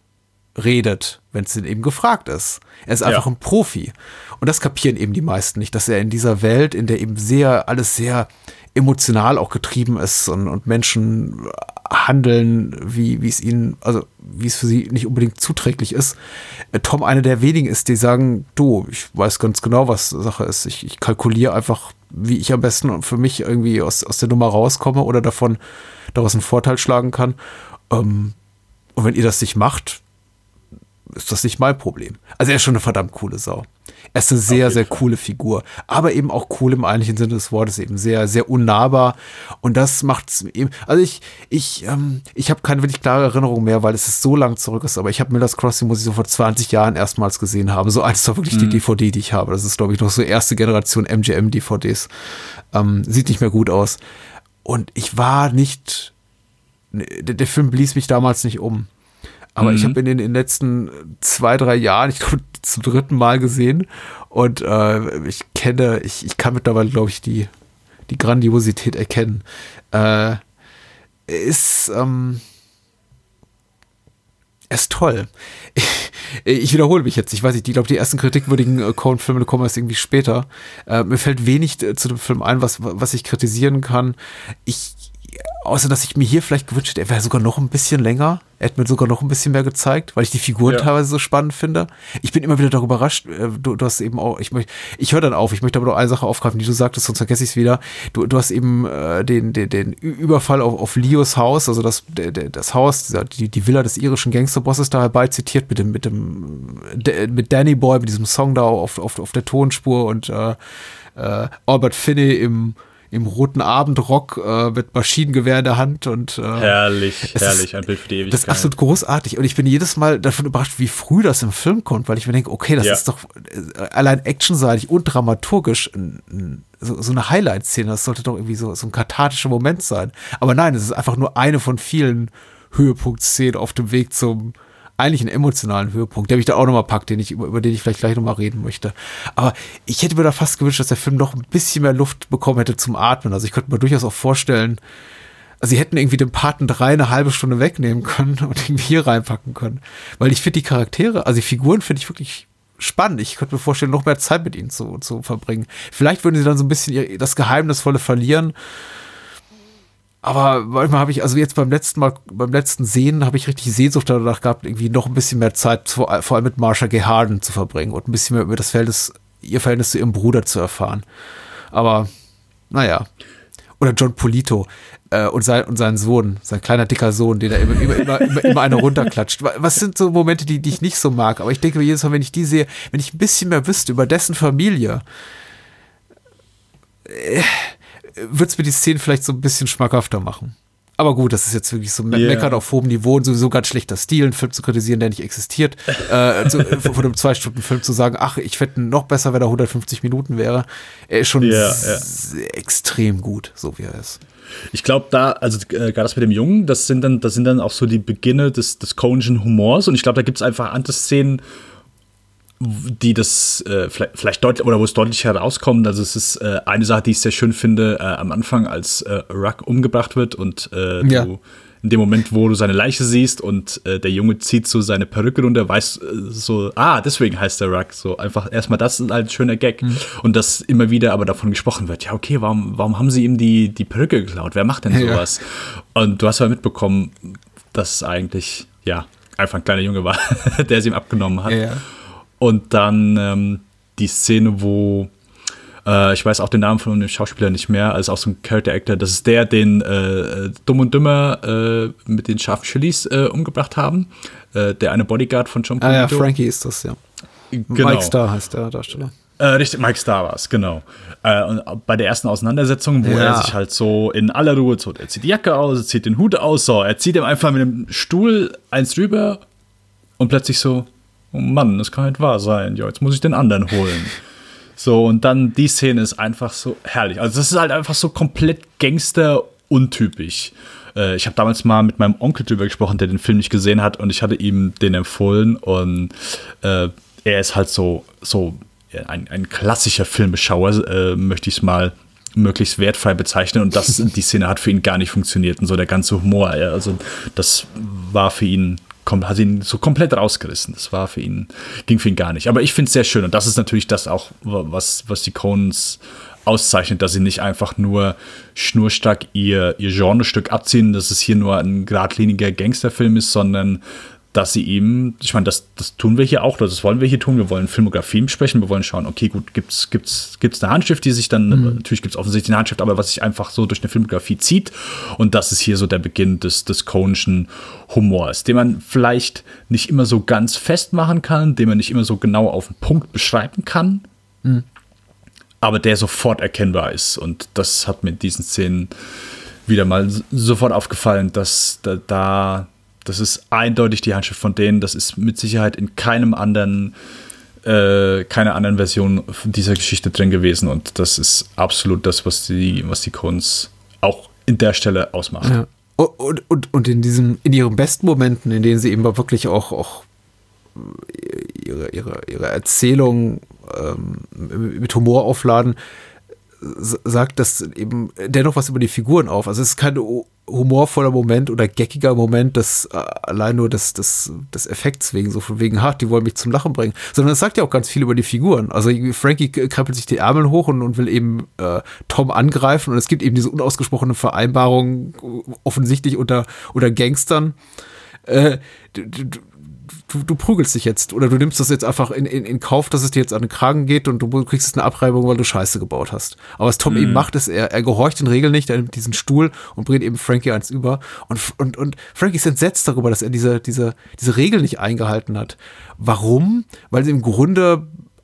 redet, wenn es denn eben gefragt ist. Er ist einfach ja. ein Profi. Und das kapieren eben die meisten nicht, dass er in dieser Welt, in der eben sehr, alles sehr emotional auch getrieben ist und, und Menschen handeln, wie, wie es ihnen, also wie es für sie nicht unbedingt zuträglich ist, Tom einer der wenigen ist, die sagen, du, ich weiß ganz genau, was Sache ist. Ich, ich kalkuliere einfach, wie ich am besten für mich irgendwie aus, aus der Nummer rauskomme oder davon daraus einen Vorteil schlagen kann. Ähm, und wenn ihr das nicht macht, ist das nicht mein Problem. Also er ist schon eine verdammt coole Sau. Er ist eine sehr, sehr coole Figur, aber eben auch cool im eigentlichen Sinne des Wortes, eben sehr, sehr unnahbar, und das macht es eben, also ich, ich, ähm, ich habe keine wirklich klare Erinnerung mehr, weil es ist so lang zurück ist, aber ich habe Miller's Crossing, muss ich so vor zwanzig Jahren erstmals gesehen haben, so eins ist doch wirklich mhm. die D V D, die ich habe, das ist, glaube ich, noch so erste Generation M G M D V Ds, ähm, sieht nicht mehr gut aus, und ich war nicht, der, der Film blies mich damals nicht um. Aber mhm. ich habe ihn in den letzten zwei, drei Jahren, ich glaube, zum dritten Mal gesehen. Und äh, ich kenne, ich, ich kann mittlerweile, glaube ich, die, die Grandiosität erkennen. Äh, ist, ähm, ist toll. Ich, ich wiederhole mich jetzt. Ich weiß nicht, ich glaube, die ersten kritikwürdigen äh, Coen-Filme kommen erst irgendwie später. Äh, mir fällt wenig äh, zu dem Film ein, was, was ich kritisieren kann. Ich Außer, dass ich mir hier vielleicht gewünscht hätte, er wäre sogar noch ein bisschen länger. Er hätte mir sogar noch ein bisschen mehr gezeigt, weil ich die Figuren ja. teilweise so spannend finde. Ich bin immer wieder darüber überrascht. Du, du hast eben auch, ich möchte, ich höre dann auf, ich möchte aber noch eine Sache aufgreifen, die du sagtest, sonst vergesse ich es wieder. Du, du hast eben äh, den, den, den Überfall auf, auf Leos Haus, also das, der, das Haus, dieser, die, die Villa des irischen Gangsterbosses da herbei zitiert mit dem, mit dem, mit Danny Boy, mit diesem Song da auf, auf, auf der Tonspur und äh, äh, Albert Finney im im roten Abendrock äh, mit Maschinengewehr in der Hand und äh, herrlich, herrlich, ist, ein Bild für die Ewigkeit. Das ist absolut großartig und ich bin jedes Mal davon überrascht, wie früh das im Film kommt, weil ich mir denke, okay, das ja. ist doch allein actionseitig und dramaturgisch ein, ein, so, so eine Highlight-Szene, das sollte doch irgendwie so, so ein kathartischer Moment sein. Aber nein, es ist einfach nur eine von vielen Höhepunktszenen auf dem Weg zum eigentlich einen emotionalen Höhepunkt, der mich da auch nochmal packt, den ich, über, über den ich vielleicht gleich nochmal reden möchte. Aber ich hätte mir da fast gewünscht, dass der Film noch ein bisschen mehr Luft bekommen hätte zum Atmen. Also ich könnte mir durchaus auch vorstellen, also sie hätten irgendwie den Paten drei eine halbe Stunde wegnehmen können und irgendwie hier reinpacken können. Weil ich finde die Charaktere, also die Figuren finde ich wirklich spannend. Ich könnte mir vorstellen, noch mehr Zeit mit ihnen zu, zu verbringen. Vielleicht würden sie dann so ein bisschen ihr, das Geheimnisvolle verlieren. Aber manchmal habe ich, also jetzt beim letzten Mal, beim letzten Sehen habe ich richtig Sehnsucht danach gehabt, irgendwie noch ein bisschen mehr Zeit, vor, vor allem mit Marsha Gay Harden zu verbringen und ein bisschen mehr über das Verhältnis, ihr Verhältnis zu ihrem Bruder zu erfahren. Aber, naja. Oder John Polito äh, und, sein, und sein Sohn, sein kleiner dicker Sohn, den er immer, immer, immer, immer, immer eine runterklatscht. Was sind so Momente, die, die ich nicht so mag? Aber ich denke jedes Mal, wenn ich die sehe, wenn ich ein bisschen mehr wüsste über dessen Familie, äh, würde es mir die Szene vielleicht so ein bisschen schmackhafter machen. Aber gut, das ist jetzt wirklich so me- yeah. meckern auf hohem Niveau und sowieso ganz schlechter Stil, einen Film zu kritisieren, der nicht existiert. äh, so, von einem Zwei-Stunden-Film zu sagen, ach, ich fände noch besser, wenn er hundertfünfzig Minuten wäre. Er ist schon yeah, s- yeah. extrem gut, so wie er ist. Ich glaube, da, also äh, gerade das mit dem Jungen, das sind dann, das sind dann auch so die Beginne des, des Coen'schen Humors und ich glaube, da gibt es einfach andere Szenen, die das äh, vielleicht, vielleicht deutlich oder wo es deutlich herauskommt. Also es ist äh, eine Sache, die ich sehr schön finde, äh, am Anfang, als äh, Ruck umgebracht wird und äh, ja. du in dem Moment, wo du seine Leiche siehst und äh, der Junge zieht so seine Perücke runter, weißt äh, so, ah, deswegen heißt der Ruck. So einfach erstmal, das ist halt ein schöner Gag. Mhm. Und dass immer wieder aber davon gesprochen wird, ja, okay, warum, warum haben sie ihm die, die Perücke geklaut? Wer macht denn sowas? Ja. Und du hast aber mitbekommen, dass es eigentlich, ja, einfach ein kleiner Junge war, der es ihm abgenommen hat. Ja. Und dann ähm, die Szene, wo äh, ich weiß auch den Namen von dem Schauspieler nicht mehr, also auch so ein Character Actor, das ist der, den äh, Dumm und Dümmer äh, mit den scharfen Chilis äh, umgebracht haben. Äh, der eine Bodyguard von John Polito. Ah ja, Frankie ist das, ja. Genau. Mike Starr heißt der Darsteller. Äh, richtig, Mike Starr war es, genau. Äh, und bei der ersten Auseinandersetzung, wo ja. er sich halt so in aller Ruhe, so, er zieht die Jacke aus, er zieht den Hut aus, so, er zieht ihm einfach mit dem Stuhl eins drüber und plötzlich so, oh Mann, das kann nicht wahr sein. Ja, jetzt muss ich den anderen holen. So, und dann die Szene ist einfach so herrlich. Also das ist halt einfach so komplett Gangster-untypisch. Äh, ich habe damals mal mit meinem Onkel drüber gesprochen, der den Film nicht gesehen hat und ich hatte ihm den empfohlen und äh, er ist halt so, so ein, ein klassischer Filmbeschauer, äh, möchte ich es mal möglichst wertfrei bezeichnen und das, die Szene hat für ihn gar nicht funktioniert und so der ganze Humor, ja, also das war für ihn hat ihn so komplett rausgerissen. Das war für ihn, ging für ihn gar nicht. Aber ich finde es sehr schön und das ist natürlich das auch, was, was die Coens auszeichnet, dass sie nicht einfach nur schnurstracks ihr, ihr Genrestück abziehen, dass es hier nur ein geradliniger Gangsterfilm ist, sondern dass sie eben, ich meine, das, das tun wir hier auch, das wollen wir hier tun, wir wollen Filmografie besprechen, wir wollen schauen, okay, gut, gibt's, gibt's, gibt's eine Handschrift, die sich dann, mhm. natürlich gibt es offensichtlich eine Handschrift, aber was sich einfach so durch eine Filmografie zieht und das ist hier so der Beginn des, des Coen'schen Humors, den man vielleicht nicht immer so ganz festmachen kann, den man nicht immer so genau auf den Punkt beschreiben kann, mhm. aber der sofort erkennbar ist und das hat mir in diesen Szenen wieder mal sofort aufgefallen, dass da, da das ist eindeutig die Handschrift von denen. Das ist mit Sicherheit in keinem anderen, äh, keiner anderen Version dieser Geschichte drin gewesen. Und das ist absolut das, was die, was die Coens auch in der Stelle ausmacht. Ja. Und, und, und in diesem, in ihren besten Momenten, in denen sie eben wirklich auch, auch ihre, ihre, ihre Erzählung ähm, mit Humor aufladen, sagt das eben dennoch was über die Figuren auf. Also es ist kein humorvoller Moment oder geckiger Moment, das äh, allein nur des, des, des Effekts wegen, so von wegen, ha, die wollen mich zum Lachen bringen, sondern es sagt ja auch ganz viel über die Figuren. Also Frankie krempelt sich die Ärmel hoch und, und will eben äh, Tom angreifen und es gibt eben diese unausgesprochene Vereinbarung offensichtlich unter, unter Gangstern. Äh, du, du, Du, du prügelst dich jetzt oder du nimmst das jetzt einfach in, in, in Kauf, dass es dir jetzt an den Kragen geht und du kriegst jetzt eine Abreibung, weil du Scheiße gebaut hast. Aber was Tom mhm. eben macht, ist, er, er gehorcht den Regeln nicht, er nimmt diesen Stuhl und bringt eben Frankie eins über. Und, und, und Frankie ist entsetzt darüber, dass er diese, diese, diese Regel nicht eingehalten hat. Warum? Weil sie im Grunde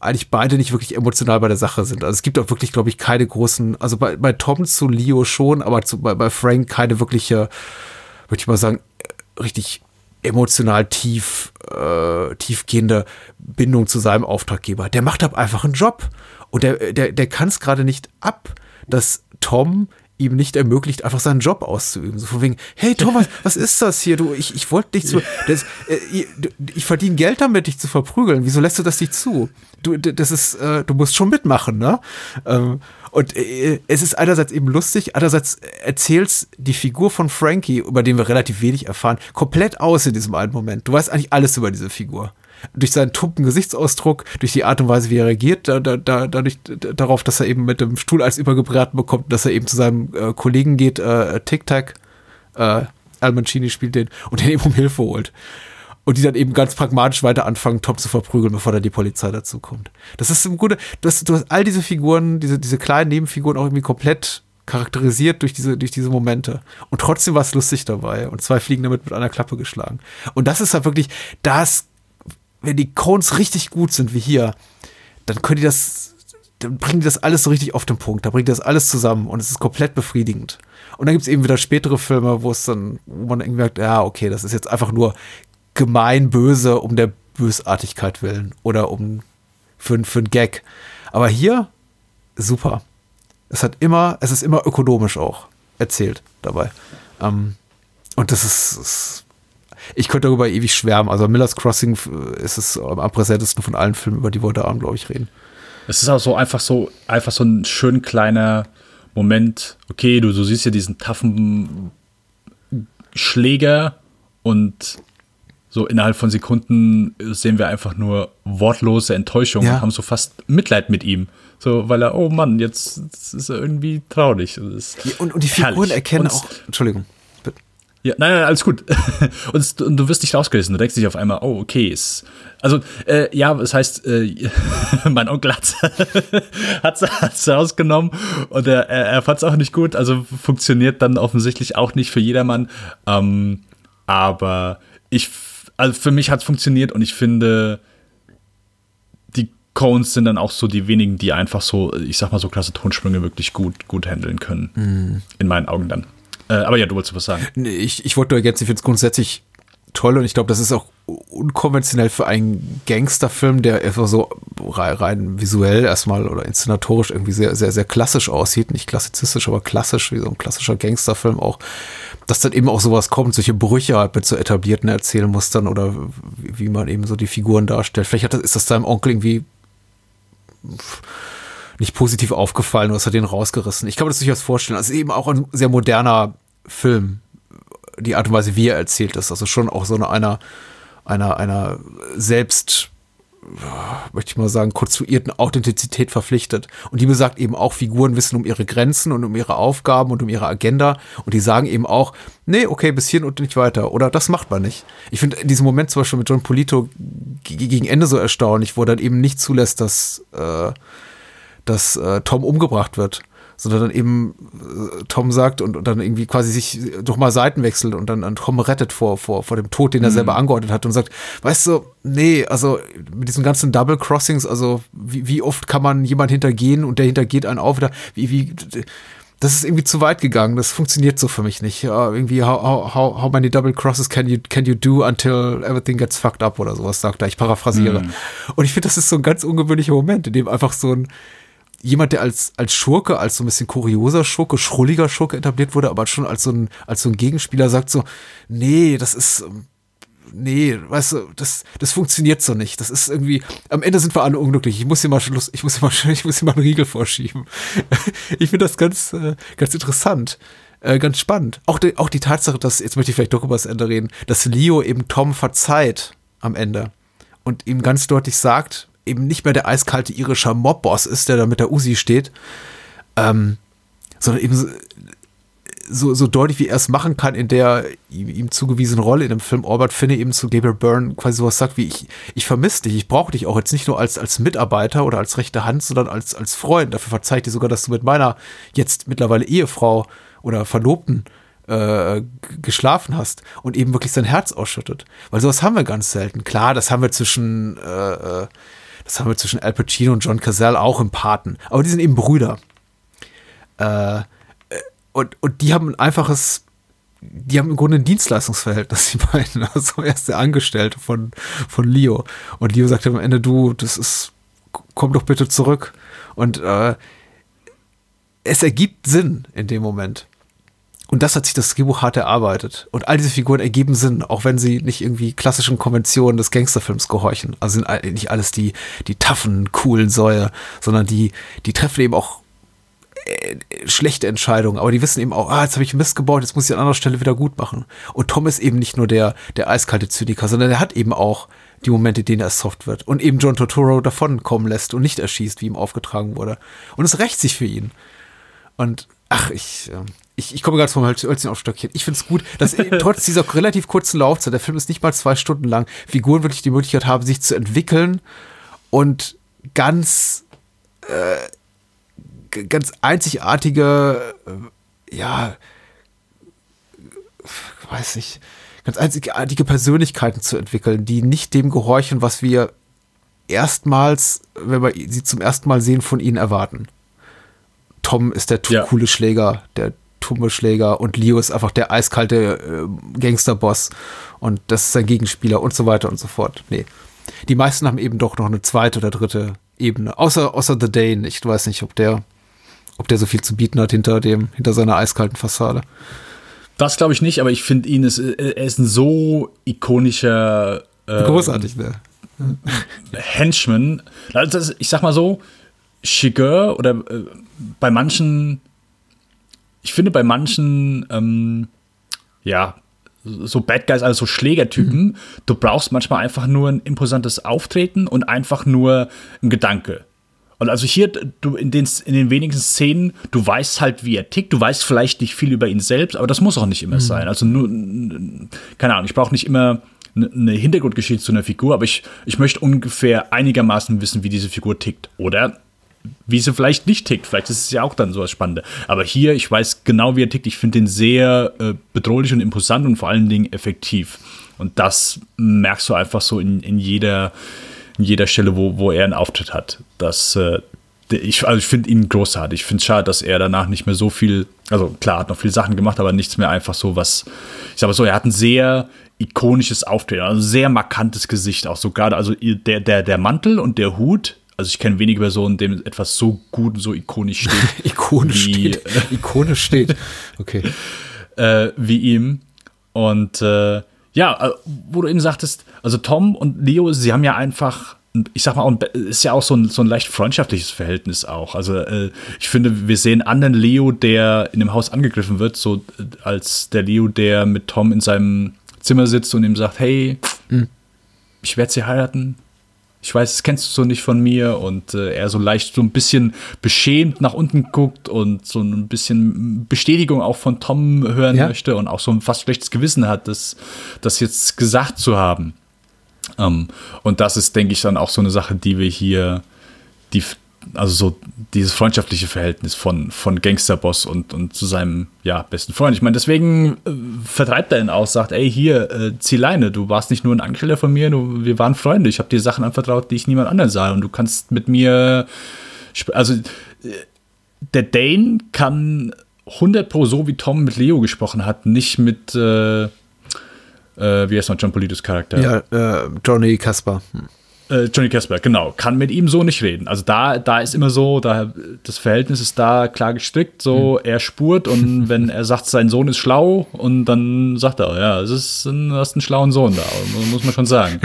eigentlich beide nicht wirklich emotional bei der Sache sind. Also es gibt auch wirklich, glaube ich, keine großen, also bei, bei Tom zu Leo schon, aber zu, bei, bei Frank keine wirkliche, würde ich mal sagen, richtig emotional tief, äh, tiefgehende Bindung zu seinem Auftraggeber. Der macht ab einfach einen Job und der, der, der kann es gerade nicht ab, dass Tom ihm nicht ermöglicht, einfach seinen Job auszuüben. So von wegen, hey Thomas, was ist das hier? Du, ich, ich wollte dich zu, das, äh, ich, ich verdiene Geld damit, dich zu verprügeln. Wieso lässt du das nicht zu? Du, das ist, äh, du musst schon mitmachen, ne? Ähm, und äh, es ist einerseits eben lustig, andererseits erzählst die Figur von Frankie, über den wir relativ wenig erfahren, komplett aus in diesem einen Moment. Du weißt eigentlich alles über diese Figur. Durch seinen tumpen Gesichtsausdruck, durch die Art und Weise, wie er reagiert, da, da, da, dadurch darauf, dass er eben mit dem Stuhl als übergebraten bekommt, dass er eben zu seinem äh, Kollegen geht, äh, Tic-Tac, äh, Al Mancini spielt den, und den eben um Hilfe holt. Und die dann eben ganz pragmatisch weiter anfangen, Tom zu verprügeln, bevor dann die Polizei dazu kommt. Das ist im Grunde, das, du hast all diese Figuren, diese, diese kleinen Nebenfiguren auch irgendwie komplett charakterisiert durch diese, durch diese Momente. Und trotzdem war es lustig dabei. Und zwei Fliegen damit mit einer Klappe geschlagen. Und das ist halt wirklich, das wenn die Coens richtig gut sind wie hier, dann können die das, dann bringen die das alles so richtig auf den Punkt. Da bringt das alles zusammen und es ist komplett befriedigend. Und dann gibt es eben wieder spätere Filme, wo es dann, wo man irgendwie merkt, ja, okay, das ist jetzt einfach nur gemein böse um der Bösartigkeit willen oder um für, für einen Gag. Aber hier, super. Es hat immer, es ist immer ökonomisch auch erzählt dabei. Ähm, und das ist, ist ich könnte darüber ewig schwärmen. Also Miller's Crossing ist es am präsentesten von allen Filmen, über die wir heute Abend, glaube ich, reden. Es ist auch so einfach so, einfach so ein schön kleiner Moment. Okay, du, du siehst ja diesen taffen Schläger und so innerhalb von Sekunden sehen wir einfach nur wortlose Enttäuschung ja. und haben so fast Mitleid mit ihm. So, weil er, oh Mann, jetzt ist er irgendwie traurig. Ist ja, und, und die Figuren herrlich. Erkennen und, auch, Entschuldigung. Ja, nein, nein, alles gut. Und, und du wirst nicht rausgerissen. Du denkst dich auf einmal, oh, okay. Ist, also, äh, ja, das heißt, äh, mein Onkel hat es rausgenommen und er, er, er fand es auch nicht gut. Also funktioniert dann offensichtlich auch nicht für jedermann. Ähm, aber ich, also für mich hat es funktioniert und ich finde, die Coens sind dann auch so die wenigen, die einfach so, ich sag mal so klasse Tonsprünge wirklich gut, gut handeln können. Mhm. In meinen Augen dann. Äh, aber ja, du wolltest was sagen. Nee, ich, ich wollte nur ergänzen, ich finde es grundsätzlich toll und ich glaube, das ist auch unkonventionell für einen Gangsterfilm, der einfach so rein, rein visuell erstmal oder inszenatorisch irgendwie sehr, sehr, sehr klassisch aussieht. Nicht klassizistisch, aber klassisch, wie so ein klassischer Gangsterfilm auch. Dass dann eben auch sowas kommt, solche Brüche halt mit so etablierten Erzählmustern oder wie, wie man eben so die Figuren darstellt. Vielleicht hat das, ist das deinem Onkel irgendwie nicht positiv aufgefallen oder hast du den rausgerissen. Ich kann mir das durchaus vorstellen. Also eben auch ein sehr moderner Film, die Art und Weise, wie er erzählt ist. Also schon auch so eine einer, einer, einer selbst, möchte ich mal sagen, konstruierten Authentizität verpflichtet. Und die besagt eben auch, Figuren wissen um ihre Grenzen und um ihre Aufgaben und um ihre Agenda. Und die sagen eben auch, nee, okay, bis hierhin und nicht weiter. Oder das macht man nicht. Ich finde in diesem Moment zum Beispiel mit John Polito g- gegen Ende so erstaunlich, wo er dann eben nicht zulässt, dass äh, dass äh, Tom umgebracht wird, sondern dann eben äh, Tom sagt und, und dann irgendwie quasi sich doch mal Seiten wechselt und dann, dann Tom rettet vor, vor, vor dem Tod, den er mhm. selber angeordnet hat und sagt, weißt du, nee, also mit diesen ganzen Double Crossings, also wie, wie oft kann man jemand hintergehen und der hintergeht einen auch wieder, wie, wie, das ist irgendwie zu weit gegangen, das funktioniert so für mich nicht. Ja, irgendwie, how, how, how many double crosses can you, can you do until everything gets fucked up oder sowas, sagt er, ich paraphrasiere. Mhm. Und ich finde, das ist so ein ganz ungewöhnlicher Moment, in dem einfach so ein jemand, der als, als Schurke, als so ein bisschen kurioser Schurke, schrulliger Schurke etabliert wurde, aber schon als so ein, als so ein Gegenspieler sagt so, nee, das ist, nee, weißt du, das, das funktioniert so nicht. Das ist irgendwie, am Ende sind wir alle unglücklich. Ich muss hier mal Schluss, ich muss hier mal, ich muss hier mal einen Riegel vorschieben. Ich finde das ganz, ganz interessant. Ganz spannend. Auch die, auch die Tatsache, dass, jetzt möchte ich vielleicht doch über das Ende reden, dass Leo eben Tom verzeiht am Ende und ihm ganz deutlich sagt, eben nicht mehr der eiskalte irische Mobboss ist, der da mit der Uzi steht, ähm, sondern eben so, so, so deutlich, wie er es machen kann, in der ihm, ihm zugewiesenen Rolle in dem Film Albert Finney eben zu Gabriel Byrne quasi sowas sagt wie, ich, ich vermisse dich, ich brauche dich auch jetzt nicht nur als, als Mitarbeiter oder als rechte Hand, sondern als, als Freund. Dafür verzeih ich dir sogar, dass du mit meiner jetzt mittlerweile Ehefrau oder Verlobten äh, geschlafen hast und eben wirklich sein Herz ausschüttet. Weil sowas haben wir ganz selten. Klar, das haben wir zwischen äh, das haben wir zwischen Al Pacino und John Cazale auch im Paten. Aber die sind eben Brüder. Äh, und, und die haben ein einfaches, die haben im Grunde ein Dienstleistungsverhältnis, die beiden. Also er ist der Angestellte von, von Leo. Und Leo sagt am Ende, du, das ist, komm doch bitte zurück. Und äh, es ergibt Sinn in dem Moment. Und das hat sich das Drehbuch hart erarbeitet. Und all diese Figuren ergeben Sinn, auch wenn sie nicht irgendwie klassischen Konventionen des Gangsterfilms gehorchen. Also sind nicht alles die, die taffen, coolen Säue, sondern die, die treffen eben auch äh, schlechte Entscheidungen. Aber die wissen eben auch, ah, jetzt habe ich Mist gebaut, jetzt muss ich an anderer Stelle wieder gut machen. Und Tom ist eben nicht nur der, der eiskalte Zyniker, sondern der hat eben auch die Momente, in denen er soft wird. Und eben John Turturro davon kommen lässt und nicht erschießt, wie ihm aufgetragen wurde. Und es rächt sich für ihn. Und ach, ich... Äh, Ich, ich komme gerade vom Hölzchen auf Stöckchen. Ich finde es gut, dass trotz dieser relativ kurzen Laufzeit, der Film ist nicht mal zwei Stunden lang, Figuren wirklich die Möglichkeit haben, sich zu entwickeln und ganz, äh, ganz einzigartige, äh, ja, weiß nicht, ganz einzigartige Persönlichkeiten zu entwickeln, die nicht dem gehorchen, was wir erstmals, wenn wir sie zum ersten Mal sehen, von ihnen erwarten. Tom ist der ja. coole Schläger, der tumme Schläger und Leo ist einfach der eiskalte äh, Gangsterboss und das ist sein Gegenspieler und so weiter und so fort. Nee. Die meisten haben eben doch noch eine zweite oder dritte Ebene. Außer, außer The Dane. Ich weiß nicht, ob der, ob der so viel zu bieten hat hinter dem, hinter seiner eiskalten Fassade. Das glaube ich nicht, aber ich finde ihn, ist, er ist ein so ikonischer äh, großartig, ne? Henchman. Also das, ich sag mal so, Chigurh oder äh, bei manchen, ich finde bei manchen, ähm, ja, so Bad Guys, also so Schlägertypen, mhm. du brauchst manchmal einfach nur ein imposantes Auftreten und einfach nur ein Gedanke. Und also hier, du in den, in den wenigen Szenen, du weißt halt, wie er tickt, du weißt vielleicht nicht viel über ihn selbst, aber das muss auch nicht immer mhm. sein. Also nur, keine Ahnung, ich brauche nicht immer eine Hintergrundgeschichte zu einer Figur, aber ich, ich möchte ungefähr einigermaßen wissen, wie diese Figur tickt. Oder wie sie vielleicht nicht tickt. Vielleicht ist es ja auch dann so was Spannendes. Aber hier, ich weiß genau, wie er tickt. Ich finde den sehr äh, bedrohlich und imposant und vor allen Dingen effektiv. Und das merkst du einfach so in, in, jeder, in jeder Stelle, wo, wo er einen Auftritt hat. Das, äh, ich also ich finde ihn großartig. Ich finde es schade, dass er danach nicht mehr so viel, also klar, hat noch viele Sachen gemacht, aber nichts mehr einfach so was, ich sag mal so, er hat ein sehr ikonisches Auftreten, also ein sehr markantes Gesicht auch so gerade. Also der, der, der Mantel und der Hut. Also ich kenne wenige Personen, dem etwas so gut und so ikonisch steht. ikonisch wie, steht. ikonisch steht. Okay. Äh, wie ihm. Und äh, ja, wo du eben sagtest, also Tom und Leo, sie haben ja einfach, ich sag mal, ist ja auch so ein, so ein leicht freundschaftliches Verhältnis auch. Also äh, ich finde, wir sehen anderen Leo, der in dem Haus angegriffen wird, so als der Leo, der mit Tom in seinem Zimmer sitzt und ihm sagt, hey, mhm. ich werde sie heiraten. Ich weiß, das kennst du so nicht von mir und äh, er so leicht so ein bisschen beschämt nach unten guckt und so ein bisschen Bestätigung auch von Tom hören ja. möchte und auch so ein fast schlechtes Gewissen hat, das, das jetzt gesagt zu haben. Um, und das ist, denke ich, dann auch so eine Sache, die wir hier, die, also so dieses freundschaftliche Verhältnis von, von Gangsterboss und, und zu seinem ja, besten Freund. Ich meine, deswegen äh, vertreibt er ihn auch, sagt, ey, hier, äh, zieh Leine, du warst nicht nur ein Angestellter von mir, du, wir waren Freunde, ich habe dir Sachen anvertraut, die ich niemand anderen sah und du kannst mit mir, also äh, der Dane kann hundert Pro so, wie Tom mit Leo gesprochen hat, nicht mit, äh, äh, wie heißt noch John Politos Charakter? Ja, äh, Johnny Casper. Hm. Äh, Johnny Casper, genau, kann mit ihm so nicht reden. Also da, da ist immer so, da, das Verhältnis ist da klar gestrickt, so mhm. er spurt und wenn er sagt, sein Sohn ist schlau und dann sagt er, ja, es ist ein, du hast einen schlauen Sohn da, muss man schon sagen.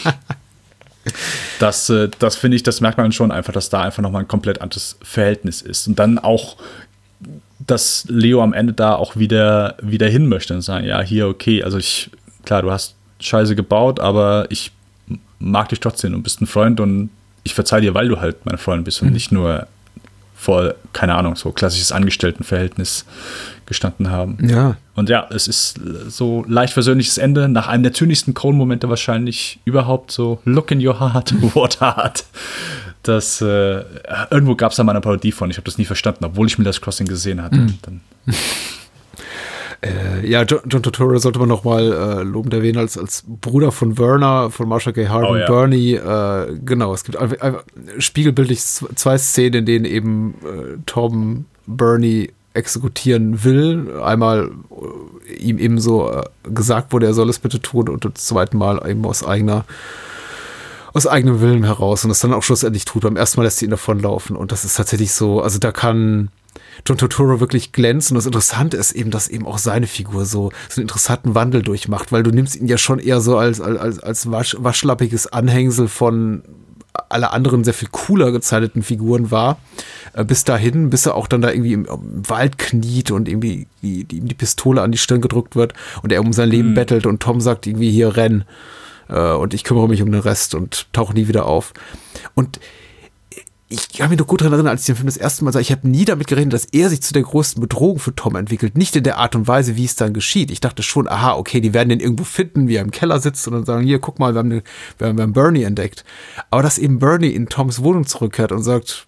das, äh, das finde ich, das merkt man schon einfach, dass da einfach nochmal ein komplett anderes Verhältnis ist. Und dann auch, dass Leo am Ende da auch wieder, wieder hin möchte und sagen, ja, hier, okay, also ich, klar, du hast Scheiße gebaut, aber ich mag dich trotzdem und bist ein Freund und ich verzeih dir, weil du halt mein Freund bist und mhm. nicht nur vor, keine Ahnung, so klassisches Angestelltenverhältnis gestanden haben. Ja. Und ja, es ist so leicht versöhnliches Ende, nach einem der zynischsten Coen-Momente wahrscheinlich überhaupt, so Look in your heart, what heart. Das, äh, irgendwo gab es da mal eine Parodie von, ich habe das nie verstanden, obwohl ich mir das Crossing gesehen hatte. Mhm. Dann Äh, Äh, ja, John, John Turturro sollte man noch mal äh, lobend erwähnen als, als Bruder von Werner, von Marshall Gay Harden, oh, ja. Bernie. Äh, genau, es gibt einfach, einfach spiegelbildlich zwei Szenen, in denen eben äh, Tom Bernie exekutieren will. Einmal äh, ihm eben so äh, gesagt wurde, er soll es bitte tun, und das zweite Mal eben aus eigener aus eigenem Willen heraus und das dann auch schlussendlich tut. Beim ersten Mal lässt sie ihn davonlaufen und das ist tatsächlich so, also da kann John Turturro wirklich glänzen. Das Interessante ist eben, dass eben auch seine Figur so, so einen interessanten Wandel durchmacht, weil du nimmst ihn ja schon eher so als, als, als wasch, waschlappiges Anhängsel von alle anderen sehr viel cooler gezeichneten Figuren wahr, äh, bis dahin, bis er auch dann da irgendwie im, im Wald kniet und irgendwie die, die, ihm die Pistole an die Stirn gedrückt wird und er um sein Leben mhm. bettelt und Tom sagt irgendwie, hier, renn. Und ich kümmere mich um den Rest und tauche nie wieder auf. Und ich kann mich noch gut daran erinnern, als ich den Film das erste Mal sah, ich habe nie damit gerechnet, dass er sich zu der größten Bedrohung für Tom entwickelt. Nicht in der Art und Weise, wie es dann geschieht. Ich dachte schon, aha, okay, die werden den irgendwo finden, wie er im Keller sitzt und dann sagen, hier, guck mal, wir haben, eine, wir haben, wir haben Bernie entdeckt. Aber dass eben Bernie in Toms Wohnung zurückkehrt und sagt,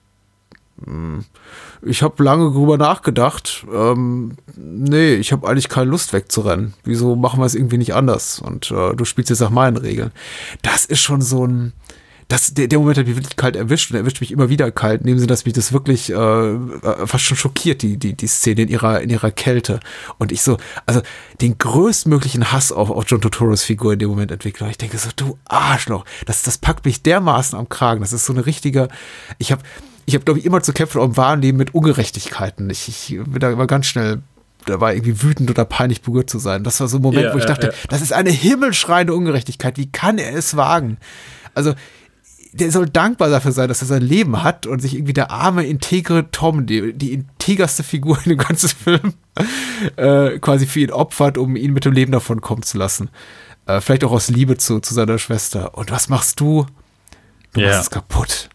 ich habe lange drüber nachgedacht, ähm, nee, ich habe eigentlich keine Lust wegzurennen. Wieso machen wir es irgendwie nicht anders? Und äh, du spielst jetzt nach meinen Regeln. Das ist schon so ein, das, der, der Moment hat mich wirklich kalt erwischt und er erwischt mich immer wieder kalt, in dem Sinne, dass mich das wirklich äh, fast schon schockiert, die, die, die Szene in ihrer, in ihrer Kälte. Und ich so, also den größtmöglichen Hass auf, auf John Turturros Figur in dem Moment entwickle. Ich denke so, du Arschloch, das, das packt mich dermaßen am Kragen. Das ist so eine richtige, ich habe Ich habe, glaube ich, immer zu kämpfen im wahren Leben mit Ungerechtigkeiten. Ich, ich bin da immer ganz schnell dabei, irgendwie wütend oder peinlich berührt zu sein. Das war so ein Moment, ja, wo ich ja, dachte, ja. das ist eine himmelschreiende Ungerechtigkeit. Wie kann er es wagen? Also, der soll dankbar dafür sein, dass er sein Leben hat und sich irgendwie der arme, integre Tom, die, die integerste Figur in dem ganzen Film, äh, quasi für ihn opfert, um ihn mit dem Leben davon kommen zu lassen. Äh, vielleicht auch aus Liebe zu, zu seiner Schwester. Und was machst du? Du yeah. machst es kaputt.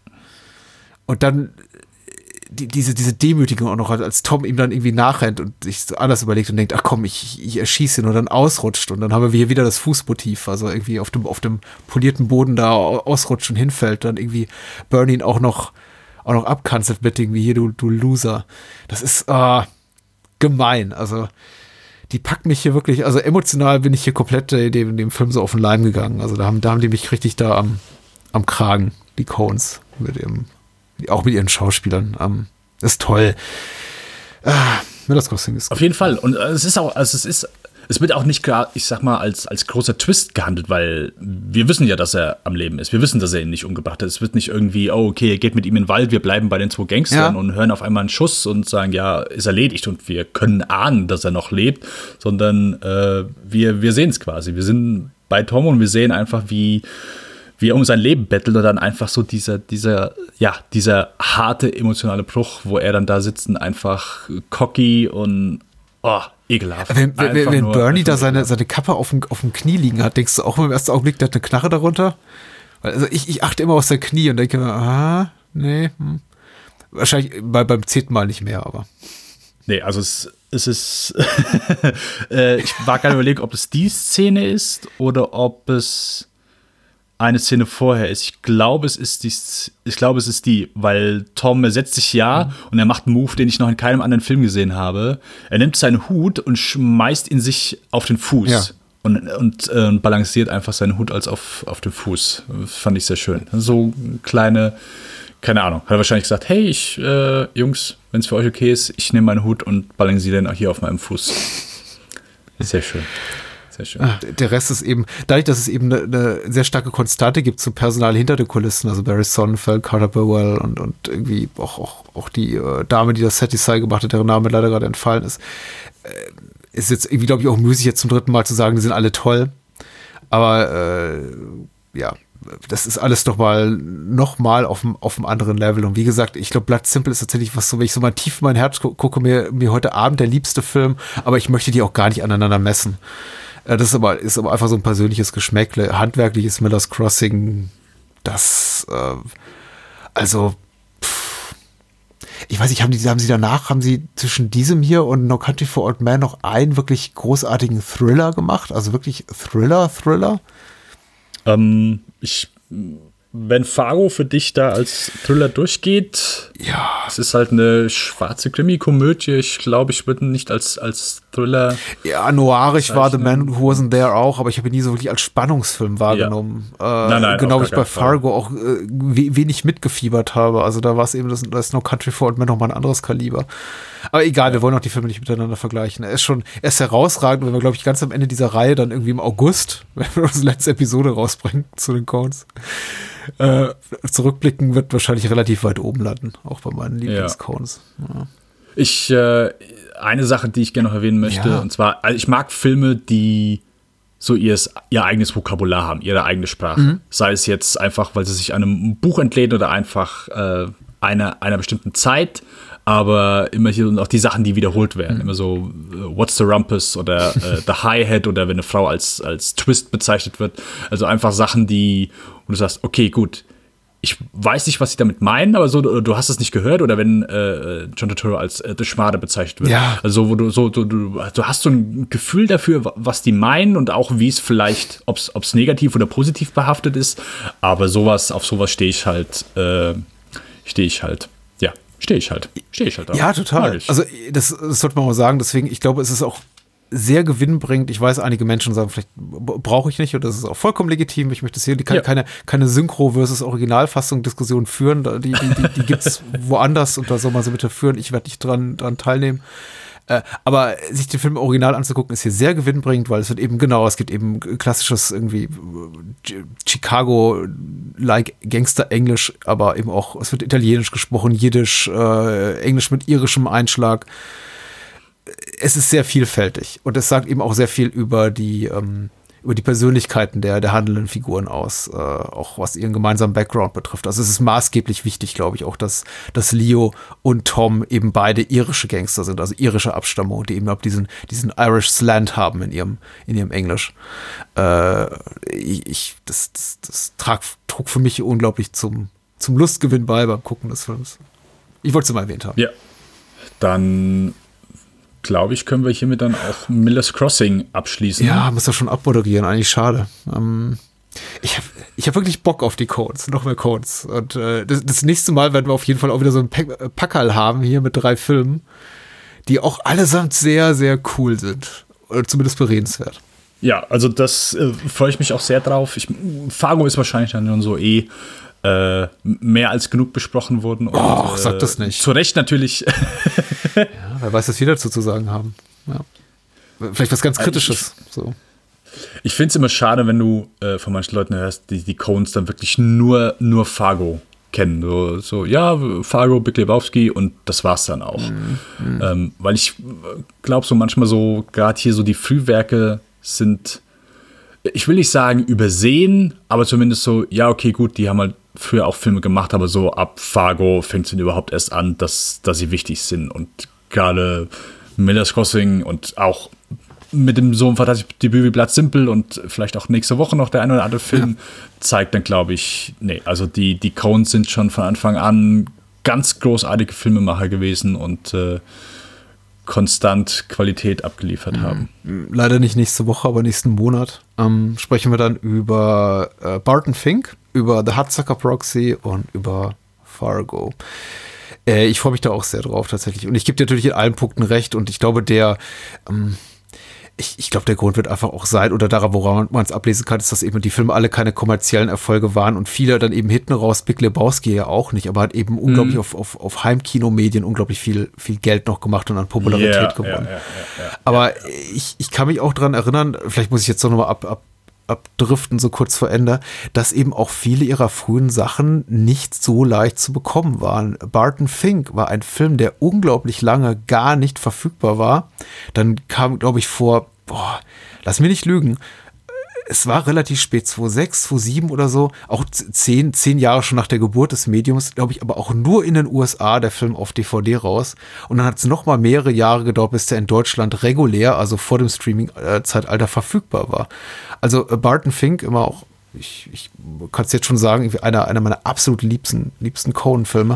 Und dann die, diese, diese Demütigung auch noch, als Tom ihm dann irgendwie nachrennt und sich so anders überlegt und denkt, ach komm, ich, ich erschieße ihn und dann ausrutscht. Und dann haben wir hier wieder das Fußmotiv, also irgendwie auf dem, auf dem polierten Boden da ausrutscht und hinfällt. Dann irgendwie Bernie ihn auch noch, auch noch abkanzelt mit irgendwie, hier, du, du Loser. Das ist äh, gemein. Also die packt mich hier wirklich, also emotional bin ich hier komplett in dem, in dem Film so auf den Leim gegangen. Also da haben, da haben die mich richtig da am, am Kragen, die Coens, mit dem auch mit ihren Schauspielern. Ähm, ist toll. Ah, Miller's Crossing ist gut. Auf jeden Fall. Und es ist auch, also es ist, es wird auch nicht gerade, ich sag mal, als, als großer Twist gehandelt, weil wir wissen ja, dass er am Leben ist. Wir wissen, dass er ihn nicht umgebracht hat. Es wird nicht irgendwie, oh, okay, er geht mit ihm in den Wald, wir bleiben bei den zwei Gangstern ja. und hören auf einmal einen Schuss und sagen, ja, ist erledigt und wir können ahnen, dass er noch lebt, sondern äh, wir, wir sehen es quasi. Wir sind bei Tom und wir sehen einfach, wie wie er um sein Leben bettelt und dann einfach so dieser, dieser, ja, dieser harte emotionale Bruch, wo er dann da sitzt und einfach cocky und oh, ekelhaft. Wenn, wenn, wenn nur, Bernie da seine, seine Kappe auf dem, auf dem Knie liegen hat, denkst du auch im ersten Augenblick, der hat eine Knarre darunter? Also ich, ich achte immer auf sein Knie und denke mir, aha, nee, hm. Wahrscheinlich bei, beim zehnten Mal nicht mehr, aber. Nee, also es, es ist, äh, ich war gerade überlegen, ob es die Szene ist oder ob es eine Szene vorher ist. Ich glaube, es ist die, ich glaube, es ist die, weil Tom, er setzt sich ja mhm. und er macht einen Move, den ich noch in keinem anderen Film gesehen habe. Er nimmt seinen Hut und schmeißt ihn sich auf den Fuß ja. und, und äh, balanciert einfach seinen Hut als auf, auf den Fuß. Das fand ich sehr schön. So kleine, keine Ahnung, hat er wahrscheinlich gesagt, hey, ich, äh, Jungs, wenn es für euch okay ist, ich nehme meinen Hut und balanciere den auch hier auf meinem Fuß. Sehr schön. Sehr schön. Ah, der Rest ist eben, dadurch, dass es eben eine, eine sehr starke Konstante gibt zum Personal hinter den Kulissen, also Barry Sonnenfeld, Carter Burwell und, und irgendwie auch, auch, auch die äh, Dame, die das Set-Design gemacht hat, deren Name leider gerade entfallen ist, äh, ist jetzt irgendwie, glaube ich, auch müßig, jetzt zum dritten Mal zu sagen, die sind alle toll. Aber äh, ja, das ist alles doch mal noch mal auf dem auf einem anderen Level. Und wie gesagt, ich glaube, Blood Simple ist tatsächlich was so, wenn ich so mal tief in mein Herz gu- gucke, mir, mir heute Abend der liebste Film, aber ich möchte die auch gar nicht aneinander messen. Das ist aber, ist aber einfach so ein persönliches Geschmäckle. Handwerkliches Miller's Crossing, das, äh, also, pff, ich weiß nicht, haben, die, haben sie danach, haben sie zwischen diesem hier und No Country for Old Men noch einen wirklich großartigen Thriller gemacht? Also wirklich Thriller, Thriller? Ähm, ich wenn Fargo für dich da als Thriller durchgeht, ja, es ist halt eine schwarze Krimi-Komödie. Ich glaube, ich würde ihn nicht als, als Thriller. Ja, noirig war The Man Who Wasn't There auch, aber ich habe ihn nie so wirklich als Spannungsfilm wahrgenommen. Ja. Äh, nein, nein, genau wie ich bei Fall. Fargo auch äh, we- wenig mitgefiebert habe. Also da war es eben, das, das ist No Country for Old Men nochmal ein anderes Kaliber. Aber egal, ja. wir wollen auch die Filme nicht miteinander vergleichen. Er ist schon, er ist herausragend, wenn wir, glaube ich, ganz am Ende dieser Reihe dann irgendwie im August, wenn wir unsere letzte Episode rausbringen zu den Coens, äh, zurückblicken, wird wahrscheinlich relativ weit oben landen, auch bei meinen Lieblings-Coens. Ja. Ich, äh, eine Sache, die ich gerne noch erwähnen möchte, Ja. und zwar, also ich mag Filme, die so ihr, ihr eigenes Vokabular haben, ihre eigene Sprache. Mhm. Sei es jetzt einfach, weil sie sich einem Buch entlehnen oder einfach äh, einer, einer bestimmten Zeit, aber immer hier auch die Sachen, die wiederholt werden. Mhm. Immer so uh, What's the Rumpus oder uh, The Hi-Hat oder wenn eine Frau als, als Twist bezeichnet wird. Also einfach Sachen, die, wo du sagst, okay, gut, ich weiß nicht, was sie damit meinen, aber so, du, du hast es nicht gehört. Oder wenn äh, John Turturro als äh, The Schmade bezeichnet wird. Ja. Also wo du so, du, du, du hast so ein Gefühl dafür, was die meinen und auch wie es vielleicht, ob es negativ oder positiv behaftet ist. Aber sowas, auf sowas stehe ich halt, äh, stehe ich halt. Ja, stehe ich halt. Stehe ich halt auch. Ja, total. Also das, das sollte man mal sagen. Deswegen, ich glaube, es ist auch sehr gewinnbringend. Ich weiß, einige Menschen sagen, vielleicht brauche ich nicht, und das ist auch vollkommen legitim. Ich möchte hier keine, ja. keine, keine Synchro versus Originalfassung Diskussion führen. Die, die, die, die gibt es woanders und da soll man sie bitte führen. Ich werde nicht dran, dran teilnehmen. Äh, aber sich den Film original anzugucken, ist hier sehr gewinnbringend, weil es wird eben, genau, es gibt eben klassisches irgendwie Chicago-like Gangster-Englisch, aber eben auch, es wird Italienisch gesprochen, Jiddisch, äh, Englisch mit irischem Einschlag. Es ist sehr vielfältig und es sagt eben auch sehr viel über die, ähm, über die Persönlichkeiten der, der handelnden Figuren aus, äh, auch was ihren gemeinsamen Background betrifft. Also es ist maßgeblich wichtig, glaube ich, auch, dass, dass Leo und Tom eben beide irische Gangster sind, also irische Abstammung, die eben auch diesen, diesen Irish Slant haben in ihrem, in ihrem Englisch. Äh, ich, das, das, das trag, trug für mich unglaublich zum, zum Lustgewinn bei beim Gucken des Films. Ich wollte es mal erwähnt haben. Ja, dann glaube ich, können wir hiermit dann auch Miller's Crossing abschließen. Ja, muss doch schon abmoderieren, eigentlich schade. Ähm, ich habe ich hab wirklich Bock auf die Codes, noch mehr Codes. Und äh, das, das nächste Mal werden wir auf jeden Fall auch wieder so ein Pack- Packerl haben hier mit drei Filmen, die auch allesamt sehr, sehr cool sind. Oder zumindest beredenswert. Ja, also das äh, freue ich mich auch sehr drauf. Ich, Fargo ist wahrscheinlich dann schon so eh Äh, mehr als genug besprochen wurden. Und, Och, sag äh, das nicht. Zu Recht natürlich. Ja, wer weiß, was wir dazu zu sagen haben. Ja. Vielleicht was ganz Kritisches. Ich, so. ich finde es immer schade, wenn du äh, von manchen Leuten hörst, die die Coens dann wirklich nur, nur Fargo kennen. So, so, ja, Fargo, Big Lebowski und das war's dann auch. Mhm. Ähm, weil ich glaube so manchmal so, gerade hier so die Frühwerke sind, ich will nicht sagen übersehen, aber zumindest so, ja, okay, gut, die haben halt früher auch Filme gemacht, aber so ab Fargo fängt es überhaupt erst an, dass, dass sie wichtig sind. Und gerade Miller's Crossing und auch mit dem so einem fantastischen Debüt wie Blood Simple und vielleicht auch nächste Woche noch der ein oder andere Film ja. zeigt dann, glaube ich, nee, also die, die Coens sind schon von Anfang an ganz großartige Filmemacher gewesen und äh, konstant Qualität abgeliefert mhm. haben. Leider nicht nächste Woche, aber nächsten Monat ähm, sprechen wir dann über äh, Barton Fink, über The Hudsucker Proxy und über Fargo. Äh, ich freue mich da auch sehr drauf tatsächlich. Und ich gebe dir natürlich in allen Punkten recht und ich glaube, der ähm, Ich, ich glaube, der Grund wird einfach auch sein, oder daran, woran man es ablesen kann, ist, dass eben die Filme alle keine kommerziellen Erfolge waren und viele dann eben hinten raus, Big Lebowski ja auch nicht, aber hat eben mhm. unglaublich auf, auf, auf Heimkinomedien unglaublich viel, viel Geld noch gemacht und an Popularität yeah, gewonnen. Ja, ja, ja, ja, aber ja. ich, ich kann mich auch dran erinnern, vielleicht muss ich jetzt noch mal ab, ab, abdriften, so kurz vor Ende, dass eben auch viele ihrer frühen Sachen nicht so leicht zu bekommen waren. Barton Fink war ein Film, der unglaublich lange gar nicht verfügbar war. Dann kam, glaube ich, vor Boah, lass mich nicht lügen. Es war relativ spät, zweitausendsechs, zweitausendsieben oder so, auch zehn, zehn Jahre schon nach der Geburt des Mediums, glaube ich, aber auch nur in den U S A der Film auf D V D raus. Und dann hat es noch mal mehrere Jahre gedauert, bis der in Deutschland regulär, also vor dem Streaming-Zeitalter verfügbar war. Also Barton Fink, immer auch, ich, ich kann es jetzt schon sagen, einer, einer meiner absolut liebsten, liebsten Coen-Filme.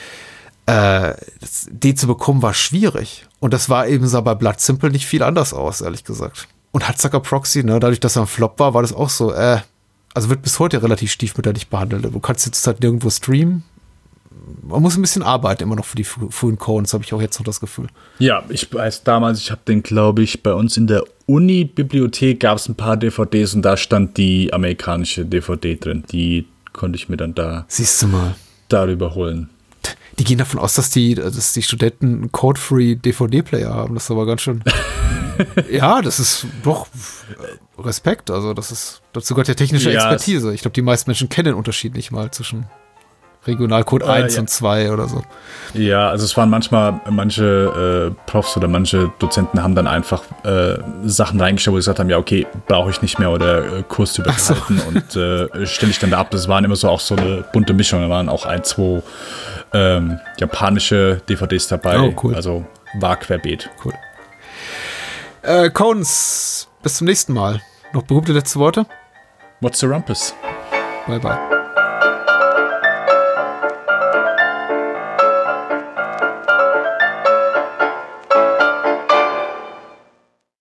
Äh, das, die zu bekommen war schwierig. Und das war eben so bei Blood Simple nicht viel anders aus, ehrlich gesagt. Und Hudsucker Proxy, ne, dadurch, dass er ein Flop war, war das auch so, äh, also wird bis heute relativ stiefmütterlich behandelt. Du kannst jetzt halt nirgendwo streamen. Man muss ein bisschen arbeiten immer noch für die frühen Coens, habe ich auch jetzt noch das Gefühl. Ja, ich weiß damals, ich habe den, glaube ich, bei uns in der Uni-Bibliothek gab es ein paar D V Ds und da stand die amerikanische D V D drin. Die konnte ich mir dann da Siehst du mal. darüber holen. Die gehen davon aus, dass die, dass die Studenten einen Code-Free D V D-Player haben. Das ist aber ganz schön. Ja, das ist doch Respekt. Also, das ist, dazu gehört ja technische Ja, Expertise. Ich glaube, die meisten Menschen kennen den Unterschied nicht mal zwischen Regionalcode Äh, eins ja. und zwei oder so. Ja, also es waren manchmal, manche äh, Profs oder manche Dozenten haben dann einfach äh, Sachen reingestellt, wo sie gesagt haben, ja okay, brauche ich nicht mehr oder äh, Kurs überhalten so. und äh, stelle ich dann da ab. Das waren immer so auch so eine bunte Mischung. Da waren auch ein, zwei ähm, japanische D V Ds dabei. Oh, cool. Also war querbeet. Cool. Äh, Coens, bis zum nächsten Mal. Noch berühmte letzte Worte? What's the Rumpus? Bye, bye.